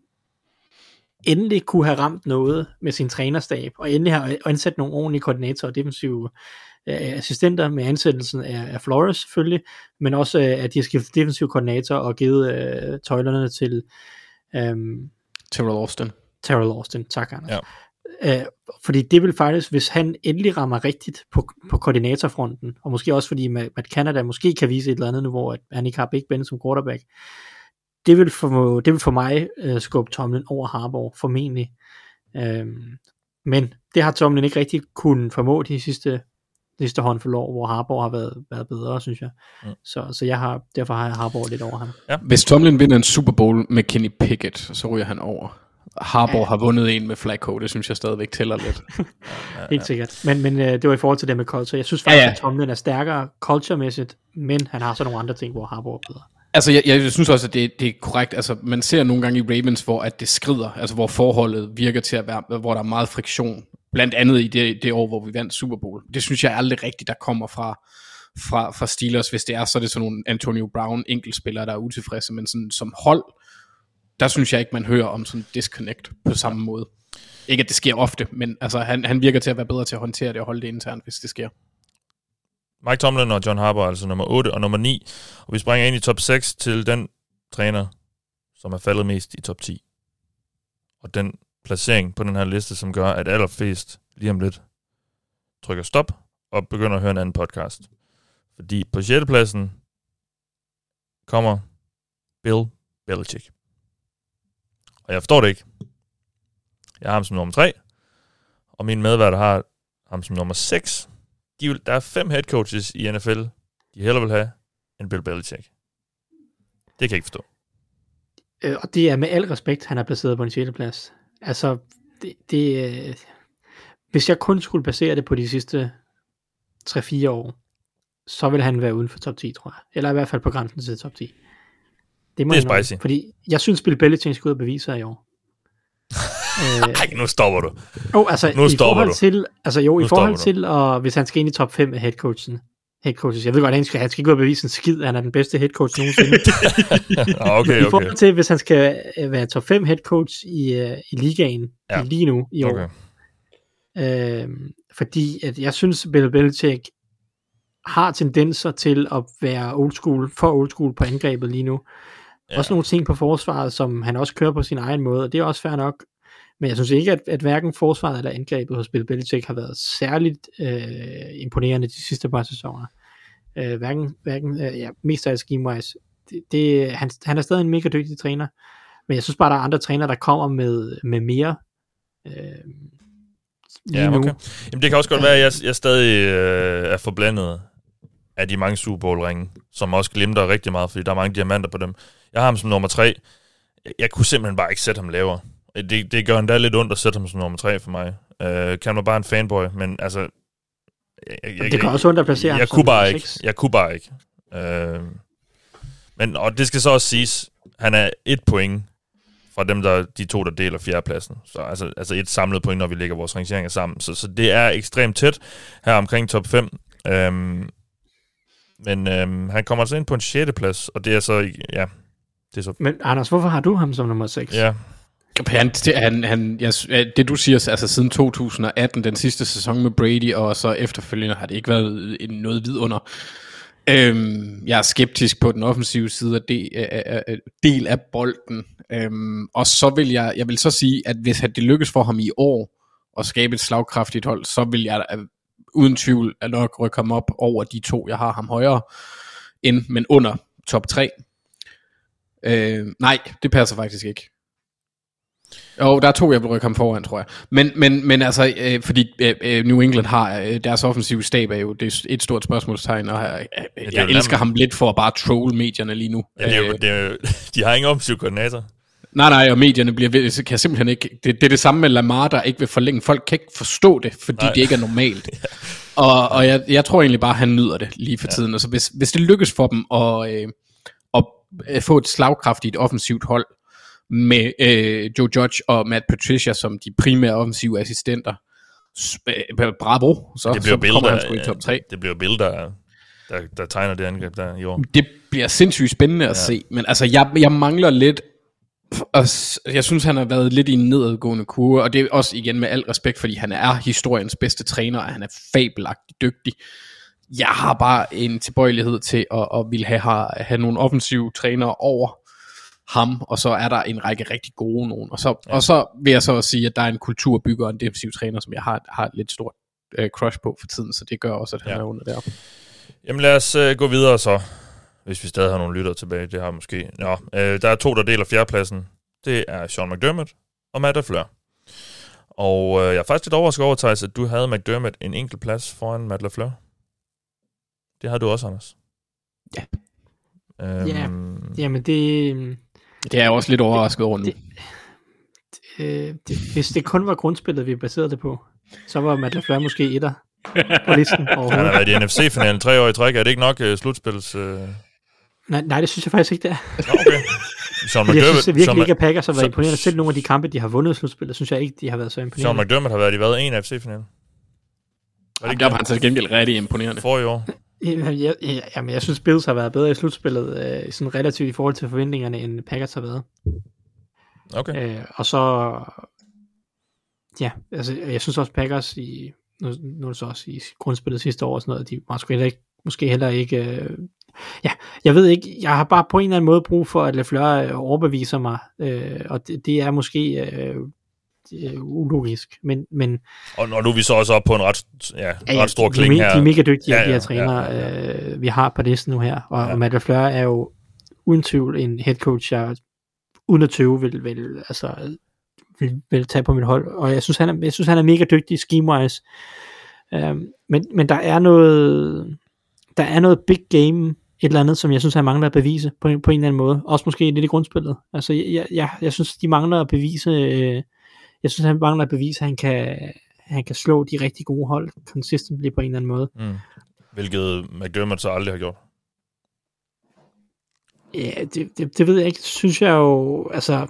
endelig kunne have ramt noget med sin trænerstab, og endelig har ansat nogle ordentlige koordinatorer og defensive øh, assistenter med ansættelsen af, af Flores selvfølgelig, men også øh, at de har skiftet defensive koordinatorer og givet øh, tøjlerne til øh, Terrell Austin. Terrell Austin, tak Anders. Ja. Øh, fordi det vil faktisk, hvis han endelig rammer rigtigt på, på koordinatorfronten, og måske også fordi Matt Canada måske kan vise et eller andet nu, hvor han ikke har Big Ben som quarterback, det vil for, det vil for mig øh, skubbe Tomlin over Harbaugh, formentlig. Øhm, men det har Tomlin ikke rigtig kunnet formå de sidste, sidste håndfuld år, hvor Harbaugh har været, været bedre, synes jeg. Mm. Så, så jeg har, derfor har jeg Harbaugh lidt over ham. Ja. Hvis Tomlin vinder en Super Bowl med Kenny Pickett, så ryger han over. Harbaugh ja. har vundet en med Flacco, det synes jeg stadigvæk tæller lidt. ja, ja. Helt sikkert. Men, men øh, det var i forhold til det med culture. Jeg synes faktisk, ja, ja. at Tomlin er stærkere culture-mæssigt, men han har så nogle andre ting, hvor Harbaugh er bedre. Altså, jeg, jeg synes også, at det, det er korrekt. Altså, man ser nogle gange i Ravens, hvor at det skrider, altså hvor forholdet virker til at være, hvor der er meget friktion. Blandt andet i det, det år, hvor vi vandt Super Bowl. Det synes jeg aldrig rigtigt, der kommer fra, fra, fra Steelers. Hvis det er, så er det sådan nogle Antonio Brown enkeltspillere, der er utilfredse, men sådan, som hold, der synes jeg ikke, man hører om sådan disconnect på samme måde. Ikke at det sker ofte, men altså, han, han virker til at være bedre til at håndtere det og holde det internt, hvis det sker. Mike Tomlin og John Harbaugh, altså nummer otte og nummer ni. Og vi springer ind i top seks til den træner, som er faldet mest i top ti. Og den placering på den her liste, som gør, at allerflest lige om lidt trykker stop og begynder at høre en anden podcast. Fordi på sjette pladsen kommer Bill Belichick. Og jeg forstår det ikke. Jeg har ham som nummer tre, og mine medværter har ham som nummer seks. De vil, der er fem head coaches i N F L, de hellere vil have end Bill Belichick. Det kan jeg ikke forstå. Øh, og det er med al respekt, han er placeret på en sjette plads. Altså, det, det, øh, hvis jeg kun skulle basere det på de sidste tre fire år, så vil han være uden for top ti, tror jeg. Eller i hvert fald på grænsen til top ti. Det, må det er jeg spicy. Nok, fordi jeg synes, Bill Belichick skal ud og bevise sig i år. Nej, nu stopper du. Oh, altså, nu i stopper forhold du. Til, altså jo, nu i forhold til, og hvis han skal ind i top fem af headcoachen, headcoaches, jeg ved godt, at han skal, han skal ikke ud og bevise en skid, han er den bedste headcoach nogensinde. okay, okay. I forhold til, hvis han skal være top fem headcoach i, uh, i ligaen, ja. i lige nu i år. Okay. Øh, fordi at jeg synes, Bill Belichick har tendenser til at være old school, for old school på angrebet lige nu. Ja. Også nogle ting på forsvaret, som han også kører på sin egen måde, og det er også fair nok. Men jeg synes ikke, at, at hverken forsvaret eller angrebet hos Bill Belichick har været særligt øh, imponerende de sidste par sæsoner. Øh, hverken, hverken øh, ja, mest af scheme-wise. Det, det, han, han er stadig en mega dygtig træner, men jeg synes bare, der er andre trænere, der kommer med, med mere øh, ja, okay. Jamen, det kan også godt være, at jeg, jeg stadig øh, er forblandet af de mange Super Bowl-ringe, som også glimter rigtig meget, fordi der er mange diamanter på dem. Jeg har ham som nummer tre. Jeg, jeg kunne simpelthen bare ikke sætte ham lavere. Det, det gør endda lidt ondt at sætte ham som nummer tre for mig. Uh, kan man bare en fanboy, men altså... Jeg, jeg, det kan også ondt at placere jeg, ham jeg som kunne bare nummer ikke. Jeg kunne bare ikke. Uh, men, og det skal så også siges, han er et point fra dem, der de to, der deler fjerdepladsen. Så altså, altså et samlet point, når vi lægger vores rangeringer sammen. Så, så det er ekstremt tæt her omkring top fem. Um, men um, han kommer altså ind på en sjette plads, og det er så... Ja, det er så... Men Anders, hvorfor har du ham som nummer seks? Ja, Han, han, han, jeg, det du siger, altså siden to tusind atten, den sidste sæson med Brady, og så efterfølgende har det ikke været en, noget vidunder. Øhm, jeg er skeptisk på den offensive side af del, af, del af bolden. Øhm, og så vil jeg, jeg vil så sige, at hvis det lykkes for ham i år at skabe et slagkraftigt hold, så vil jeg uden tvivl at nok rykke ham op over de to, jeg har ham højere end, men under top tre. Øh, nej, det passer faktisk ikke. Jo, der er to, jeg vil rykke ham foran, tror jeg. Men, men, men altså, øh, fordi øh, New England har, øh, deres offensive stab er jo det er et stort spørgsmålstegn, og øh, øh, jeg elsker ham lidt for at bare troll medierne lige nu. Ja, det er jo, det er jo, de har ingen offensiv koordinator. Nej, nej, og medierne bliver, kan simpelthen ikke, det, det er det samme med Lamar, der ikke vil forlænge. Folk kan ikke forstå det, fordi nej. Det ikke er normalt. ja. Og, og jeg, jeg tror egentlig bare, han nyder det lige for ja. tiden. Altså, hvis, hvis det lykkes for dem at, øh, at få et slagkraftigt offensivt hold, med øh, Joe Judge og Matt Patricia som de primære offensive assistenter. Øh, bravo, så, det bliver så Bill, kommer der, han sgu i top tre. Det bliver Bill, der, der, der tegner det angreb der i år. Det bliver sindssygt spændende at ja. se, men altså, jeg, jeg mangler lidt, og jeg synes, han har været lidt i en nedadgående kurve, og det er også igen med al respekt, fordi han er historiens bedste træner, og han er fabelagtig dygtig. Jeg har bare en tilbøjelighed til at, at ville have, have nogle offensive trænere over ham, og så er der en række rigtig gode nogen, og så, ja. og så vil jeg så sige, at der er en kulturbygger og en defensiv træner, som jeg har, har et lidt stort øh, crush på for tiden, så det gør også, at han ja. er under der. Jamen lad os øh, gå videre så, hvis vi stadig har nogle lyttere tilbage, det har vi måske. Nå, øh, der er to, der deler fjerdepladsen, det er Sean McDermott og Matt LaFleur. Og øh, jeg er faktisk lidt overrasket over, Thijs, at du havde McDermott en enkelt plads foran Matt LaFleur. Det har du også, Anders. Ja. Øhm, ja, jamen det... Det er jeg også lidt overrasket over nu. Det, det, det, hvis det kun var grundspillet, vi baserede det på, så var Matt LaFleur måske etter på listen overhovedet. Han har været i N F C-finalen tre år i træk. Er det ikke nok uh, slutspils... Uh... Nej, nej, det synes jeg faktisk ikke, det er. Okay. Sean McDermott, jeg synes virkelig Sean ikke, at Packers har været Sean, imponerende. Selv nogle af de kampe, de har vundet i slutspillet, synes jeg ikke, de har været så imponerende. Sean McDermott har været i hvad? En F C-finalen? Var det ikke der var han så gengæld rigtig imponerende. For i år. Jeg, jeg, jamen, jeg synes, Bills har været bedre i slutspillet, øh, sådan relativt i forhold til forventningerne, end Packers har været. Okay. Øh, og så, ja, altså, jeg synes også, Packers i, nu, nu er det så også i grundspillet sidste år og sådan noget, de måske heller ikke, måske heller ikke, øh, ja, jeg ved ikke, jeg har bare på en eller anden måde brug for, at LaFleur overbeviser mig, øh, og det, det er måske øh, det er ulogisk, men, men og, og nu er vi så også oppe på en ret, ja, ja, ret stor kling de, her. De er mega dygtige, ja, ja, de her trænere, ja, ja, ja. Øh, vi har på listen nu her, og, ja. og Matt LaFleur er jo uden tvivl en head coach, jeg uden at tøve vil, vil, altså, vil, vil tage på mit hold, og jeg synes, han er, jeg synes, han er mega dygtig scheme-wise, um, men, men der er noget, der er noget big game, et eller andet, som jeg synes, han mangler at bevise på, på en eller anden måde, også måske lidt i grundspillet, altså, jeg, jeg, jeg synes, de mangler at bevise, øh, jeg synes, han mangler at bevise, at han kan, han kan slå de rigtig gode hold, consistently på en eller anden måde. Mm. Hvilket McDermott så aldrig har gjort. Ja, det, det, det ved jeg ikke, synes jeg jo, altså,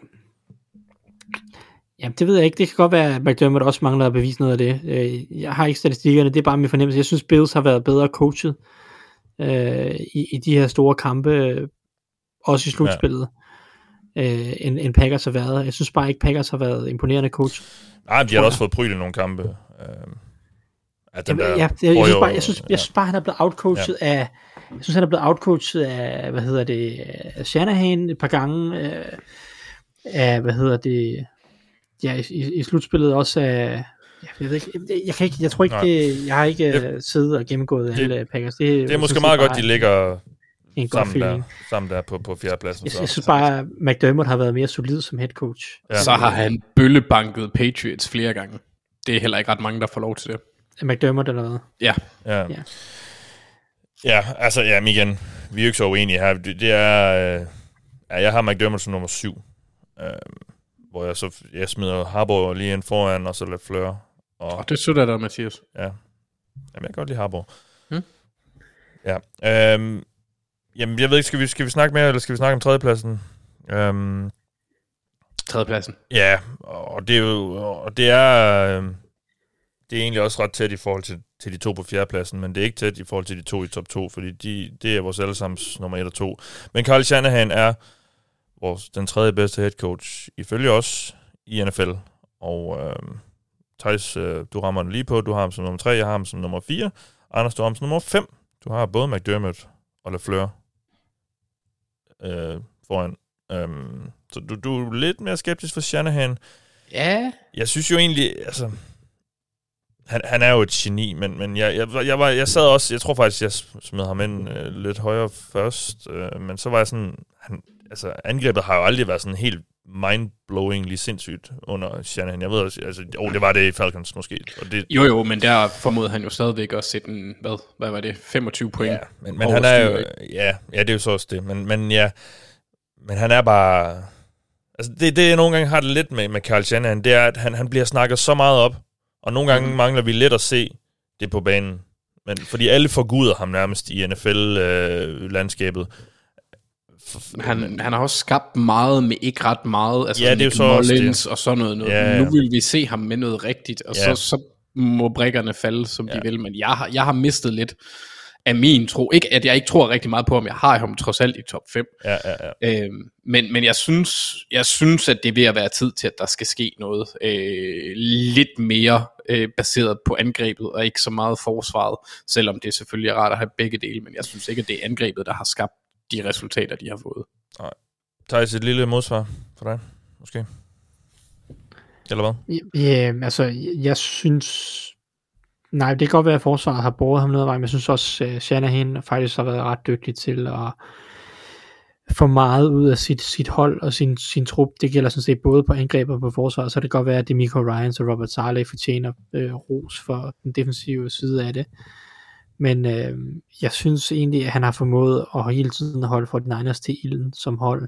ja, det ved jeg ikke, det kan godt være, at McDermott også mangler at bevise noget af det. Jeg har ikke statistikkerne, det er bare min fornemmelse. Jeg synes, Bills har været bedre coachet øh, i, i de her store kampe, også i slutspillet, ja. øh, end, end Packers har været. Jeg synes bare ikke, Packers har været imponerende coach. Nej, de har også fået pryglet nogle kampe. Øh, at Jamen, der, ja, jeg, jeg, jeg, synes bare, jeg, synes, jeg synes bare, han er blevet outcoachet ja. af, jeg synes, han er blevet outcoachet af, hvad hedder det, af Shanahan et par gange, af, af hvad hedder det, ja, i, i slutspillet også af, jeg ved ikke, jeg, jeg kan ikke, jeg tror ikke, det, jeg har ikke det, siddet og gennemgået det, hele Packers. Det, det er måske meget godt, de ligger en sammen der, sammen der på, på fjerdepladsen. Jeg, jeg synes bare, at McDermott har været mere solid som head coach. Ja. Så har han bøllebanket Patriots flere gange. Det er heller ikke ret mange, der får lov til det. McDermott eller hvad? Ja. Ja. Ja. Ja, altså, ja, igen, vi er jo ikke så uenige her. Det, det er, øh, ja, jeg har McDermott som nummer syv, øh, hvor jeg så, jeg smider Harbour lige ind foran, og så LaFleur. Og, og det sødder der, Mathias. Ja, jamen, jeg kan godt lide Harbour. Hmm? Ja, øh, jamen, jeg ved ikke, skal vi, skal vi snakke mere, eller skal vi snakke om tredjepladsen? Øh, tredjepladsen? Ja, og det er jo, og det er, øh, det er egentlig også ret tæt i forhold til, til de to på fjerdepladsen, men det er ikke tæt i forhold til de to i top to, fordi de, det er vores allesammens nummer et og to. Men Kyle Shanahan er vores, den tredje bedste head coach, ifølge os, i N F L. Og øh, Thijs, øh, du rammer den lige på, du har ham som nummer tre, jeg har ham som nummer fire. Anders, du har ham som nummer fem. Du har både McDermott og LaFleur øh, foran. Øhm, så du, du er lidt mere skeptisk for Shanahan. Ja. Jeg synes jo egentlig, altså... Han, han er jo et geni, men, men jeg, jeg, jeg, var, jeg sad også, jeg tror faktisk, jeg smed ham ind øh, lidt højere først, øh, men så var jeg sådan, han, altså angrebet har jo aldrig været sådan helt mind-blowingly sindssygt under Shanahan. Jeg ved også, altså, oh, det var det i Falcons måske. Og det, jo jo, men der formodede han jo stadigvæk også sætte en, hvad, hvad var det, femogtyve point. Ja, men, men han er jo, ja, ja, det er jo så også det, men, men ja, men han er bare, altså det, det jeg nogle gange har det lidt med, med Kyle Shanahan, det er, at han, han bliver snakket så meget op, og nogle gange mm. mangler vi lidt at se det på banen. Men, fordi alle forguder ham nærmest i N F L-landskabet. Øh, han, han har også skabt meget med ikke ret meget. Altså ja, det er jo så også og sådan noget. noget. Ja, ja. Nu vil vi se ham med noget rigtigt, og ja. så, så må brikkerne falde, som ja. de vil. Men jeg har, jeg har mistet lidt af min tro. Ikke at jeg ikke tror rigtig meget på, om jeg har ham trods alt i top fem. Ja, ja, ja. Øhm, men, men jeg synes, jeg synes, at det er ved at være tid til, at der skal ske noget øh, lidt mere øh, baseret på angrebet, og ikke så meget forsvaret, selvom det selvfølgelig er rart at have begge dele, men jeg synes ikke, at det er angrebet, der har skabt de resultater, de har fået. Nej. Thijs, et lille modsvar for dig, måske? Eller hvad? Ja, altså, jeg synes... Nej, det kan godt være, at forsvaret har båret ham ned ad vejen, men jeg synes også, at Shanahan faktisk har været ret dygtig til at få meget ud af sit, sit hold og sin, sin trup. Det gælder sådan set både på angreb og på forsvaret, så det kan godt være, at DeMeco Ryans og Robert Saleh fortjener øh, ros for den defensive side af det. Men øh, jeg synes egentlig, at han har formået at hele tiden holde forty-niners til ilden som hold,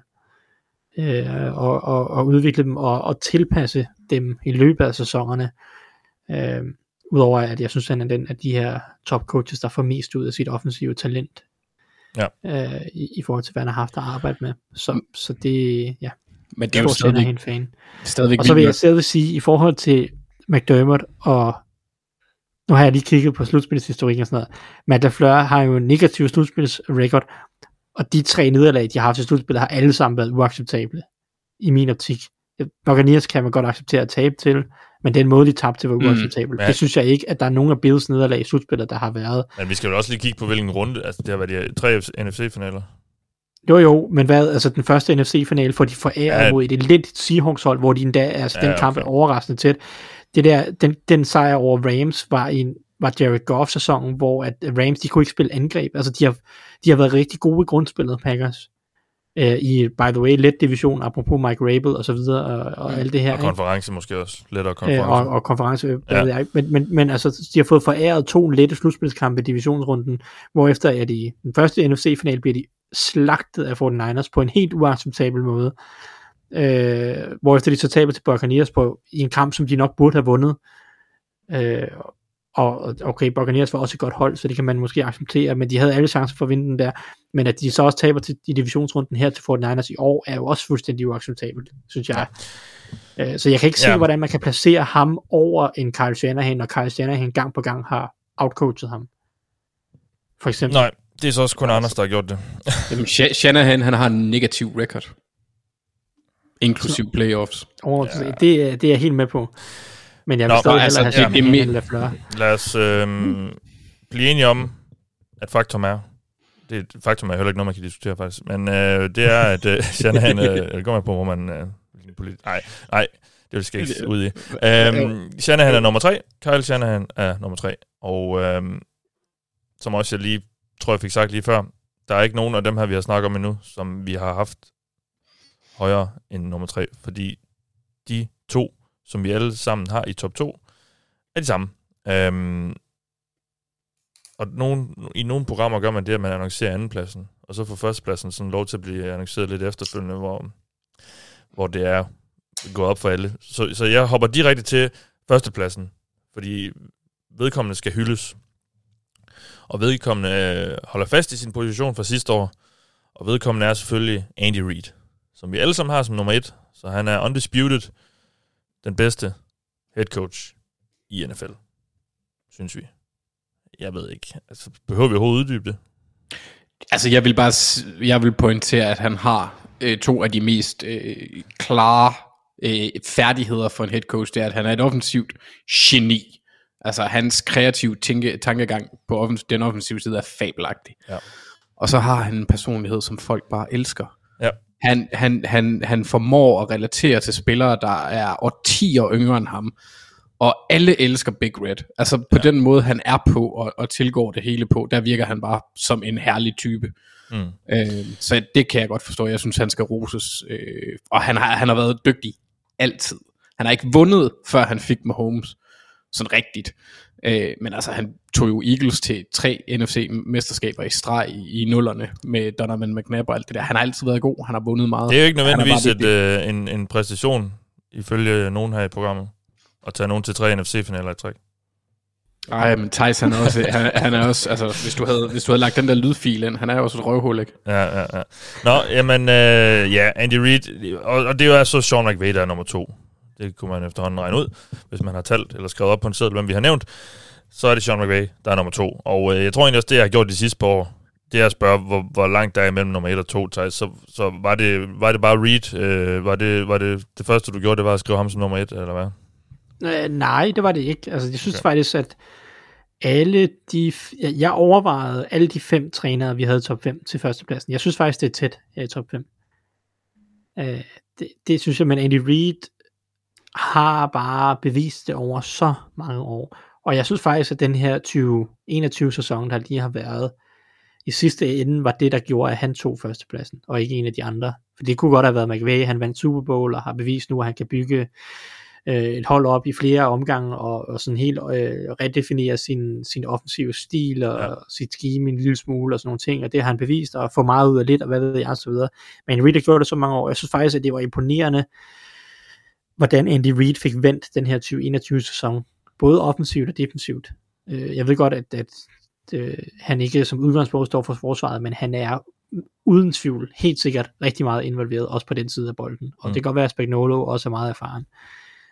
øh, og, og, og udvikle dem og, og tilpasse dem i løbet af sæsonerne. Øh, Udover at jeg synes, han er den af de her top coaches, der får mest ud af sit offensive talent. Ja. Øh, i, I forhold til, hvad han har haft at arbejde med. Så, så det, ja. Men det er jo stadigvæk, en fan. stadigvæk og så vil jeg stadig sige, i forhold til McDermott og nu har jeg lige kigget på slutspilshistorikken og sådan noget. Matt LaFleur har jo en negativ slutspilsrecord, og de tre nederlag, de har haft til slutspillet, har alle sammen været uacceptable, i min optik. Buccaneers kan man godt acceptere at tabe til, men den måde, de tabte til, var uacceptabel. Mm, ja. Det synes jeg ikke, at der er nogen af Bills nederlag i slutspillet, der har været. Men vi skal jo også lige kigge på, hvilken runde, altså det har været de tre N F C-finaler. Jo jo, men hvad, altså den første N F C-finale får de foræret ja. mod et elendigt Seahawks-hold, hvor de endda, altså ja, den kamp okay. er overraskende tæt. Det der, den, den sejr over Rams var en var Jared Goff-sæsonen, hvor at Rams, de kunne ikke spille angreb. Altså de har, de har været rigtig gode i grundspillet, Packers. Uh, I, by the way, let division, apropos Mike Rabel og så videre, og, og mm. alt det her. Og konference ikke? Måske også, lettere konference. Uh, og, og konference, ja. ved jeg ikke. Men, men, men altså, de har fået foræret to lette slutspilskampe i divisionsrunden, hvorefter er de, den første N F C-final bliver de slagtet af forty-niners på en helt uacceptabel måde. Uh, hvorefter de så taber til Buccaneers på, i en kamp, som de nok burde have vundet. Uh, og okay, Buccaneers var også et godt hold, så det kan man måske acceptere, men de havde alle chancer for at vinde den der, men at de så også taber til, i divisionsrunden her til forty-niners i år, er jo også fuldstændig uacceptabelt, synes jeg. Ja. Uh, så jeg kan ikke se, ja. hvordan man kan placere ham over en Kyle Shanahan, og Kyle Shanahan gang på gang har outcoachet ham. For eksempel. Nej, det er så også kun Anders, der har gjort det. Jamen, Shanahan, han har en negativ record. Inklusiv playoffs. Oh, ja. det, det er jeg helt med på. Men jeg vil Nå, stadig altså, hellere have Shanahan end LaFleur. Lad os øh, mm. blive enige om, at faktum er, det faktum er heller ikke noget, man kan diskutere faktisk, men øh, det er, at øh, Shanahan, øh, det går man på, hvor man, øh, nej, nej, det skal jeg ikke ud i. Øh, Shanahan er nummer tre, Kyle Shanahan er nummer tre, og øh, som også jeg lige, tror jeg fik sagt lige før, der er ikke nogen af dem her, vi har snakket om endnu, som vi har haft højere end nummer tre, fordi de to, som vi alle sammen har i top to, er de samme. Øhm, og nogen, i nogle programmer gør man det, at man annoncerer andenpladsen, og så får førstepladsen sådan lov til at blive annonceret lidt efterfølgende, hvor, hvor det er gået op for alle. Så, så jeg hopper direkte til førstepladsen, fordi vedkommende skal hyldes. Og vedkommende øh, holder fast i sin position fra sidste år, og vedkommende er selvfølgelig Andy Reid, som vi alle sammen har som nummer et, så han er undisputed den bedste head coach i N F L, synes vi. Jeg ved ikke. Altså, behøver vi overhovedet uddybe det? Altså, jeg vil bare jeg vil pointere, at han har øh, to af de mest øh, klare øh, færdigheder for en head coach. Det er, at han er et offensivt geni. Altså, hans kreative tænke, tankegang på offens- den offensive side er fabelagtig. Ja. Og så har han en personlighed, som folk bare elsker. Ja. Han, han, han, han formår at relatere til spillere, der er årtier yngre end ham. Og alle elsker Big Red. Altså på ja. den måde, han er på og, og tilgår det hele på, der virker han bare som en herlig type. Mm. Øh, så det kan jeg godt forstå. Jeg synes, han skal roses. Øh, og han har, han har været dygtig altid. Han har ikke vundet, før han fik Mahomes. Sådan rigtigt. Øh, men altså, han tog jo Eagles til tre N F C-mesterskaber i streg i, i nullerne med Donovan McNabb og alt det der. Han har altid været god. Han har vundet meget. Det er jo ikke nødvendigvis et, øh, en, en præstation, ifølge nogen her i programmet, at tage nogen til tre N F C-finaler i træk. Ej, men Thijs, han er også, han, han er også altså, hvis du, havde, hvis du havde lagt den der lydfil ind, han er jo også et røvhul, ikke? Ja, ja, ja. Nå, jamen, øh, ja, Andy Reid, og, og det er jo så Sean McVay, der er nummer to. Det kunne man efterhånden regne ud, hvis man har talt eller skrevet op på en seddel, hvem vi har nævnt. Så er det Sean McVay, der er nummer to. Og øh, jeg tror egentlig også, det jeg har gjort de sidste par år, det er at spørge, hvor, hvor langt der er imellem nummer et og to, Thijs. Så, så var, det, var det bare Reid? Øh, var, det, var det det første, du gjorde, det var at skrive ham som nummer et, eller hvad? Øh, nej, det var det ikke. Altså, jeg synes okay. faktisk, at alle de... Jeg overvejede alle de fem trænere, vi havde i top fem til førstepladsen. Jeg synes faktisk, det er tæt her i top fem. Øh, det, det synes jeg, men Andy Reid har bare bevist det over så mange år. Og jeg synes faktisk, at den her tyve enogtyve sæson, der lige har været, i sidste ende var det, der gjorde, at han tog førstepladsen, og ikke en af de andre. For det kunne godt have været McVay, han vandt Super Bowl, og har bevist nu, at han kan bygge øh, et hold op i flere omgange, og, og sådan helt øh, redefinere sin, sin offensive stil, og ja. sit scheme en lille smule, og sådan nogle ting, og det har han bevist, og få meget ud af lidt, og hvad ved jeg, og så videre. Men Reid har gjort det så mange år. Jeg synes faktisk, at det var imponerende, hvordan Andy Reid fik vendt den her tyve enogtyve sæson, både offensivt og defensivt. Jeg ved godt, at, at, at han ikke som udgangspunkt står for forsvaret, men han er uden tvivl helt sikkert rigtig meget involveret, også på den side af bolden. Og mm. det kan godt være, at Spagnuolo også er meget erfaren.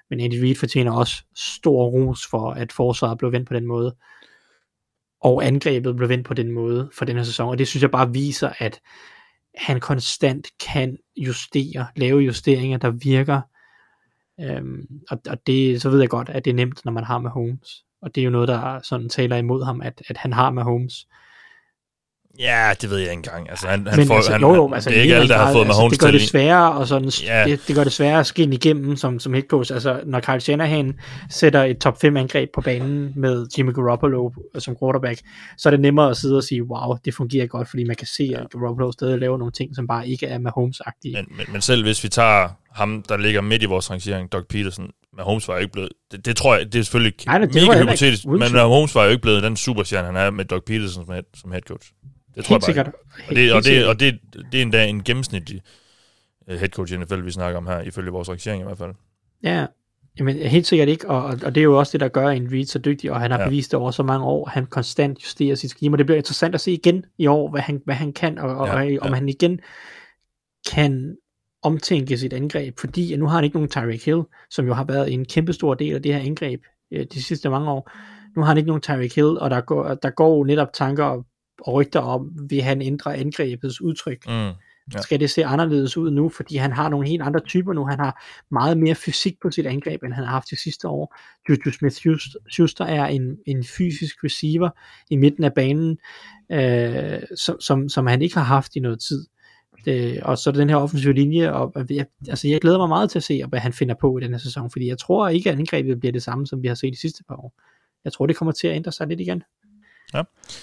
Men Andy Reid fortjener også stor ros for, at forsvaret blev vendt på den måde, og angrebet blev vendt på den måde for den her sæson, og det synes jeg bare viser, at han konstant kan justere, lave justeringer, der virker, øhm, og, og det, så ved jeg godt, at det er nemt, når man har Mahomes, og det er jo noget, der sådan taler imod ham, at, at han har Mahomes. Ja, det ved jeg ikke engang. Altså, han, han Men får, altså, han, jo, jo, altså, det er ikke alle, der har fået altså, Mahomes det gør til det sværere, og sådan, ja. det, det gør det sværere at skinne igennem som, som head coach. Altså, når Kyle Shanahan sætter et top fem angreb på banen med Jimmy Garoppolo som quarterback, så er det nemmere at sidde og sige, wow, det fungerer godt, fordi man kan se, ja. at Garoppolo stadig laver nogle ting, som bare ikke er Mahomes-agtige. Men, men, men selv hvis vi tager ham, der ligger midt i vores rangering, Doug Peterson, Mahomes var jo ikke blevet, det, det tror jeg, det er selvfølgelig Nej, det mega hypotetisk, men Mahomes var jo ikke blevet den superstjerne, han er med Doug Peterson som head, som head coach. Det tror helt jeg bare. Og, det, og, det, og det, det er endda en gennemsnitlig head coach i N F L, vi snakker om her, ifølge vores rangering i hvert fald. Ja, men helt sikkert ikke, og, og det er jo også det, der gør en Reid så dygtig, og han har ja. bevist det over så mange år, han konstant justerer sit scheme, og det bliver interessant at se igen i år, hvad han, hvad han kan, og, og, ja, og om ja. han igen kan omtænke sit angreb, fordi nu har han ikke nogen Tyreek Hill, som jo har været en kæmpestor del af det her angreb de sidste mange år. Nu har han ikke nogen Tyreek Hill, og der går, der går netop tanker og rygter om, vil han ændre angrebets udtryk. Mm, ja. Skal det se anderledes ud nu, fordi han har nogle helt andre typer nu. Han har meget mere fysik på sit angreb, end han har haft de sidste år. Juju Smith-Schuster er en, en fysisk receiver i midten af banen, øh, som, som, som han ikke har haft i noget tid. Det, og så den her offensive linje, og jeg, altså jeg glæder mig meget til at se, hvad han finder på i den her sæson, fordi jeg tror ikke, at angrebet bliver det samme, som vi har set de sidste par år. Jeg tror, det kommer til at ændre sig lidt igen. Ja.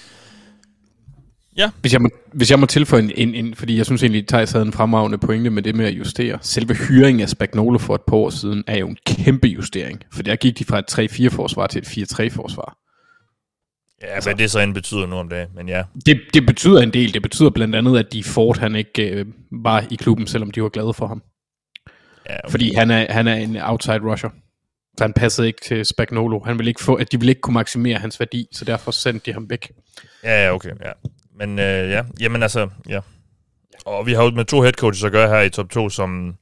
Ja. Hvis jeg må, hvis jeg må tilføje en, en, en, fordi jeg synes egentlig, at Thijs havde en fremragende pointe med det med at justere. Selve hyringen af Spagnuolo for et par år siden er jo en kæmpe justering, for der gik de fra et tre fire forsvar til et fire tre forsvar. Ja, altså, hvad det så end betyder nu om dagen, men ja. Det, det betyder en del. Det betyder blandt andet, at de Ford, han ikke øh, var i klubben, selvom de var glade for ham. Ja, okay. Fordi han er, han er en outside rusher. Så han passede ikke til Spagnuolo. Han ville ikke få, at de ville ikke kunne maksimere hans værdi, så derfor sendte de ham væk. Ja, ja, okay, ja. Men øh, ja, jamen altså, ja. Og vi har jo med to head coaches at gøre her i top to, som,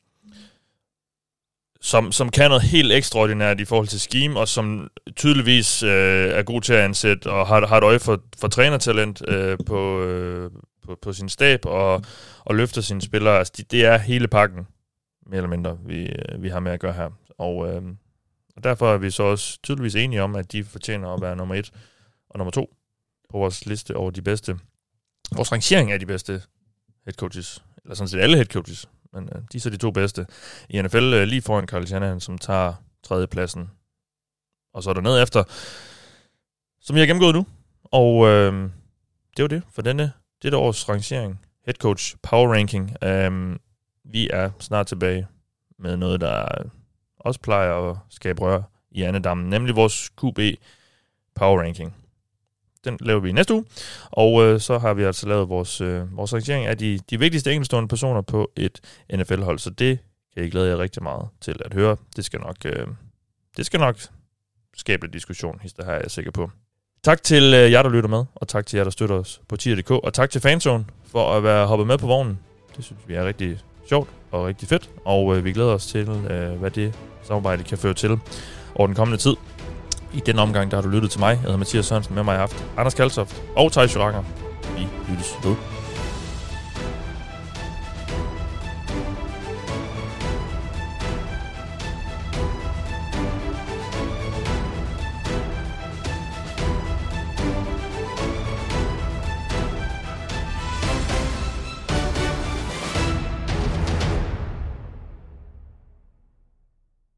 som, som kan noget helt ekstraordinært i forhold til scheme, og som tydeligvis øh, er god til at ansætte, og har, har et øje for, for trænertalent øh, på, øh, på, på sin stab, og, og løfter sine spillere. Altså, de, det er hele pakken, mere eller mindre, vi, vi har med at gøre her. Og, øh, og derfor er vi så også tydeligvis enige om, at de fortjener at være nummer et og nummer to på vores liste over de bedste. Vores rangering er de bedste head coaches, eller sådan set alle head coaches, men uh, de er så de to bedste i N F L, uh, lige foran Kyle Shanahan, som tager tredjepladsen, og så er der ned efter, som vi har gennemgået nu, og uh, det var det for denne, dette års rangering, head coach power ranking. Um, vi er snart tilbage med noget, der også plejer at skabe rør i andedammen, nemlig vores Q B power ranking. Den laver vi næste uge, og øh, så har vi altså lavet vores, øh, vores rangering af de, de vigtigste enkeltstående personer på et N F L-hold, så det kan jeg glæde jer rigtig meget til at høre. Det skal nok, øh, det skal nok skabe lidt diskussion, det her er jeg sikker på. Tak til øh, jer, der lytter med, og tak til jer, der støtter os på tier punktum d k, og tak til Fanzone for at være hoppet med på vognen. Det synes vi er rigtig sjovt og rigtig fedt, og øh, vi glæder os til, øh, hvad det samarbejde kan føre til over den kommende tid. I den omgang, der har du lyttet til mig. Jeg hedder Mathias Sørensen, med mig i aften Anders Kaltoft og Thijs Joranger. Vi lyttes ved.